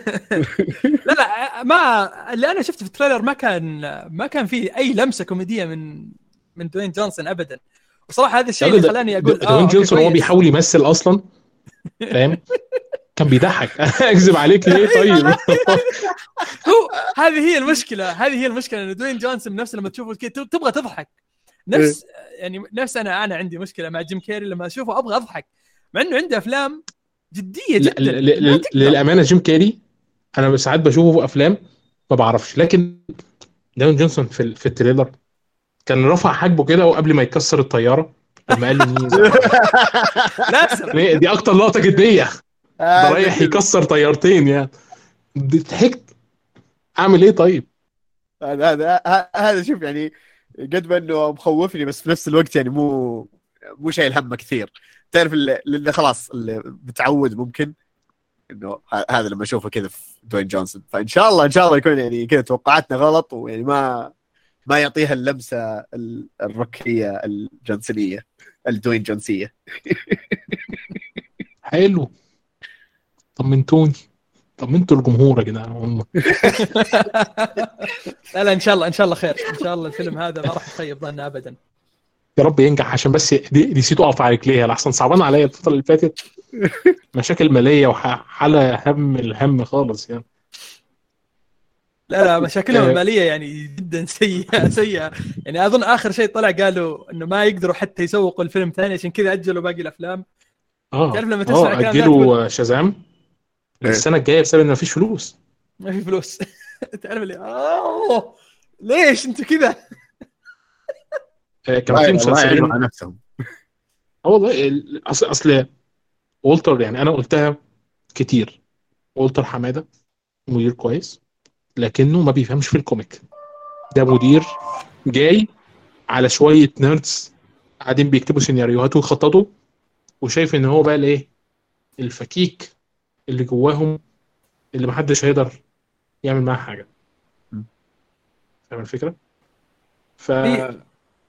لا لا ما اللي انا شفته في التريلر ما كان ما كان فيه اي لمسه كوميديه من من دوين جونسون ابدا. وصراحه هذا الشيء اللي خلاني اقول داون اه جونسون هو بيحاول يمثل اصلا فاهم. كان بيضحك اكذب عليك ليه طيب. هو هذه هي المشكله هذه هي المشكله ان دوين جونسون نفسه لما تشوفه كذا تبغى تضحك نفس يعني نفس انا انا عندي مشكله مع جيم كيري لما اشوفه ابغى اضحك مع انه عنده افلام جديه جدا. ل- ل- ل- للامانه جيم كاري انا ساعات بشوفه في افلام ما بعرفش. لكن داون جونسون في ال- في التريلر كان رفع حاجبه كده وقبل ما يكسر الطياره لما قال له نيزه. لازم دي اكتر لقطه جديه. ده هذا رايح كذا. يكسر طيارتين يعني. ضحكت. اعمل ايه طيب. هذا هذا هذا شوف يعني قد ما انه مخوفني بس في نفس الوقت يعني مو مو شايل همه كثير. تعرف اللي, اللي خلاص اللي بتعود ممكن انه ه- هذا لما اشوفه كذا في دوين جونسون. فان شاء الله ان شاء الله يكون يعني كذا توقعاتنا غلط ويعني ما ما يعطيها اللمسه الروكيه الجونسونيه الدوين جونسيه. حلو، طمنتوني، طمنتوا الجمهور يا جدعان والله. لا لا ان شاء الله ان شاء الله خير، ان شاء الله الفيلم هذا ما راح يخيب ظننا ابدا. يا رب ينجح، عشان بس دي, دي سي تقف على رجليها، لحسن صعبان عليا الفتره اللي فاتت مشاكل ماليه وحاله هم الهم خالص يعني. لا لا مشاكلهم الماليه يعني جدا سيئه سيئه يعني. اظن اخر شيء طلع قالوا انه ما يقدروا حتى يسوقوا الفيلم ثاني، عشان كذا اجلوا باقي الافلام. اه تعرف لما تسمع اه كلام اجلوا شازام السنه الجايه بسبب انه مفيش فلوس. ما في فلوس. تعرف لي اه ليش انتوا كذا؟ آه كان في مسلسلين مع نفسهم. اه والله اصل اصل والتر، يعني انا قلتها كتير، والتر حماده مدير كويس لكنه ما بيفهمش في الكوميك. ده مدير جاي على شويه نيردز قاعدين بيكتبوا سيناريوهات ويخططوا، وشايف ان هو بقى الايه الفكيك اللي جواهم اللي محدش هيقدر يعمل معاه حاجه. فاهم الفكره؟ ف هي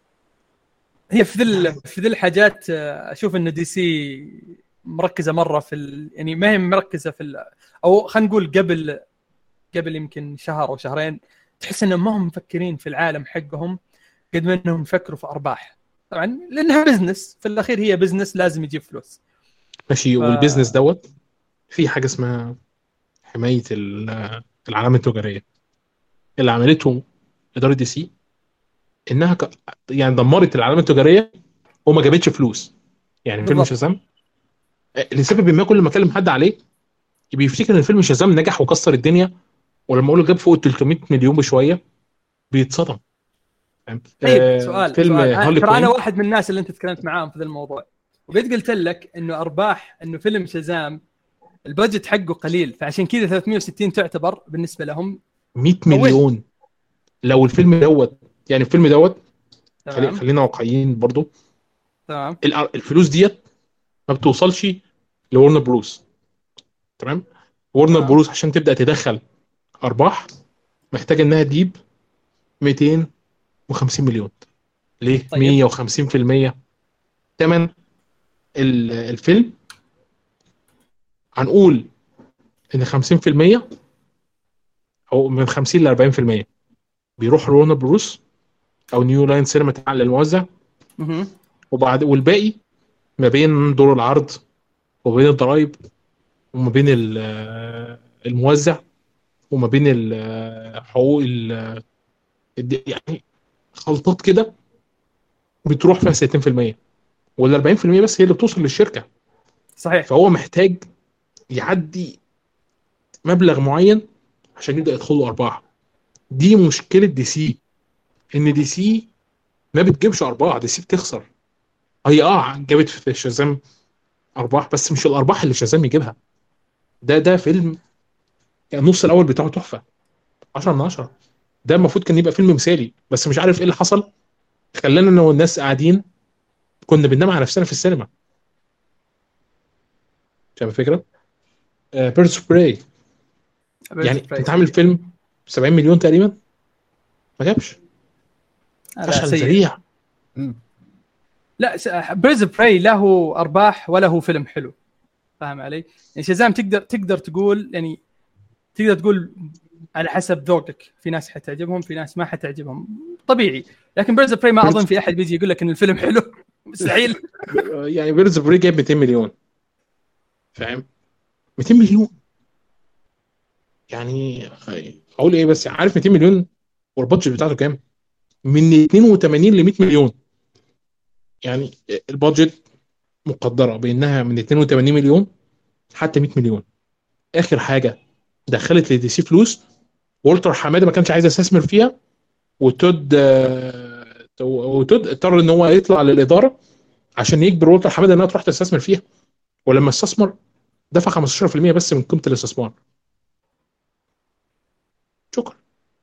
هي في ذل في ذي الحاجات اشوف ان دي سي مركزه مره في ال... يعني ما هي مركزه في ال... او خلينا نقول قبل قبل يمكن شهر او شهرين تحس انهم ما هم مفكرين في العالم حقهم قد ما انهم يفكروا في ارباح. طبعا لانها بزنس، في الاخير هي بزنس لازم يجيب فلوس ماشي. ف... والبيزنس دوت في حاجه اسمها حمايه العلامه التجاريه اللي عملته اداره دي سي، انها ك... يعني دمرت العلامه التجاريه وما جابتش فلوس. يعني فيلم شازام لسبب ما كل ما اكلم حد عليه بيفتكر ان فيلم شازام نجح وكسر الدنيا، ولما اقول له جاب فوق ثلاثمية مليون بشويه بيتصدم. طيب آه سؤال فيلم سؤال ترى انا واحد من الناس اللي انت تكلمت معاهم في ذا الموضوع، وقد قلت لك انه ارباح انه فيلم شازام البادجت حقه قليل، فعشان كذا ثلاثمية وستين تعتبر بالنسبه لهم مية مليون. لو الفيلم دوت يعني الفيلم دوت خلي خلينا واقعيين برضو، تمام الفلوس ديت ما بتوصلش لورنر بروس. تمام. ورنر بروس عشان تبدا تدخل ارباح محتاجه انها تجيب مئتين وخمسين مليون. ليه؟ طيب. مية وخمسين في المية ثمن الفيلم. هنقول ان خمسين في المية او من خمسين ل أربعين في المية بيروح لورنر بروس او نيو لاين سينما على الموزع، وبعد والباقي ما بين دور العرض وما بين الضرايب وما بين الموزع وما بين حقوق يعني خلطات كده بتروح فيها ستين في المية، ولا أربعين في المية بس هي اللي بتوصل للشركه. صحيح. فهو محتاج يعدي مبلغ معين عشان يبدا يدخل له ارباح. دي مشكله دي سي، ان دي سي ما بتجيبش ارباح، دي سي بتخسر. هي اه جابت في شازام ارباح بس مش الارباح اللي شازام يجيبها. ده ده فيلم يعني النص الاول بتاعه تحفه عشرة من عشرة. ده المفروض كان يبقى فيلم مثالي، بس مش عارف ايه اللي حصل خلانا ان الناس قاعدين كنا بننام على نفسنا في السينما. شايف الفكره؟ بيرز اوف براي يعني انت عامل فيلم سبعين مليون تقريبا ما جابش، فشل ذريع. لا بيرز اوف براي له ارباح ولا هو فيلم حلو، فاهم علي؟ يعني شازام تقدر تقدر تقول يعني تقدر تقول على حسب ذوقك، في ناس حتعجبهم في ناس ما حتعجبهم طبيعي، لكن بيرز اوف براي ما اظن في احد بيجي يقول لك ان الفيلم حلو مستحيل. يعني بيرز اوف براي جايب مئتين مليون، فاهم؟ مئتين مليون يعني اقول ايه؟ بس عارف مئتين مليون والبادجت بتاعته كام؟ من اثنين وثمانين ل مئة مليون. يعني البادجت مقدره بانها من اثنين وثمانين مليون حتى مئة مليون. اخر حاجه دخلت لدي سي فلوس والتر حماده ما كانش عايز يستثمر فيها، وتود وتود اضطر ان هو يطلع للاداره عشان يجبر والتر حماده انها تروح تستثمر فيها، ولما استثمر دفع خمستاشر في المية بس من قيمه الاستثمار. شكرا.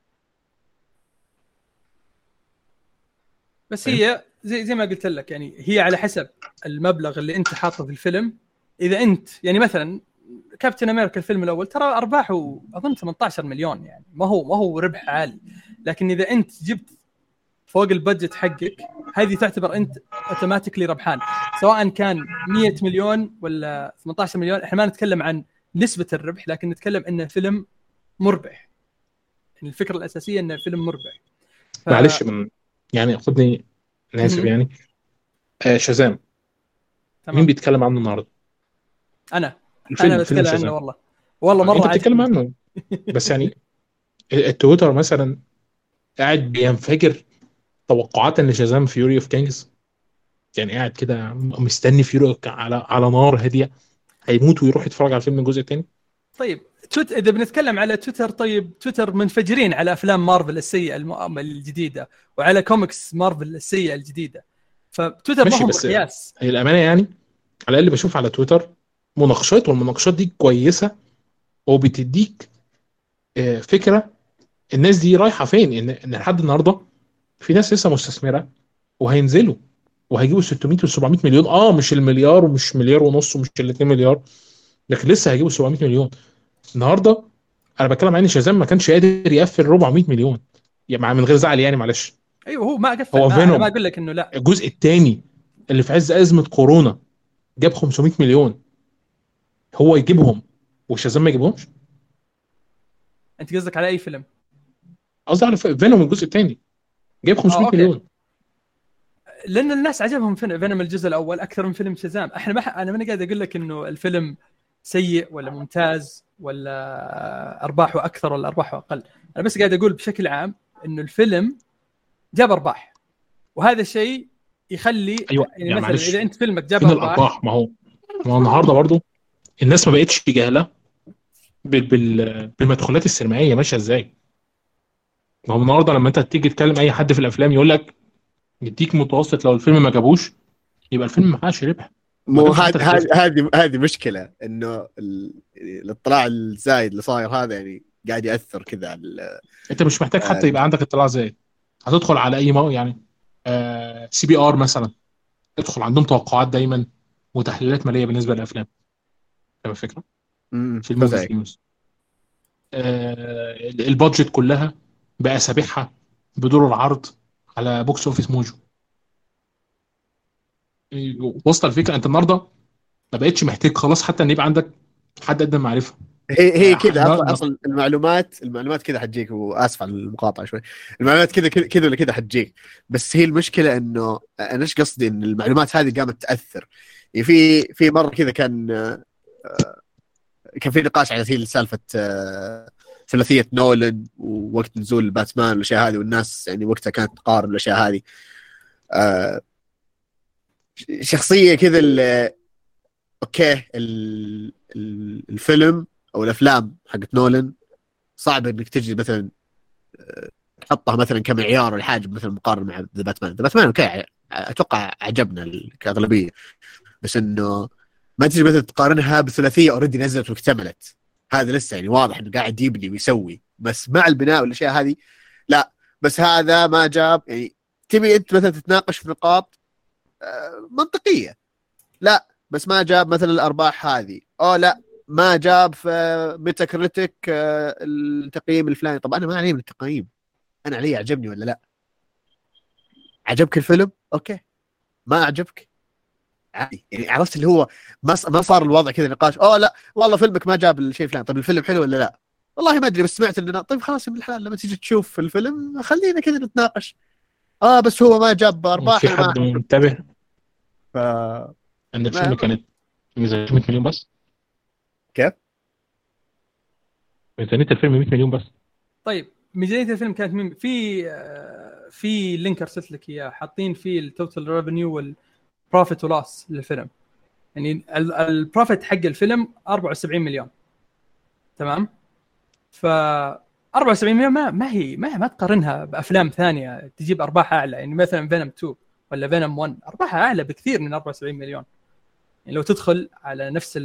بس هي زي زي ما قلت لك يعني هي على حسب المبلغ اللي انت حاطه في الفيلم. اذا انت يعني مثلا كابتن امريكا الفيلم الاول ترى ارباحه اظن ثمانية عشر مليون، يعني ما هو ما هو ربح عالي، لكن اذا انت جبت فوق البادجت حقك، هذه تعتبر انت اوتوماتيكلي ربحان، سواء كان مية مليون ولا ثمانية عشر مليون. احنا ما نتكلم عن نسبة الربح، لكن نتكلم انه فيلم مربح. الفكرة الأساسية انه فيلم مربح. ف... معلش من يعني خدني، انا اسف مهم. يعني. آه شازام، تمام. مين بيتكلم عنه النهارده؟ انا الفيلم انا فيلم بتكلم عنه شازام. والله والله آه، مرة انت بتتكلم عجبني. عنه بس يعني التويتر مثلا قاعد بينفجر توقعات ان شازام فيوري اوف كينجز، يعني قاعد كده مستني فيوري على على نار هاديه، هيموت ويروح يتفرج على الفيلم الجزء الثاني. طيب تويت... اذا بنتكلم على تويتر، طيب تويتر منفجرين على افلام مارفل السيئه الم... الجديده، وعلى كوميكس مارفل السيئه الجديده، فتويتر ما ماشي، هم بس مقياس. هي الامانه يعني على الاقل بشوف على تويتر مناقشات، والمناقشات دي كويسه وبتديك آه، فكره الناس دي رايحه فين. ان ان لحد النهارده في ناس لسه مستثمره وهينزلوا وهيجيبوا ستمية و سبعمية مليون، اه مش المليار ومش مليار ونص ومش ال اتنين مليار، لكن لسه هيجيبوا سبعمية مليون. النهارده انا بتكلم عن شازام ما كانش قادر يقفل أربعمية مليون، يعني مع- من غير زعل يعني معلش. ايوه هو ما قفل، هو ما انا ما فينوم اقول لك انه لا. الجزء الثاني اللي في عز ازمه كورونا جاب خمسمية مليون، هو يجيبهم وشازام ما يجيبهمش؟ انت قصدك على اي فيلم؟ قصدي على فينوم الجزء الثاني جايب اه خمسمية اوكي، مليون. لان الناس عجبهم فيلم الجزء الاول اكثر من فيلم شازام. احنا ما ح... انا ماني قاعد اقول لك انه الفيلم سيء ولا ممتاز ولا ارباحه اكثر ولا ارباحه اقل، انا بس قاعد اقول بشكل عام انه الفيلم جاب ارباح، وهذا الشيء يخلي ايوه يعني يعني مثلا معلش، اذا انت فيلمك جاب فين ارباح. الارباح؟ ما هو ما هو النهارده برضو الناس ما بقتش جاهله بال... بال... بالمدخولات السينمائيه ماشيه ازاي. ما هو النهارده لما انت تيجي تكلم اي حد في الافلام يقول لك يديك متوسط لو الفيلم ما جابوش يبقى الفيلم ما حققش ربح، ما مو جابش هذه حتى هذه تكلفته. هذه هذه مشكله، انه ال- الاطلاع الزايد اللي صاير هذا يعني قاعد ياثر كذا على ال- انت مش محتاج حتى يبقى عندك اطلاع زي هتدخل على اي مو يعني آه سي بي ار مثلا، ادخل عندهم توقعات دايما وتحليلات ماليه بالنسبه للافلام، فاهم الفكره؟ امم في الموفي فزعك. فيوز آه البادجت كلها باسابيعها بدور العرض على بوكس اوفيس موجو. وسط الفكره انت النهارده ما بقتش محتاج خلاص حتى ان يبقى عندك حد قد معرفه. هي هي آه كذا ما- اصلا ما- اصلا المعلومات المعلومات كذا حتجيك، واسف على المقاطعه شوي. المعلومات كذا كذا كذا ولا كذا حتجيك، بس هي المشكله انه انا ايش قصدي، ان المعلومات هذه قامت تاثر. يعني في في مره كذا كان آه، كان في نقاش على هي سالفه آه، ثلاثيه نولان ووقت نزول باتمان والاشياء هذه، والناس يعني وقتها كانت تقارن الاشياء هذه. آه، شخصيه كذا ال- اوكي ال- ال- الفيلم او الافلام حقت نولان صعب انك تجي مثلا تحطها مثلا كمعيار الحاجب مثلا مقارنه مع ذا باتمان. ذا باتمان اوكي اتوقع عجبنا كاغلبيه، بس انه ما تجي مثلا تقارنها بثلاثيه اوريدي نزلت واكتملت. هذا لسه يعني واضح انه قاعد يبني ويسوي، بس مع البناء والاشياء هذه لا. بس هذا ما جاب، يعني تبي انت مثلا تتناقش في نقاط آه، منطقيه، لا بس ما جاب مثلا الارباح هذه، او لا ما جاب في ميتا كريتيك آه، التقييم الفلاني. طب انا ما علي من التقييم، انا علي عجبني ولا لا. عجبك الفيلم اوكي، ما عجبك عادي. يعني عرفت اللي هو ما ما صار الوضع كذا نقاش اوه لا والله فيلمك ما جاب الشيء الفلاني. طب الفيلم حلو ولا لا؟ والله ما ادري، بس سمعت انه طيب خلاص من الحلال لما تيجي تشوف الفيلم خلينا كذا نتناقش. اه بس هو ما جاب ارباح في انا ما حد منتبه ف ان ما الفيلم كانت ميزانيته مية مليون بس؟ كيف؟ ميزانيه الفيلم مية مليون بس. طيب ميزانيه الفيلم كانت مين؟ في آه، في لينك ارسلت لك اياه، حاطين فيه التوتال ريفينيو والبروفيت ولاس للفيلم. يعني البروفيت حق الفيلم أربعة وسبعين مليون، تمام؟ ف أربعة وسبعين مليون ما ما هي ما, ما تقارنها بافلام ثانيه تجيب ارباح اعلى. يعني مثلا فينوم تو ولا فينوم واحد ارباحها اعلى بكثير من أربعة وسبعين مليون. يعني لو تدخل على نفس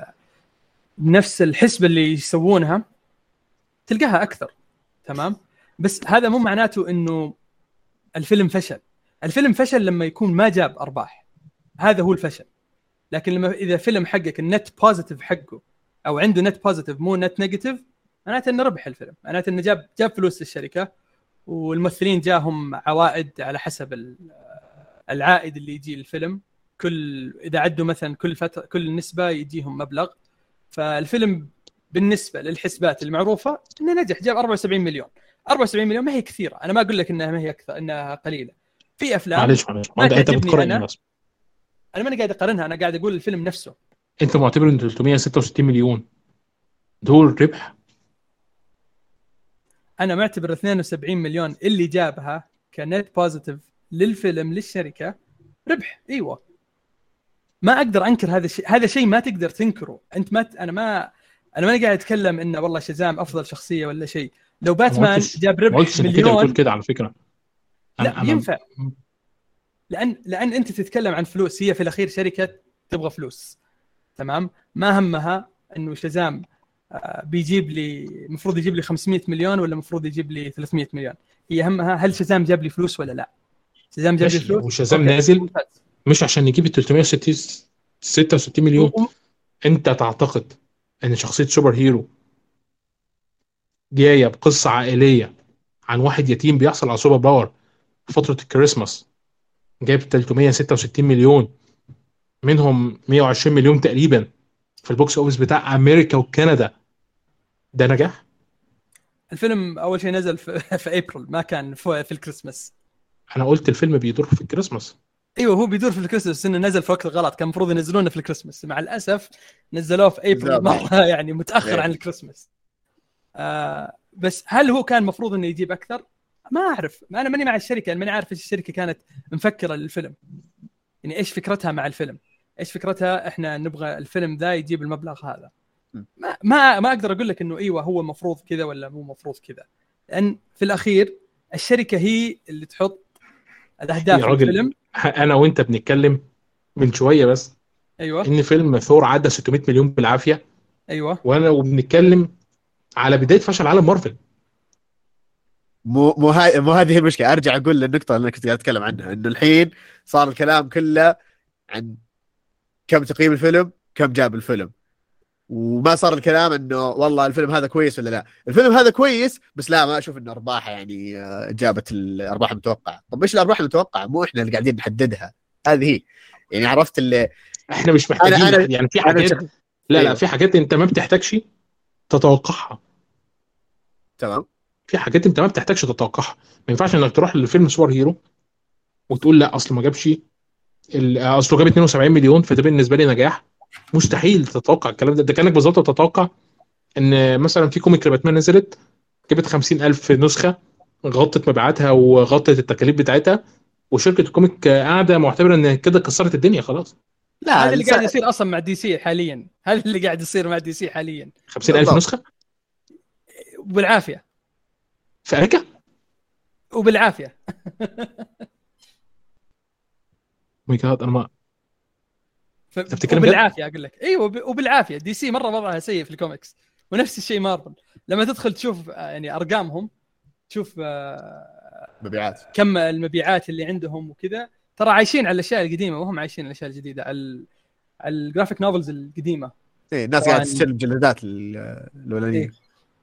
نفس الحسبه اللي يسوونها تلقاها اكثر، تمام؟ بس هذا مو معناته انه الفيلم فشل. الفيلم فشل لما يكون ما جاب ارباح، هذا هو الفشل. لكن لما اذا فيلم حقك النت بوزيتيف حقه او عنده نت بوزيتيف مو نت نيجاتيف، معناته انه ربح الفيلم، معناته انه جاب جاب فلوس للشركه والممثلين جاهم عوائد على حسب العائد اللي يجي الفيلم، كل اذا عدوا مثلا كل فتره كل نسبه يجيهم مبلغ. فالفيلم بالنسبه للحسبات المعروفه انه نجح، جاب أربعة وسبعين مليون. أربعة وسبعين مليون ما هي كثيره، انا ما اقول لك انها ما هي اكثر، انها قليله. في افلام معلش معلش ما انت تعجبني بتقارن أنا. بس. انا ماني قاعد اقارنها، انا قاعد اقول الفيلم نفسه. انت معتبر ان ثلاثمية وستة وستين مليون دول ربح؟ انا معتبر اثنين وسبعين مليون اللي جابها كنت بوزيتيف للفيلم للشركه ربح. ايوه ما اقدر انكر هذا الشيء، هذا شيء ما تقدر تنكره. انت ما ت... انا ما انا ماني قاعد اتكلم انه والله شازام افضل شخصيه ولا شيء. لو باتمان جاب ربح مليون تقول كده على فكره. لا أنا ينفع أنا... لان لان انت تتكلم عن فلوس، هي في الاخير شركه تبغى فلوس، تمام؟ ما همها انه شازام بيجيب لي المفروض يجيب لي خمسمية مليون ولا المفروض يجيب لي ثلاثمية مليون. هي همها هل شازام جاب لي فلوس ولا لا. شازام جاب لي فلوس وشازام نازل مش عشان يجيب ال ثلاثمية وستة وستين مليون. و... انت تعتقد ان شخصيه سوبر هيرو جايه بقصه عائليه عن واحد يتيم بيحصل على سوبر باور في فتره الكريسماس جايب ثلاثمية وستة وستين مليون، منهم مية وعشرين مليون تقريبا في البوكس اوفيس بتاع امريكا وكندا، ده نجاح؟ الفيلم اول شيء نزل في, في ابريل، ما كان في, في الكريسماس. انا قلت الفيلم بيدور في الكريسماس. ايوه هو بيدور في الكريسماس، انه نزل في وقت غلط، كان المفروض ينزلونه في الكريسماس، مع الاسف نزلوه في ابريل مره يعني متاخر عن الكريسماس. آه بس هل هو كان المفروض انه يجيب اكثر؟ ما اعرف، انا ماني مع الشركه، ماني عارف ايش الشركه كانت مفكره للفيلم، يعني ايش فكرتها مع الفيلم، ايش فكرتها احنا نبغى الفيلم ذا يجيب المبلغ هذا. ما ما ما اقدر اقول لك انه ايوه هو المفروض كذا ولا مو مفروض كذا، لان في الاخير الشركه هي اللي تحط الاهداف في الفيلم. انا وانت بنتكلم من شويه بس ايوه ان فيلم ثور عدى ستمية مليون بالعافيه. ايوه وانا وبنتكلم على بدايه فشل عالم مارفل. مو مو هاي مو هذه المشكله. ارجع اقول للنقطه اللي كنت قاعد اتكلم عنها، انه الحين صار الكلام كله عن كم تقييم الفيلم، كم جاب الفيلم، وما صار الكلام انه والله الفيلم هذا كويس ولا لا. الفيلم هذا كويس بس لا ما اشوف انه ارباحه يعني جابت الارباح المتوقعه. طب ايش الارباح المتوقعه؟ مو احنا اللي قاعدين نحددها، هذه هي يعني. عرفت اللي احنا مش محتاجين أنا أنا يعني في حاجات أنا لا لا في حاجات انت ما بتحتاجش تتوقعها. تمام. في حاجات انت ما بتحتاجش تتوقعها. ما ينفعش انك تروح لفيلم سوبر هيرو وتقول لا اصل ما جابش، اصله جاب اتنين وسبعين مليون فده بالنسبه لي نجاح. مستحيل تتوقع الكلام ده. ده كانك بالظبط تتوقع ان مثلا في كوميك باتمان نزلت جابت خمسين ألف نسخه، غطت مبيعاتها وغطت التكاليف بتاعتها، وشركه الكوميك قاعده معتبره ان كده كسرت الدنيا خلاص. لا هذا اللي قاعد يصير اصلا مع دي سي حاليا، هذا اللي قاعد يصير مع دي سي حاليا. خمسين ألف نسخه وبالعافيه في امريكا وبالعافيه. ماي جاد انا ما ف... وبالعافيه اقول لك. ايوه وبالعافيه. دي سي مره وضعها سيء في الكوميكس، ونفس الشيء مارفل. لما تدخل تشوف يعني ارقامهم، تشوف مبيعات، كم المبيعات اللي عندهم وكذا، ترى عايشين على الاشياء القديمه وهم عايشين على الاشياء الجديده، على الجرافيك نوفلز القديمه. ايه الناس قاعده تشتري مجلدات الاولانيه. إيه.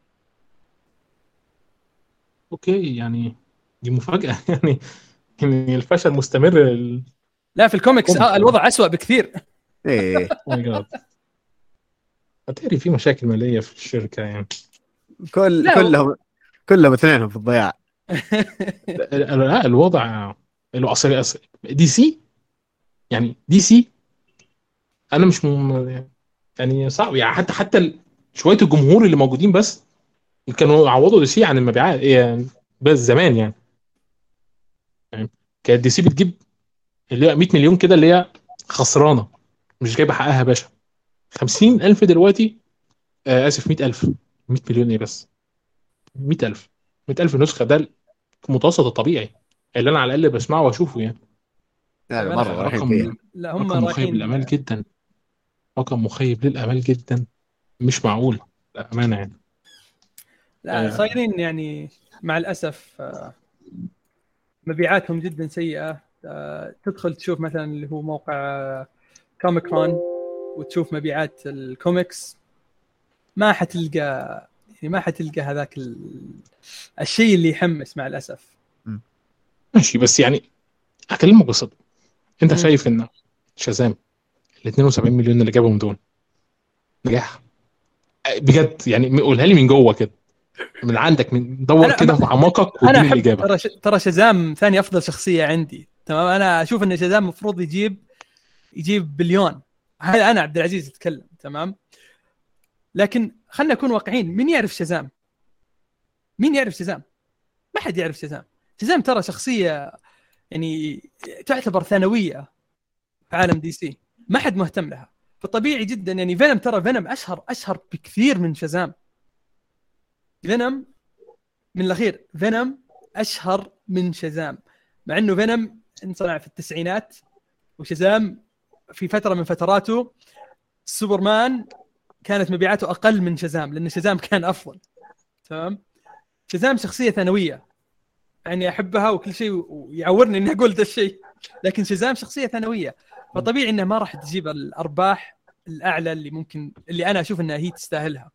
اوكي يعني دي مفاجاه يعني يعني الفشل مستمر ال... لا في الكوميكس آه الوضع أسوأ بكثير. ايه ماي جاد اتاري في مشاكل ماليه في الشركه يعني. كل كلهم كلهم اثنينهم في الضياع. لا الوضع الاصلي دي سي يعني دي سي انا مش م... يعني صعب يعني. حتى حتى شويه الجمهور اللي موجودين بس كانوا يعوضوا دي سي عن المبيعات يعني. بس زمان يعني يعني كانت دي سي بتجيب اللي هي مية مليون كده اللي هي خسرانه مش جايبه حقها يا باشا. خمسين ألف دلوقتي آه اسف مية ألف. مية مليون ايه بس مية ألف. مية ألف نسخه ده المتوسط الطبيعي اللي انا على الاقل بسمعه واشوفه يعني. لا مره رقم لا هم رقم مخيب للامال جدا. رقم مخيب للامال جدا مش معقول للامانه يعني. لا صايرين يعني مع الاسف مبيعاتهم جدا سيئه. تدخل تشوف مثلا اللي هو موقع كوميك كون وتشوف مبيعات الكوميكس، ما حتلقى ما حتلقى هذاك ال... الشيء اللي يحمس مع الاسف. ماشي، بس يعني اكلمك بصدق، انت مم. شايف ان شازام ال اثنين وسبعين مليون اللي جابهم دول نجاح بجد؟ يعني قولها لي من جوه كده، من عندك، من دور أنا- كده في اعماقك انا واديني احب الاجابه. ترى ش... ترى شازام ثاني افضل شخصيه عندي، تمام. انا اشوف ان شازام المفروض يجيب يجيب بليون. هذا انا عبد العزيز اتكلم، تمام. لكن خلنا نكون واقعيين، مين يعرف شازام؟ مين يعرف شازام؟ ما حد يعرف شازام. شازام ترى شخصيه يعني تعتبر ثانويه في عالم دي سي، ما حد مهتم لها. فطبيعي جدا يعني فينوم، ترى فينوم اشهر اشهر بكثير من شازام. فينوم من الاخير، فينوم اشهر من شازام، مع انه فينوم انصنع في التسعينات وشازام في فتره من فتراته سوبرمان كانت مبيعاته اقل من شازام، لان شازام كان افضل، تمام. شازام شخصيه ثانويه، يعني احبها وكل شيء ويعورني اني اقول ذا الشيء، لكن شازام شخصيه ثانويه، فطبيعي انها ما راح تجيب الارباح الاعلى اللي ممكن اللي انا اشوف انها هي تستاهلها.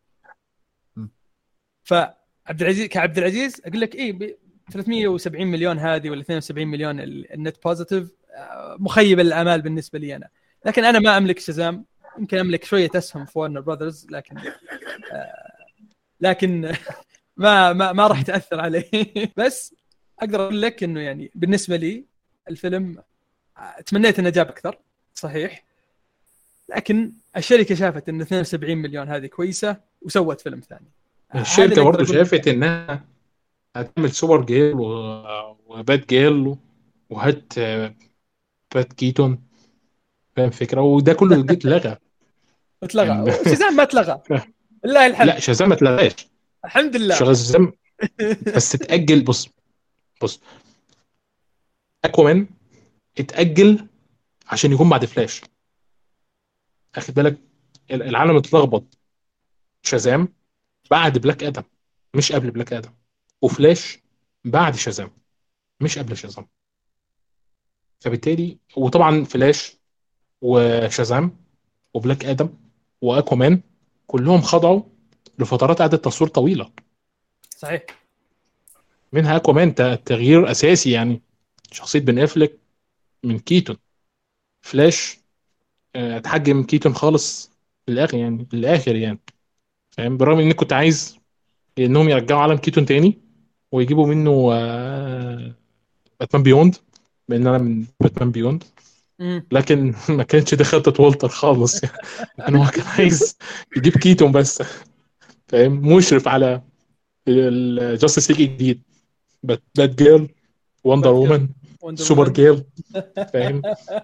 فعبد العزيز كعبد العزيز اقول لك ايه، ب ثلاثمية وسبعين مليون هذه ولا اثنين وسبعين مليون النت بوزيتيف مخيب الامال بالنسبه لي انا. لكن انا ما املك شازام، يمكن املك شويه اسهم في وارنر براذرز، لكن آه لكن ما ما ما راح تاثر علي. بس اقدر اقول لك انه يعني بالنسبه لي الفيلم تمنيت انه جاب اكثر صحيح، لكن الشركه شافت ان اثنين وسبعين مليون هذه كويسه وسوت فيلم ثاني. الشركه برضو شافت انها هتعمل سوبر جيل و... وبات جيل وهات بات كيتون، فاهم فكره؟ وده كله جيت لغى اتلغى يعني. شازام ما اتلغى بالله الحمد. لا شازام ما اتلغاش، الحمد لله. شازام بس اتاجل. بص بص اكوامان اتاجل عشان يكون بعد فلاش، اخد بالك؟ العالم اتلخبط. شازام بعد بلاك ادم مش قبل بلاك ادم، وفلاش بعد شازام مش قبل شازام. فبالتالي وطبعا فلاش وشازام وبلاك ادم واكوامان كلهم خضعوا لفترات اعاده تصوير طويله، صحيح. منها اكوامان تغيير اساسي، يعني شخصيه بن افلك من كيتون. فلاش آه، اتحجم كيتون خالص للاخر، يعني للاخر يعني، فاهم؟ بالرغم اني كنت عايز انهم يرجعوا عالم كيتون تاني ويجيبوا منه آه، باتمان بيوند، بان انا من باتمان بيوند، مم. لكن ما كانتش دي خطه والتر خالص. يعني هو كان عايز يجيب كيتون بس، فاهم؟ مشرف على الجاستس ليج الجديد، بات بات جيرل، وندر وومن، وندر سوبر وومن. جيرل، فاهم؟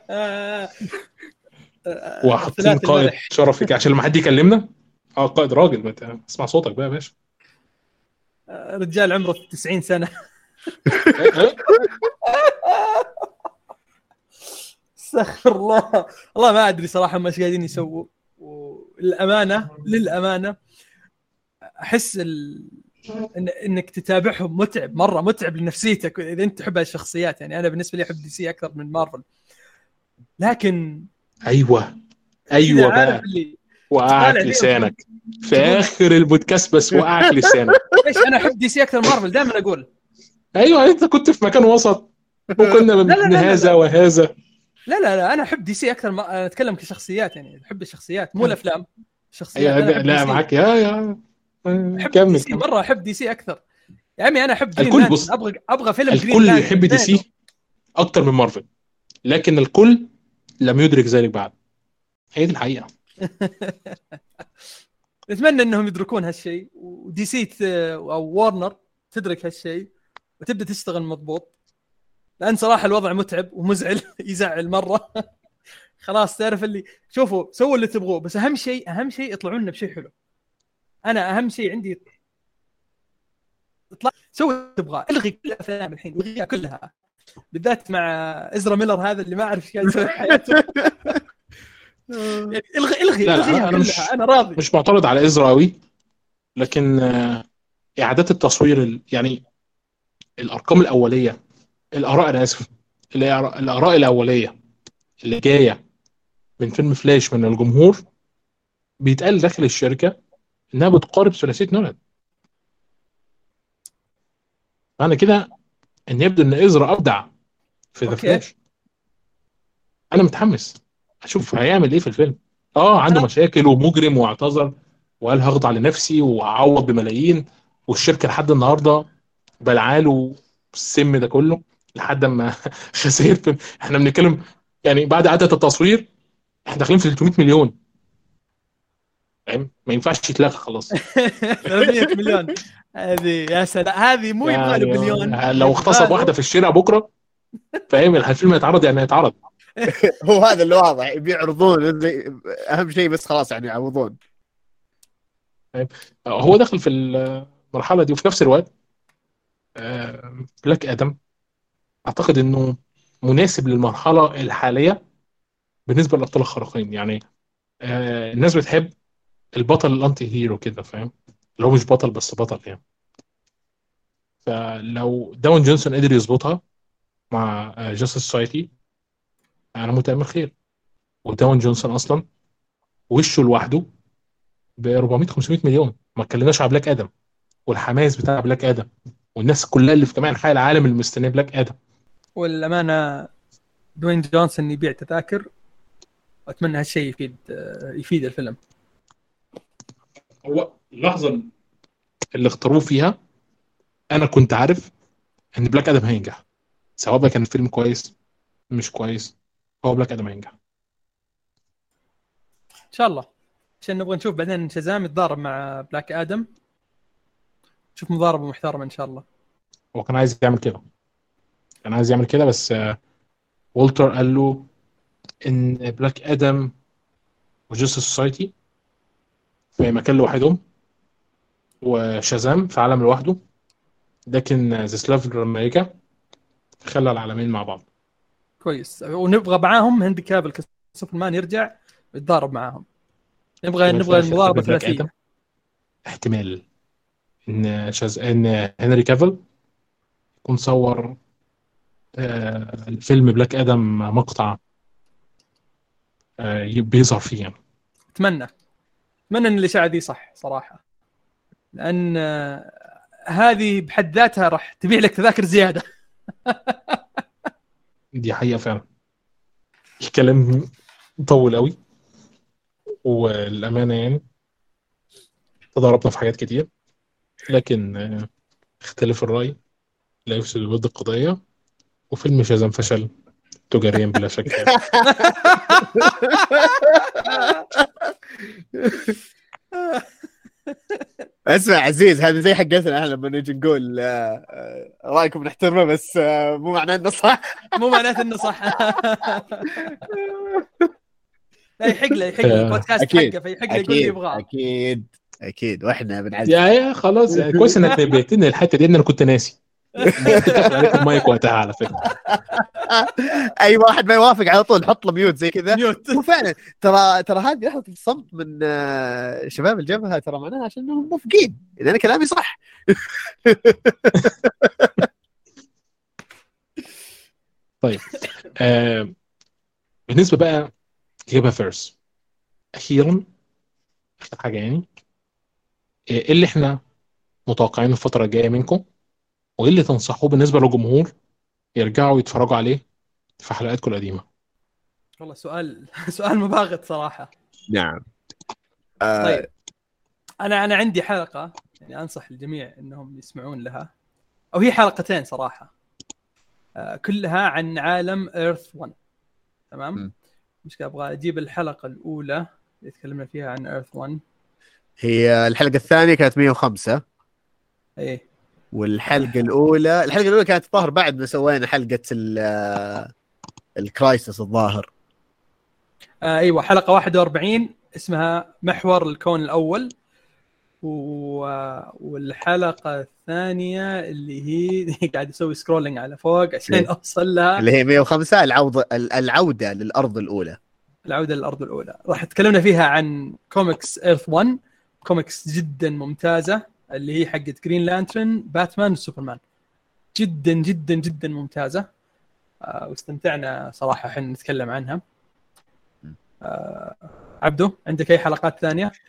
وحاطين ثلاث قائد الملح. شرفي كده عشان لما حد يكلمنا اه قائد راجل، ما انت اسمع صوتك بقى يا باشا. رجال عمره تسعين سنة. استغفر الله. والله ما ادري صراحه ما ايش قاعدين يسووا، والامانه للامانه احس ال... إن... انك تتابعهم متعب مره، متعب لنفسيتك اذا انت تحب هالشخصيات. يعني انا بالنسبه لي احب دي سي اكثر من مارفل، لكن ايوه ايوه بقى، اللي وقعك لسانك في اخر البودكاست، بس وقعك لسانك. ليش انا احب دي سي اكثر من مارفل؟ دائما اقول ايوه انت كنت في مكان وسط وكنا بين هذا وهذا. لا لا لا انا احب دي سي اكثر. ما انا اتكلم كشخصيات، يعني احب الشخصيات مو الافلام. شخصيات. أيوة لا معك يا يا احب كمل دي سي كمل. مره، احب دي سي اكثر يا عمي. انا احب جرين الكل لانترن. بص، ابغى ابغى فيلم جرين الكل لانترن. يحب دي سي اكتر من مارفل، لكن الكل لم يدرك ذلك بعد. هي دي الحقيقه. نتمنى انهم يدركون هالشيء، ودي سي او وارنر تدرك هالشيء وتبدا تشتغل مضبوط، لان صراحه الوضع متعب ومزعل. يزعل مره. خلاص تعرف اللي شوفوا سووا اللي تبغوه، بس اهم شيء اهم شيء يطلعون لنا بشيء حلو. انا اهم شيء عندي اطلع سوي اللي تبغاه. الغي كل الافلام الحين، الغيها كلها، بالذات مع إزرا ميلر هذا اللي ما اعرف ايش قاعد يسوي في حياته. يعني الغي الغي الغيها أنا, مش انا راضي. مش معترض على إزرا قوي، لكن اعادات التصوير يعني الارقام الاوليه، الاراء انا اسف الاراء الاوليه اللي جايه من فيلم فلاش من الجمهور، بيتقال داخل الشركه انها بتقارب ثلاثيه نولان. معنى كده ان يبدو ان ازرا ابدع في ذا أوكي. فلاش. انا متحمس اشوف هيعمل ايه في الفيلم. اه عنده أنا- مشاكل ومجرم واعتذر وقال هخضع لنفسي وهعوض بملايين، والشركه لحد النهارده بلعاله السم ده كله لحد ما خسائر في... احنا بنتكلم يعني بعد عدد التصوير احنا داخلين في ثلاثمية مليون، فاهم؟ ما ينفعش يتلغى خلاص. ثلاثمية مليون. هذه يا سلام، هذه مو يبغى له يعني بليون، لو اغتصب واحده في الشارع بكره، فاهم؟ الفيلم يتعرض يعني يتعرض. هو هذا اللي واضح، بيعرضون زي- اهم شيء بس خلاص يعني يعوضون. هو دخل في المرحله دي، وفي نفس الوقت آه، بلاك ادم اعتقد انه مناسب للمرحله الحاليه بالنسبه للابطال الخارقين. يعني آه، الناس بتحب البطل الانتي هيرو كده، فاهم؟ اللي هو مش بطل بس بطل يعني. فلو داون جونسون قدر يظبطها مع جاستس سوسايتي انا متأمل خير. وداون جونسون اصلا وشه لوحده ب أربعمية خمسمية مليون، ما اتكلمناش على بلاك ادم والحماس بتاع بلاك ادم والناس كلها اللي في جميع انحاء العالم اللي مستنيه بلاك ادم. والامانه دوين جونسون يبيع تذاكر، واتمنى هالشيء يفيد يفيد الفيلم. هو اللحظه اللي اختاروه فيها انا كنت عارف ان بلاك ادم هينجح، سواء بقى كان الفيلم كويس مش كويس، هو بلاك ادم هينجح. ان شاء الله، عشان نبغى نشوف بعدين شازام يتضارب مع بلاك ادم، نشوف مضاربه محترمه ان شاء الله. هو كان عايز يعمل كده، كان عايز يعمل كده بس آه، والتر قال له ان بلاك ادم وجاستس سوسايتي في مكان لوحدهم، وشازام في عالم لوحده، لكن ذا سلاف امريكا خلى العالمين مع بعض. كويس، ونبغى معاهم هندي كابل كسوبرمان يرجع يتضارب معاهم، نبغى احتمال في نبغى اخر المضاربه فيلم بلاك ادم، ثلاثيه. احتمال ان شاز ان هنري كافل يكون صور آه، الفيلم بلاك ادم مقطع آه، بيظهر فيه يعني. اتمنى اتمنى ان الاشاعه دي صح صراحه، لان آه، هذه بحد ذاتها راح تبيع لك تذاكر زياده. دي حقيقة فعلا. الكلام طول قوي، والأمانة يعني تضاربنا في حاجات كتير، لكن آه، اختلاف الرأي لا يفسد الود القضية، وفيلم شازام فشل تجاريا بلا شك يعني. اسمع عزيز، هذا زي حقتنا احنا لما نجي نقول آه، آه، رايكم نحترمه بس آه، مو معناه انه صح. مو معناته انه صح. لا، يحق له يحق له آه، البودكاست اكيد حقه، فيحق له يقول اللي اكيد يبغاه. اكيد اكيد، واحنا بنعزز. يا يا خلاص يعني كويس انك نبهتني الحته دي، ان انا كنت ناسي. كنت قافل عليك المايك وقتها على فكره. اي واحد ما يوافق على طول حط له ميوت زي كذا. ميوت. وفعلا ترى ترى هذه لحظه الصمت من آه، شباب الجبهه، ترى معناها عشانهم موافقين اذا انا كلامي صح. طيب آه بالنسبه بقى جيبها فيرس اخيرا، اخر حاجه يعني، ايه اللي احنا متوقعين الفتره الجايه منكم، وايه اللي تنصحوه بالنسبه للجمهور يرجعوا يتفرجوا عليه في حلقاتكم القديمه؟ والله سؤال سؤال مباغت صراحه. نعم. طيب انا انا عندي حلقه يعني انصح الجميع انهم يسمعون لها، او هي حلقتين صراحه، آه كلها عن عالم ايرث واحد. تمام. م. مش ابغى اجيب الحلقه الاولى اللي تكلمنا فيها عن ايرث واحد. هي الحلقه الثانيه كانت مية وخمسة، ايه، والحلقه الاولى الحلقه الاولى كانت الظاهر بعد ما سوينا حلقه ال- الكرايسس الظاهر. آه ايوه، حلقه واحد وأربعين اسمها محور الكون الاول، و... والحلقه الثانيه اللي هي قاعد اسوي سكرولينج على فوق عشان إيه. اوصل لها، اللي هي مية وخمسة، العوده العوده للارض الاولى. العوده للارض الاولى. راح تكلمنا فيها عن كوميكس ايرث واحد، كوميكس جدا ممتازه اللي هي حقت جرين لانترن، باتمان وسوبرمان، جدا جدا جدا ممتازه. آه واستمتعنا صراحه حين نتكلم عنها. آه عبدو، عندك اي حلقات ثانيه؟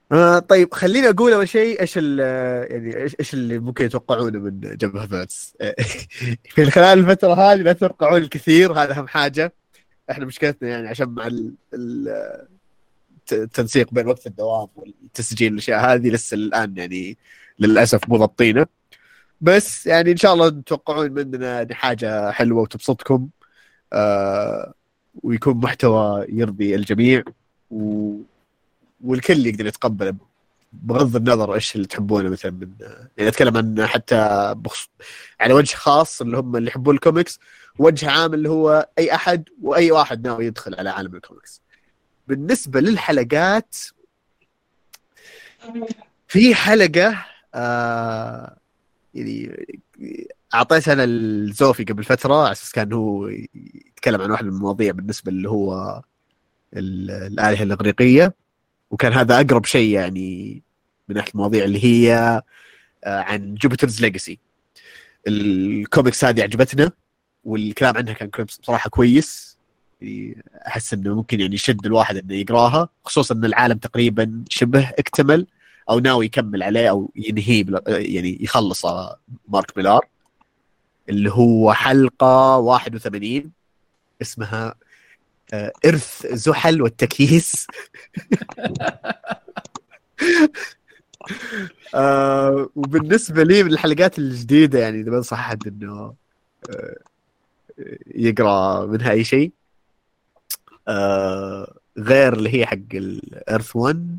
آه طيب خليني اقول اول شيء ايش يعني ايش ايش اللي ممكن يتوقعونه من جبهة باتس. في خلال الفتره هذه لا تتوقعون الكثير، هذا اهم حاجه. احنا مشكلتنا يعني عشان مع ال... ال... التنسيق بين وقت الدوام والتسجيل والاشياء هذه لسه الان يعني للاسف مو ضابطينه، بس يعني ان شاء الله تتوقعون مننا حاجه حلوه وتبسطكم، آه ويكون محتوى يرضي الجميع و... والكل يقدر يتقبله بغض النظر ايش اللي تحبونه. مثلا من يعني اتكلم عن حتى بخص... على وجه خاص اللي هم اللي يحبون الكوميكس، وجه عام اللي هو اي احد واي واحد ناوي يدخل على عالم الكوميكس. بالنسبه للحلقات، في حلقه آه يعني اعطيت انا الزوفي قبل فتره على اساس كان هو يتكلم عن واحد من المواضيع بالنسبه اللي هو الآلهة الإغريقية، وكان هذا أقرب شيء يعني من ناحية المواضيع اللي هي عن جوبيترز ليجاسي. الكوميكس هذه عجبتنا والكلام عنها كان بصراحة كويس، أحس إنه ممكن يعني يشد الواحد إنه يقراها، خصوصا إن العالم تقريبا شبه اكتمل أو ناوي يكمل عليه أو ينهيه يعني يخلص مارك ميلار، اللي هو حلقة واحد وثمانين اسمها إرث زحل والتكييس. آه وبالنسبة لي من الحلقات الجديدة يعني إذا بنصح أحد إنه آه يقرأ منها أي شيء آه غير اللي هي حق الإرث ون،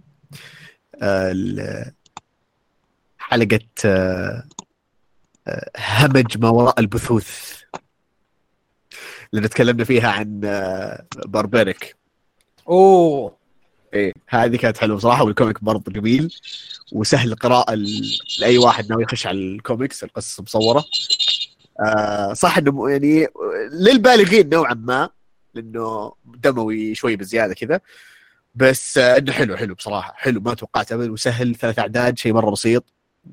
آه حلقة آه همج ما وراء البثوث اللي تكلمنا فيها عن آه باربيريك. أوه إيه هذه كانت حلوة صراحة، والكوميك برضه جميل وسهل القراءة لأي واحد ناوي يخش على الكوميكس. القصة مصورة آه صح إنه يعني للبالغين نوعا ما لأنه دموي شوي بزيادة كذا، بس آه إنه حلو حلو بصراحة، حلو ما توقعت أبدا وسهل، ثلاث أعداد شيء مرة بسيط.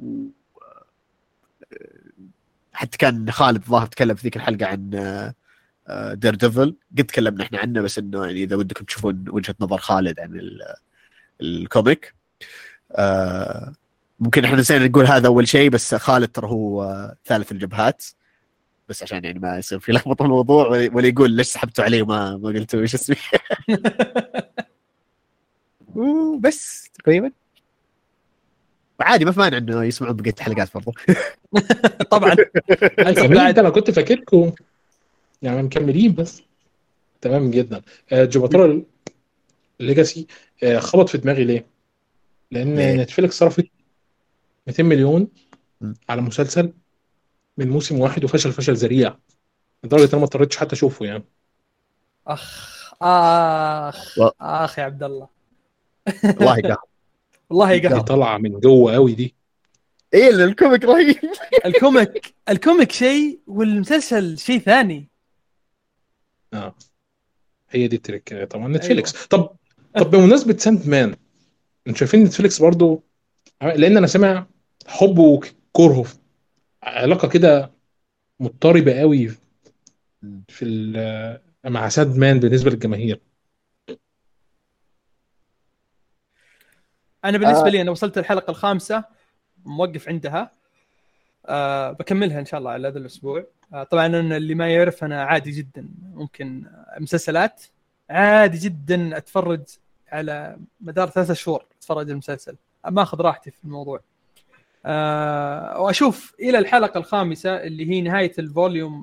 حتى كان خالد ظاهر تكلم في ذيك الحلقة عن آه دير ديفل، قد تكلمنا إحنا عنه، بس إنه يعني إذا ودكم تشوفون وجهة نظر خالد عن الكوميك آه ممكن احنا نسينا نقول هذا اول شيء، بس خالد ترى هو آه ثالث الجبهات، بس عشان يعني ما يصير في لخبطه الموضوع ولا يقول ليش سحبتوا عليه وما ما قلتوا ايش اسمي. بس تقريبا عادي ما في مانع انه يسمعون بقيه الحلقات برضه. طبعا انت بعد انا كنت فاكركم يعني مكملين بس. تمام جدا. آه جوبيتر ليجاسي آه خبط في دماغي ليه؟ لان ليه؟ نتفليكس صرفت مئتين مليون على مسلسل من موسم واحد وفشل فشل ذريع لدرجه انا ما اضطريتش حتى اشوفه يعني. اخ اخ و... اخ يا عبد الله. والله قهر والله دي قهر طالعه من جوه قوي دي. ايه الكوميك رهيب. الكوميك الكوميك شيء والمسلسل شيء ثاني. اه هي دي التركه طبعا نتفليكس. أيوة. طب طب بمناسبه ساند مان، انتوا شايفين نتفليكس برضو؟ لان انا سامع حب وكره علاقه كده مضطربه قوي في مع ساند مان بالنسبه للجماهير. انا بالنسبه آه. لي انا وصلت الحلقه الخامسه موقف عندها، أه بكملها ان شاء الله على هذا الاسبوع. أه طبعا أنا اللي ما يعرف انا عادي جدا ممكن مسلسلات عادي جدا اتفرج على مدار ثلاثة شهور اتفرج المسلسل، ما اخذ راحتي في الموضوع. أه واشوف الى الحلقه الخامسه اللي هي نهايه الفوليوم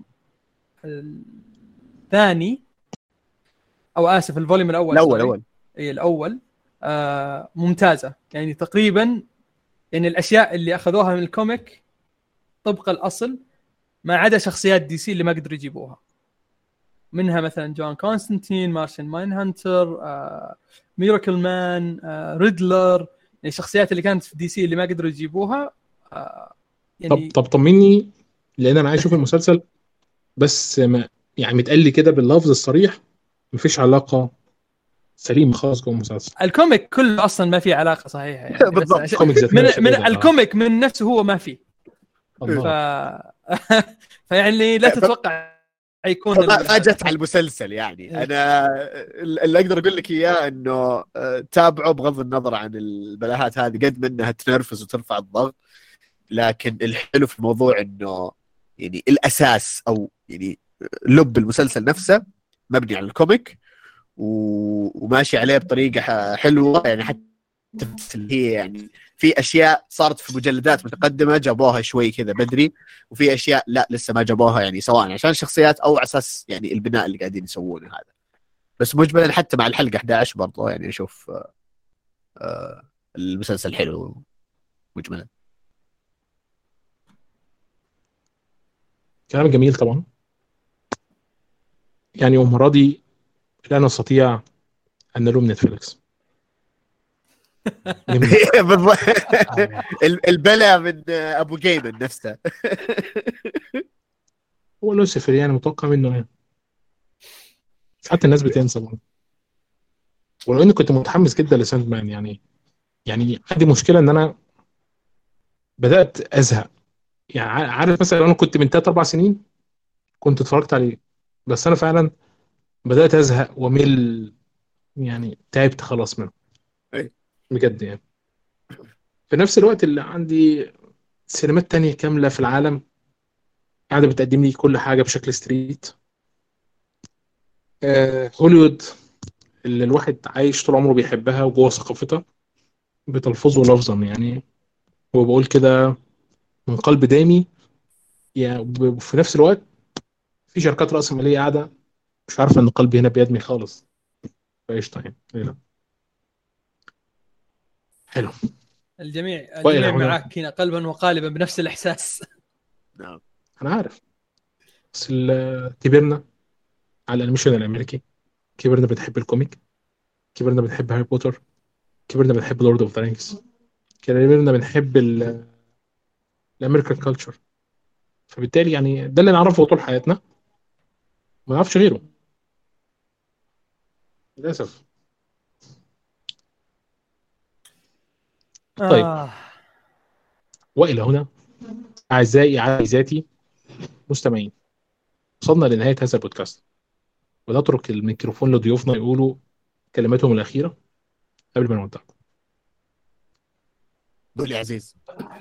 الثاني او اسف الفوليوم الاول الاول الاول اي الاول آه ممتازه يعني تقريبا، يعني الاشياء اللي اخذوها من الكوميك طبق الاصل ما عدا شخصيات دي سي اللي ما قدروا يجيبوها، منها مثلا جون كونستانتين، مارشن ماين هانتر، آه ميراكل مان، آه ريدلر، يعني الشخصيات اللي كانت في دي سي اللي ما قدروا يجيبوها. آه يعني طب طب طمني لان انا عايز اشوف المسلسل بس ما يعني متقال لي كده باللفظ الصريح مفيش علاقه سليم خالص جوه المسلسل. الكوميك كله اصلا ما في علاقه صحيحه يعني. بالضبط من, من الكوميك من نفسه هو ما في. ف... فيعني لا تتوقع حيكون ما ال- ما جت على المسلسل يعني. انا اللي اقدر اقول لك اياه انه آه، تابعه بغض النظر عن البلاهات هذه، قد ما انها تنرفز وترفع الضغط، لكن الحلو في الموضوع انه يعني الاساس او يعني لب المسلسل نفسه مبني على الكوميك و... وماشي عليه بطريقه ح- حلوه يعني. حتى اللي هي يعني في اشياء صارت في مجلدات متقدمه جابوها شوي كذا بدري، وفي اشياء لا لسه ما جابوها، يعني سواء عشان الشخصيات او على اساس يعني البناء اللي قاعدين يسوونه هذا. بس مجملا حتى مع الحلقه أحد عشر برضه يعني اشوف آه، آه، المسلسل حلو مجملا. كلام جميل طبعا. يعني المرة دي لا نستطيع أن نلوم نتفليكس. جميل. بالضبط. ال- البلا من آه، ابو جيمن نفسه. هو لوسيفر يعني متوقع منه يعني. حتى الناس بتنسى برضه. ولو اني كنت متحمس جدا لساند مان يعني. يعني عندي مشكله ان انا بدات ازهق. يعني ع- عارف مثلا لو انا كنت من ثلاث اربع سنين كنت اتفرجت عليه. بس انا فعلا بدات ازهق وامل. يعني تعبت خلاص منه. أي. بجد يعني. في نفس الوقت اللي عندي سينمات تانية كامله في العالم قاعده بتقدم لي كل حاجه بشكل ستريت. آه هوليوود اللي الواحد عايش طول عمره بيحبها وجوه ثقافتها بتلفظه لفظا يعني. وبقول كده من قلب دامي. يعني ب- في نفس الوقت في شركات رأس مالية قاعدة مش عارفة إن قلبي هنا بيدمي خالص. فقشطة يعني ليه لا. حلو. الجميع وإلى الجميع هنا معاك هنا قلبا وقالبا بنفس الاحساس. نعم. أنا عارف. بس ال- كبرنا على الأنيميشن الأمريكي. كبرنا بنحب الكوميك. كبرنا بنحب هاري بوتر. كبرنا بنحب لورد أوف ذا رينجز. كبرنا بنحب ال- الأمريكان كلتشر. فبالتالي يعني ده اللي نعرفه طول حياتنا. ما نعرفش غيره للأسف. طيب. آه. وإلى هنا أعزائي عزيزاتي مستمعين وصلنا لنهاية هذا البودكاست. ونترك الميكروفون لضيوفنا يقولوا كلماتهم الأخيرة قبل ما نودع. قول يا عزيز.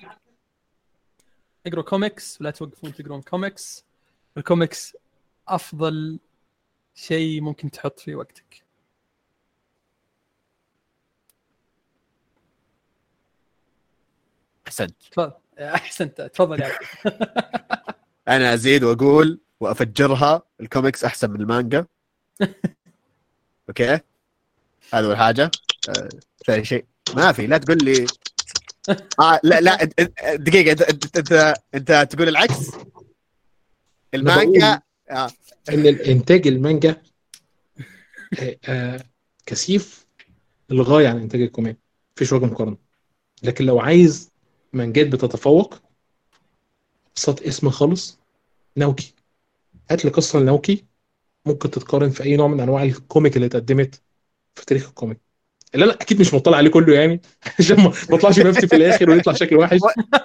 اقروا كوميكس ولا توقفون تقرون كوميكس. الكوميكس افضل شيء ممكن تحط فيه وقتك. احسنت. تفضل. احسنت. تفضل يا عبد. انا ازيد واقول وافجرها، الكوميكس احسن من المانجا. اوكي، هذا اول حاجه. آه، ثاني شيء ما في، لا تقول لي آه لا لا أنت- أنت- دقيقه، انت انت انت, انت تقول العكس. المانجا آه. إن الإنتاج المانجا آه، آه، كثيف للغاية عن إنتاج الكوميك. مفيش وجه مقارنة. لكن لو عايز مانجات بتتفوق ابسط اسم خالص ناوكي. هات لي قصة لناوكي ممكن تتقارن في أي نوع من أنواع الكوميك اللي اتقدمت في تاريخ الكوميك. لا لا أكيد مش مطلع عليه كله يعني عشان ما ما اطلعش بفتي في الآخر ويطلع شكل وحش.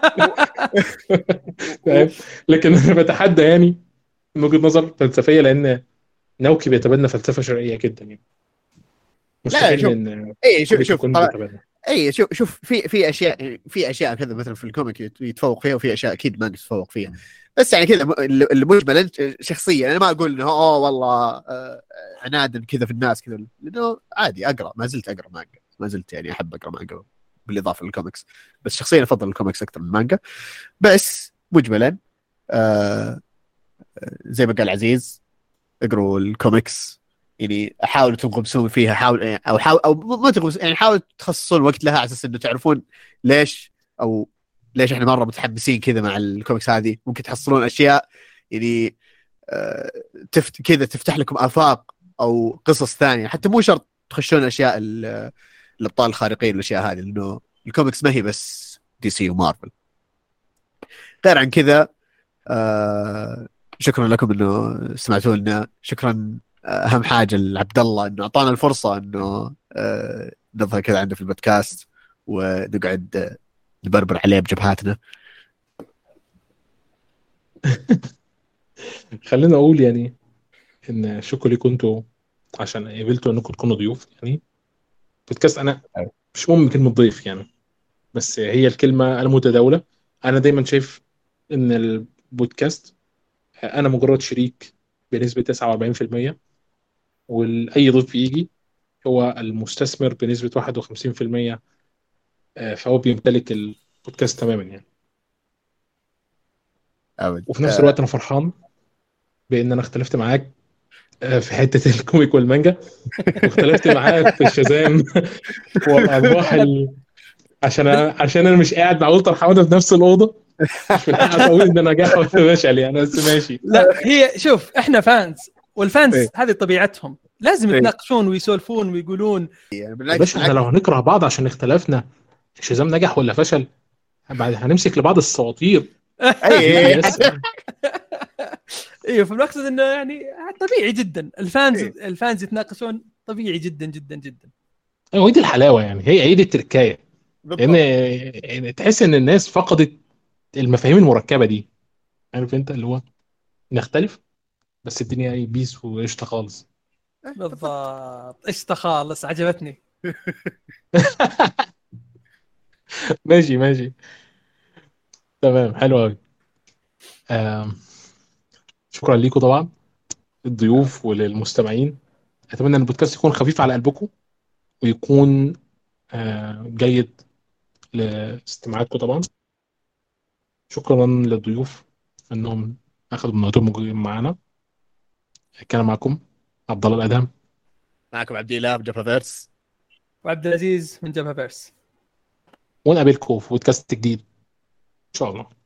فاهم. لكن أنا بتحدى يعني من وجهة نظر فلسفية لأن ناوكي بيتبنى فلسفة شرعية جدا يعني. لا مستحيل شوف، إن اي شوف كوميك شوف يكون طبعا. بيتبنى. اي شوف شوف في في اشياء في اشياء كذا مثلا في الكوميك يتفوق فيها، وفي اشياء اكيد ما يتفوق فيها. بس يعني كذا المجمل شخصيا انا ما اقول انه اوه والله آه، عناد كذا في الناس كذا، لانه عادي اقرا، ما زلت اقرا مانجا، ما زلت يعني احب اقرا مانجا بالاضافه للكوميكس. بس شخصيا افضل الكوميكس اكثر من المانجا. بس مجملا آه زي ما قال عزيز، اقروا الكوميكس. يعني حاولوا تنغمسون فيها، حاول او حاول او ما تنغمس، يعني حاولوا تخصصون وقت لها على اساس انه تعرفون ليش او ليش احنا مره متحمسين كذا مع الكوميكس هذه. ممكن تحصلون اشياء يعني آه تفت كذا تفتح لكم افاق او قصص ثانيه. حتى مو شرط تخشون اشياء الابطال الخارقين والاشياء هذه، لانه الكوميكس ما هي بس دي سي ومارفل. غير عن كذا آه شكرا لكم انه سمعتوا لنا. شكرا اهم حاجه لعبد الله انه اعطانا الفرصه انه آه نظهر كذا عنده في البودكاست ونقعد آه، نبربر عليه بجبهاتنا. خلينا اقول يعني ان شكرا لكم انتوا عشان قبلتوا انكم تكونوا ضيوف. يعني بودكاست انا أيوة. مش مهم كلمه ضيف يعني، بس هي الكلمه المتداوله. انا دايما شايف ان البودكاست انا مجرد شريك بنسبه تسعة وأربعين في المية، واي ضيف يجي هو المستثمر بنسبه واحد وخمسين في المية. آه، فهو بيمتلك البودكاست تماما يعني. ابد. وفي نفس آه، الوقت انا فرحان بان انا اختلفت معاك آه، في حته الكوميك والمانجا، واختلفت معاك في الشازام والارباح ال... عشان بس أنا... عشان انا مش قاعد مع ولتر حماده في نفس الاوضه. مش من حق اقول ان انا نجاح ولا فشل يعني، بس ماشي. لا، هي شوف احنا فانز، والفانز إيه. هذه طبيعتهم، لازم إيه. يتناقشون ويسولفون ويقولون. يعني يا بالعكس باشا احنا بالعكس. لو هنكره بعض عشان اختلفنا الشازام نجح ولا فشل، بعد هنمسك لبعض السواطير. دي اي ناس. ايوه، فالمقصد انه يعني طبيعي جدا الفانز إيه. الفانز يتناقشون، طبيعي جدا جدا جدا. ايوه، هي دي الحلاوه يعني، هي هي دي التركايه. لان بالضبط. يعني تحس ان الناس فقدت المفاهيم المركبه دي. عارف انت اللي هو نختلف بس الدنيا ايه بيس وقشطه خالص. إيه، بالضبط. بالضبط، قشطه خالص، عجبتني. ماشي ماشي. تمام، حلو قوي. شكرا ليكم طبعا، الضيوف وللمستمعين. اتمنى ان البودكاست يكون خفيف على قلبكم، ويكون آه، جيد لاستماعاتكم طبعا. شكرا للضيوف انهم اخذوا من وقتهم معنا. كان معكم عبد الله الادهم، معكم عبد الله بجبر فيرس. وعبد العزيز من جبهه بيرس. ونقابلكم في بودكاست جديد ان شاء الله.